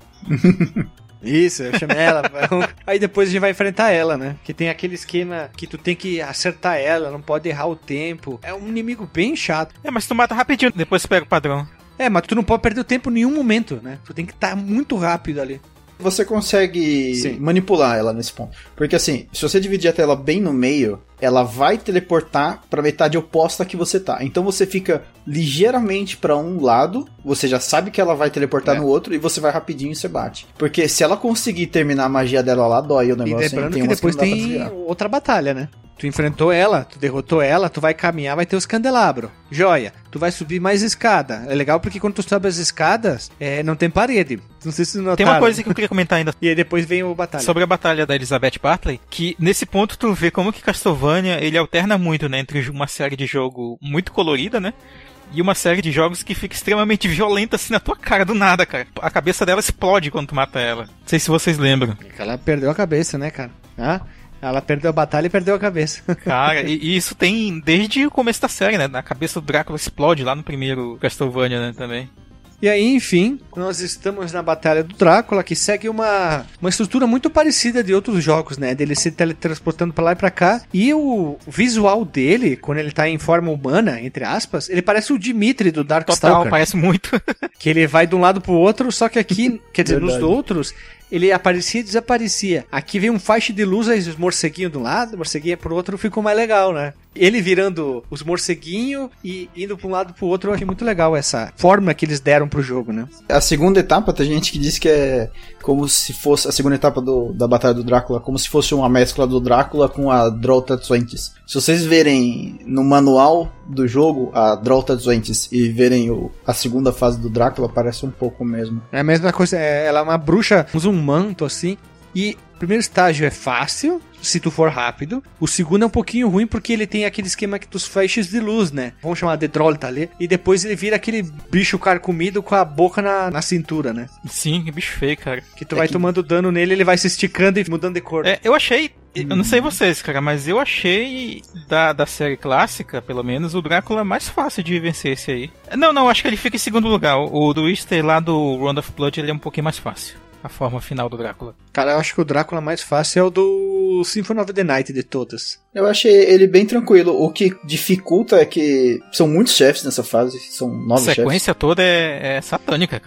Isso, eu chamei ela. Aí depois a gente vai enfrentar ela, né? Que tem aquele esquema que tu tem que acertar ela, não pode errar o tempo. É um inimigo bem chato. É, mas tu mata rapidinho, depois tu pega o padrão. É, mas tu não pode perder o tempo em nenhum momento, né? Tu tem que estar muito rápido ali. Você consegue Sim. manipular ela nesse ponto. Porque assim, se você dividir a tela bem no meio, ela vai teleportar pra metade oposta que você tá. Então você fica ligeiramente pra um lado, você já sabe que ela vai teleportar É. no outro e você vai rapidinho e você bate. Porque se ela conseguir terminar a magia dela lá, dói o E negócio. hein? lembrando Tem que umas depois não dá pra tem desviar. outra batalha, né? Tu enfrentou ela, tu derrotou ela, tu vai caminhar, vai ter os candelabros. Joia. Tu vai subir mais escada. É legal porque quando tu sobe as escadas, é, não tem parede. Não sei se vocês notaram. Tem uma coisa que eu queria comentar ainda E aí depois vem o batalha. sobre a batalha da Elizabeth Bartley, que nesse ponto tu vê como que Castlevania ele alterna muito, né, entre uma série de jogo muito colorida, né, e uma série de jogos que fica extremamente violenta assim na tua cara do nada, cara. A cabeça dela explode quando tu mata ela. Não sei se vocês lembram. Ela perdeu a cabeça, né, cara? Ah, ela perdeu a batalha e perdeu a cabeça. Cara, e, e isso tem desde o começo da série, né? A cabeça do Drácula explode lá no primeiro Castlevania, né, também. E aí, enfim, nós estamos na Batalha do Drácula, que segue uma, uma estrutura muito parecida de outros jogos, né? Dele se teletransportando pra lá e pra cá. E o visual dele, quando ele tá em forma humana, entre aspas, ele parece o Dimitri do Total, Darkstalker. parece muito. Que ele vai de um lado pro outro, só que aqui, quer dizer, nos Verdade. outros, ele aparecia e desaparecia. Aqui vem um faixa de luz, aí os morceguinhos de um lado, morceguinho pro outro, ficou mais legal, né? Ele virando os morceguinhos e indo pra um lado pro outro, eu achei muito legal essa forma que eles deram pro jogo, né? A segunda etapa, tem gente que diz que é como se fosse a segunda etapa do, da Batalha do Drácula, como se fosse uma mescla do Drácula com a Drolta Twenties. Se vocês verem no manual do jogo a Drolta Twenties e verem o, a segunda fase do Drácula, parece um pouco mesmo. É a mesma coisa, é, ela é uma bruxa, usa um manto assim, e o primeiro estágio é fácil, se tu for rápido. O segundo é um pouquinho ruim porque ele tem aquele esquema que dos feixes de luz, né? Vamos chamar de Drolta ali. E depois ele vira aquele bicho carcomido com a boca na, na cintura, né? Sim, que bicho feio, cara. Que tu É vai que- tomando dano nele, ele vai se esticando e mudando de cor. É, eu achei. Eu não sei vocês, cara, mas eu achei da, da série clássica, pelo menos, o Drácula mais fácil de vencer esse aí. Não, não, acho que ele fica em segundo lugar. O, o do Easter lá do Round of Blood ele é um pouquinho mais fácil. A forma final do Drácula. Cara, eu acho que o Drácula mais fácil é o do Symphony of the Night de todas. Eu achei ele bem tranquilo. O que dificulta é que são muitos chefes nessa fase, são A nove chefes. sequência toda é, é satânica, cara.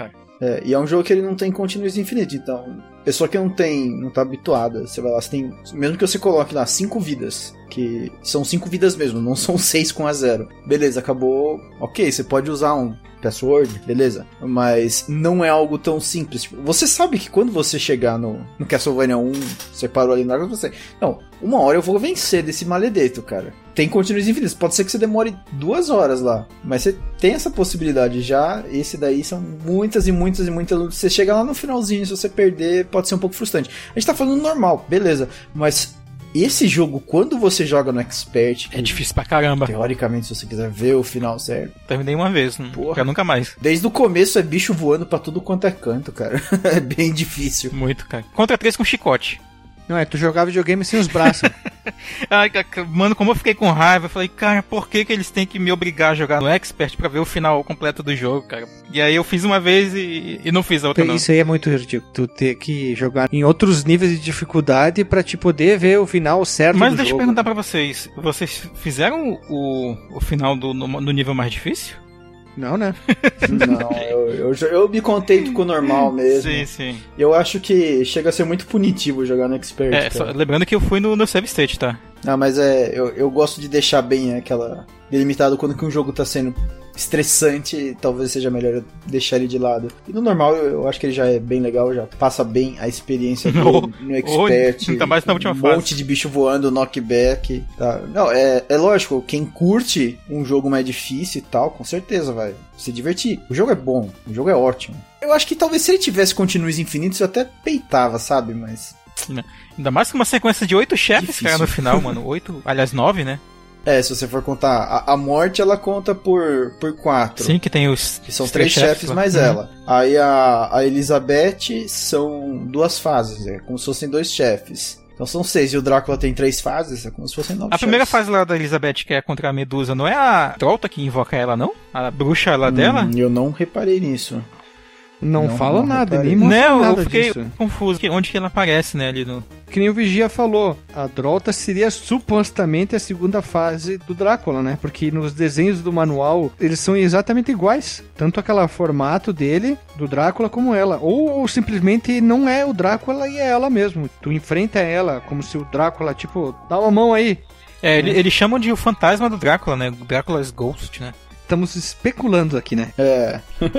É, e é um jogo que ele não tem continuous infinito, então, pessoa que não tem, não tá habituada, você vai lá, você tem, mesmo que você coloque lá cinco vidas, que são cinco vidas mesmo, não são seis com a zero. Beleza, acabou, ok, você pode usar um password, beleza, mas não é algo tão simples. Tipo, você sabe que quando você chegar no, no Castlevania um, você parou ali na hora, você, não, uma hora eu vou vencer desse maledeto, cara. Tem continuous infinitos, pode ser que você demore duas horas lá, mas você tem essa possibilidade já. Esse daí são muitas e muitas e muitas lutas. Você chega lá no finalzinho, se você perder, pode ser um pouco frustrante. A gente tá falando normal, beleza, mas esse jogo, quando você joga no Expert, É difícil pra caramba. teoricamente, se você quiser ver o final certo, Terminei uma vez, não Porra. quero nunca mais. desde o começo é bicho voando pra tudo quanto é canto, cara. É bem difícil. Muito, cara. Contra três com chicote. Não é, tu jogava videogame sem os braços. Ai, ca- mano, como eu fiquei com raiva, eu falei, cara, por que que eles têm que me obrigar a jogar no Expert pra ver o final completo do jogo, cara? E aí eu fiz uma vez e, e não fiz a outra, não. Isso aí é muito ridículo. Tu ter que jogar em outros níveis de dificuldade pra te poder ver o final certo Mas do deixa eu jogo. perguntar pra vocês, vocês fizeram o, o final do, no, no nível mais difícil? Não, né? Não, eu, eu, eu me contento com o normal mesmo. Sim, sim. Eu acho que chega a ser muito punitivo jogar no Expert. É, só, cara. lembrando que eu fui no, no save state, tá? Ah, mas é. Eu, eu gosto de deixar bem aquela. Delimitado quando que um jogo tá sendo estressante, talvez seja melhor eu deixar ele de lado. E no normal eu, eu acho que ele já é bem legal, já passa bem a experiência dele No- no Expert. ainda mais na última um fase. monte de bicho voando, knockback. Tá. Não, é, é lógico, quem curte um jogo mais difícil e tal, com certeza vai se divertir. O jogo é bom, o jogo é ótimo. Eu acho que talvez se ele tivesse continuos infinitos eu até peitava, sabe? Mas. Ainda mais que uma sequência de oito chefes, Difícil. cara, no final, mano. Oito, aliás, nove, né? É, se você for contar, a, a morte ela conta por, por quatro. Sim, que tem os... Que são os três chefes lá. mais Uhum. ela. Aí a, a Elizabeth são duas fases, é como se fossem dois chefes. Então são seis, e o Drácula tem três fases, é como se fossem nove A primeira chefes. fase lá da Elizabeth, que é contra a Medusa, não é a Trolta que invoca ela, não? A bruxa lá dela? Hum, eu não reparei nisso. Não, Não, fala não nada, reparei. nem mostra Não, nada eu fiquei disso. confuso. Que- Onde que ela aparece, né, ali no... Que nem o Vigia falou, a Drolta seria supostamente a segunda fase do Drácula, né? Porque nos desenhos do manual, eles são exatamente iguais. Tanto aquele formato dele, do Drácula, como ela. Ou, ou simplesmente não é o Drácula e é ela mesmo. Tu enfrenta ela como se o Drácula, tipo, dá uma mão aí. É, ele- eles chamam de o fantasma do Drácula, né? Drácula's Ghost, né? Estamos especulando aqui, né? É.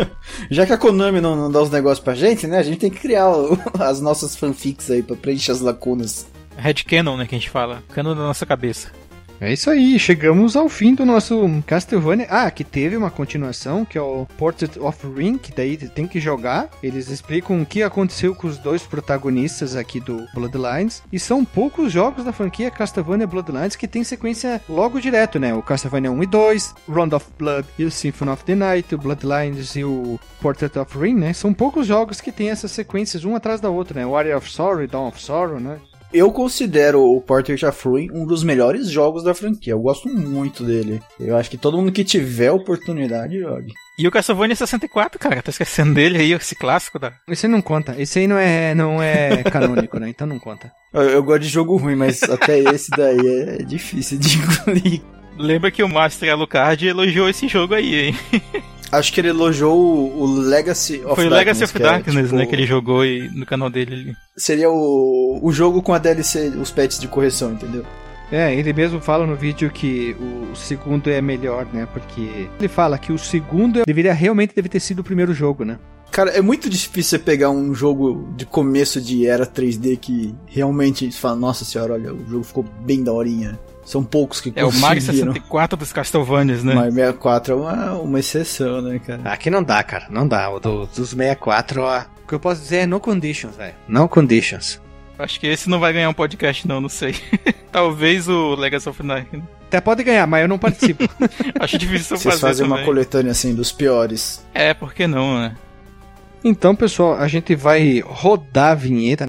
Já que a Konami não, não dá os negócios pra gente, né? A gente tem que criar o- as nossas fanfics aí pra preencher as lacunas. Headcanon, né, que a gente fala. Canon da nossa cabeça. É isso aí, chegamos ao fim do nosso Castlevania. Ah, que teve uma continuação, que é o Portrait of Ring, que daí tem que jogar. Eles explicam o que aconteceu com os dois protagonistas aqui do Bloodlines. E são poucos jogos da franquia Castlevania Bloodlines que tem sequência logo direto, né? O Castlevania um e dois, Round of Blood e o Symphony of the Night, o Bloodlines e o Portrait of Ring, né? São poucos jogos que tem essas sequências um atrás da outra, né? Warrior of Sorrow e Dawn of Sorrow, né? Eu considero o Portrait of Ruin um dos melhores jogos da franquia. Eu gosto muito dele. Eu acho que todo mundo que tiver oportunidade jogue. E o Castlevania sessenta e quatro, cara, tá esquecendo dele aí, esse clássico da... Esse aí não conta. Esse aí não é, não é canônico, né? Então não conta. Eu, eu gosto de jogo ruim, mas até esse daí é difícil de engolir. Lembra que o Master Alucard elogiou esse jogo aí, hein? Acho que ele elogiou o, o Legacy of Foi o Darkness. Legacy of que é, Darkness, tipo, né, que ele jogou aí no canal dele. ali. Seria o, o jogo com a D L C, os patches de correção, entendeu? É, ele mesmo fala no vídeo que o segundo é melhor, né? Porque ele fala que o segundo deveria realmente deve ter sido o primeiro jogo, né? Cara, é muito difícil você pegar um jogo de começo de era três D que realmente você fala, nossa senhora, olha, o jogo ficou bem daorinha. São poucos que É o Mario conseguiram. sessenta e quatro dos Castlevanias, né? Mario sessenta e quatro é uma, uma exceção, né, cara? Aqui não dá, cara. Não dá. O do, dos sessenta e quatro, ó. O que eu posso dizer é no conditions, velho. No conditions. Acho que esse não vai ganhar um podcast, não, não sei. Talvez o Legacy of Darkness. Até pode ganhar, mas eu não participo. Acho difícil Vocês fazer fazem uma também. coletânea assim dos piores. É, por que não, né? Então, pessoal, a gente vai rodar a vinheta.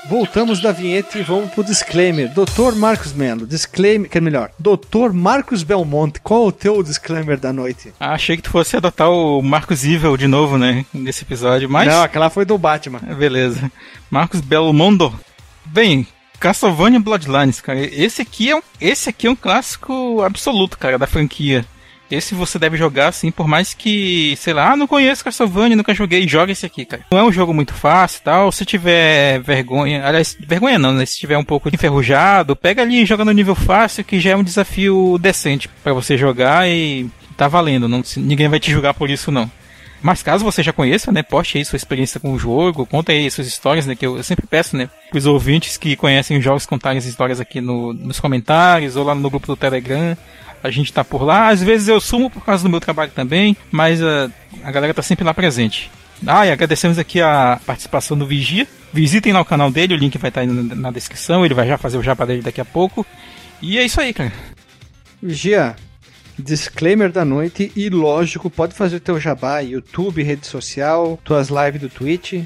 Voltamos da vinheta e vamos pro disclaimer. doutor Marcos Melo, disclaimer, que é melhor, doutor Marcos Belmonte, qual é o teu disclaimer da noite? Ah, achei que tu fosse adotar o Marcos Evil de novo, né, nesse episódio, mas... Não, aquela foi do Batman. Beleza. Marcos Belmondo. Bem, Castlevania Bloodlines, cara, esse aqui é um, esse aqui é um clássico absoluto, cara, da franquia. Esse você deve jogar, assim, por mais que, sei lá, ah, não conheço Castlevania, nunca joguei, joga esse aqui, cara. Não é um jogo muito fácil e tal, se tiver vergonha, aliás, vergonha não, né, se tiver um pouco enferrujado, pega ali e joga no nível fácil, que já é um desafio decente pra você jogar e tá valendo, não, ninguém vai te julgar por isso, não. Mas caso você já conheça, né, poste aí sua experiência com o jogo, conta aí suas histórias, né, que eu, eu sempre peço, né, pros ouvintes que conhecem os jogos contarem as histórias aqui no, nos comentários ou lá no grupo do Telegram. A gente tá por lá, às vezes eu sumo por causa do meu trabalho também, mas uh, a galera tá sempre lá presente. Ah, e agradecemos aqui a participação do Vigia. Visitem lá o canal dele, o link vai estar aí na, na descrição, ele vai já fazer o jabá dele daqui a pouco. E é isso aí, cara. Vigia, disclaimer da noite e lógico, pode fazer o teu jabá, YouTube, rede social, tuas lives do Twitch.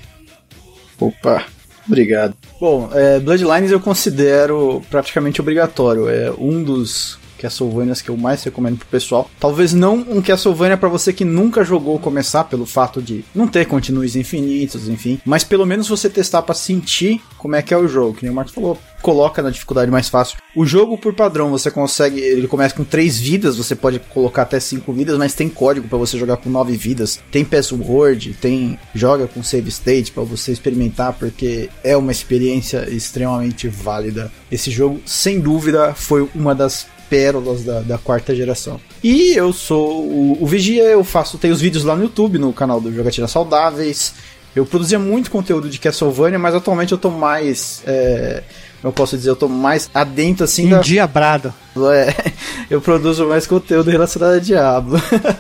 Opa, obrigado. Bom, é, Bloodlines eu considero praticamente obrigatório, é um dos Castlevanias que eu mais recomendo pro pessoal. Talvez não um Castlevania pra você que nunca jogou começar, pelo fato de não ter continues infinitos, enfim, mas pelo menos você testar pra sentir como é que é o jogo, que nem o Marcos falou, coloca na dificuldade mais fácil. O jogo, por padrão, você consegue, ele começa com três vidas, você pode colocar até cinco vidas, mas tem código pra você jogar com nove vidas, tem password, tem joga com save state pra você experimentar, porque é uma experiência extremamente válida. Esse jogo, sem dúvida, foi uma das pérolas da, da quarta geração. E eu sou o, o Vigia, eu faço, tenho os vídeos lá no YouTube, no canal do Jogatina Saudáveis. Eu produzia muito conteúdo de Castlevania, mas atualmente eu tô mais, é, eu posso dizer, eu tô mais adentro assim Endiabrado. Da... É, eu produzo mais conteúdo relacionado a Diablo.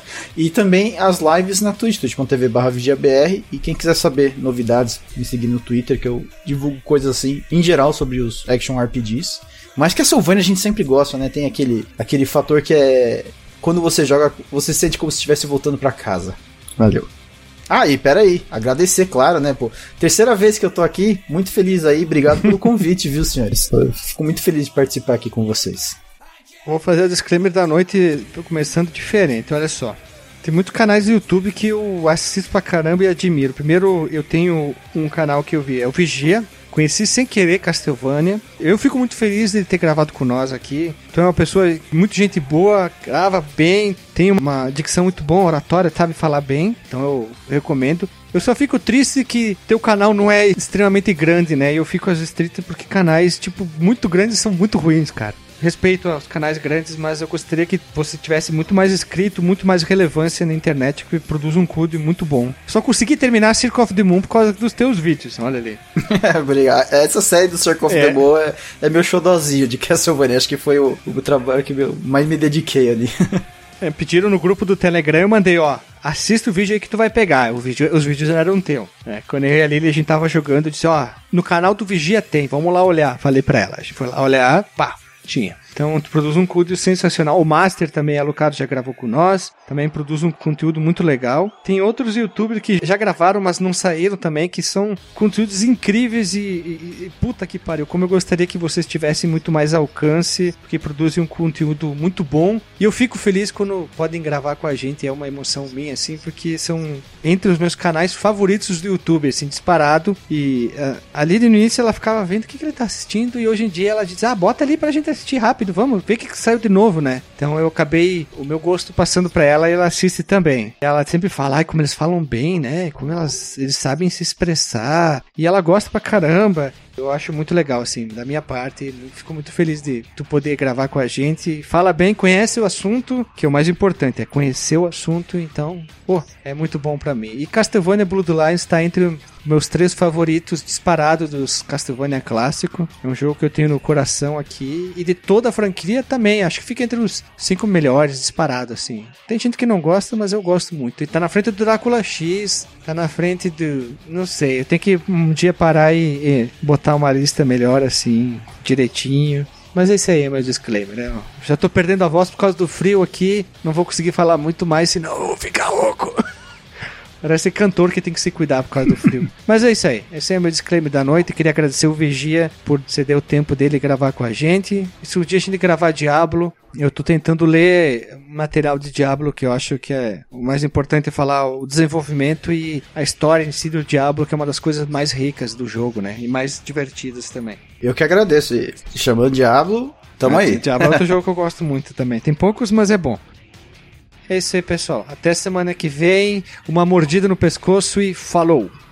E também as lives na Twitch, twitch ponto tv barra vigiabr. E quem quiser saber novidades, me seguir no Twitter, que eu divulgo coisas assim, em geral, sobre os Action R P Gs. Mas Castlevania a gente sempre gosta, né? Tem aquele, aquele fator que é... Quando você joga, você sente como se estivesse voltando pra casa. Valeu. Ah, e pera aí, agradecer, claro, né, pô. Terceira vez que eu tô aqui, muito feliz aí, obrigado pelo convite, viu, senhores? Eu fico muito feliz de participar aqui com vocês. Vou fazer o disclaimer da noite, tô começando diferente, olha só. Tem muitos canais do YouTube que eu assisto pra caramba e admiro. Primeiro, eu tenho um canal que eu vi, é o Vigia. Conheci sem querer Castlevania. Eu fico muito feliz de ele ter gravado com nós aqui. Então é uma pessoa, muito gente boa, grava bem, tem uma dicção muito boa, oratória, sabe falar bem. Então eu recomendo. Eu só fico triste que teu canal não é extremamente grande, né? E eu fico às vezes triste porque canais, tipo, muito grandes são muito ruins, cara. Respeito aos canais grandes, mas eu gostaria que você tivesse muito mais inscrito, muito mais relevância na internet, que produz um conteúdo muito bom. Só consegui terminar Circle of the Moon por causa dos teus vídeos, olha ali. Obrigado. Essa série do Circle of é. the Moon é, é meu xodózinho de Castlevania, acho que foi o, o trabalho que eu mais me dediquei ali. É, pediram no grupo do Telegram, eu mandei, ó, assista o vídeo aí que tu vai pegar. O vídeo, os vídeos eram teus. É, quando eu e a Lili, a gente tava jogando, eu disse, ó, no canal do Vigia tem, vamos lá olhar. Falei pra ela, a gente foi lá olhar, pá, tinha. Então, tu produz um conteúdo sensacional. O Master também, Alucard, já gravou com nós. Também produz um conteúdo muito legal. Tem outros youtubers que já gravaram, mas não saíram também, que são conteúdos incríveis e, e, e puta que pariu. Como eu gostaria que vocês tivessem muito mais alcance, porque produzem um conteúdo muito bom. E eu fico feliz quando podem gravar com a gente. É uma emoção minha, assim, porque são entre os meus canais favoritos do YouTube, assim, disparado. E uh, ali no início ela ficava vendo o que, que ele tá assistindo. E hoje em dia ela diz, ah, bota ali pra gente assistir rápido. Vamos ver o que, que saiu de novo, né? Então eu acabei o meu gosto passando pra ela e ela assiste também. Ela sempre fala, ai, como eles falam bem, né? Como elas, eles sabem se expressar. E ela gosta pra caramba. Eu acho muito legal, assim, da minha parte. Fico muito feliz de tu poder gravar com a gente. Fala bem, conhece o assunto, que é o mais importante, é conhecer o assunto. Então, pô, é muito bom pra mim. E Castlevania Bloodlines tá entre meus três favoritos disparados dos Castlevania clássico. É um jogo que eu tenho no coração aqui. E de toda a franquia também. Acho que fica entre os cinco melhores disparado, assim. Tem gente que não gosta, mas eu gosto muito. E tá na frente do Drácula X. Tá na frente do... Não sei, eu tenho que um dia parar e, e botar uma lista melhor, assim, direitinho. Mas esse aí é meu disclaimer, né? Já tô perdendo a voz por causa do frio aqui. Não vou conseguir falar muito mais, senão eu vou ficar rouco. Parece cantor que tem que se cuidar por causa do frio. Mas é isso aí. Esse é o meu disclaimer da noite. Queria agradecer o Vigia por ceder o tempo dele gravar com a gente. E se um dia a gente gravar Diablo, eu tô tentando ler material de Diablo, que eu acho que é o mais importante é falar o desenvolvimento e a história em si do Diablo, que é uma das coisas mais ricas do jogo, né? E mais divertidas também. Eu que agradeço. E chamando Diablo, tamo ah, aí. Diablo é outro jogo que eu gosto muito também. Tem poucos, mas é bom. É isso aí, pessoal. Até semana que vem. Uma mordida no pescoço e falou!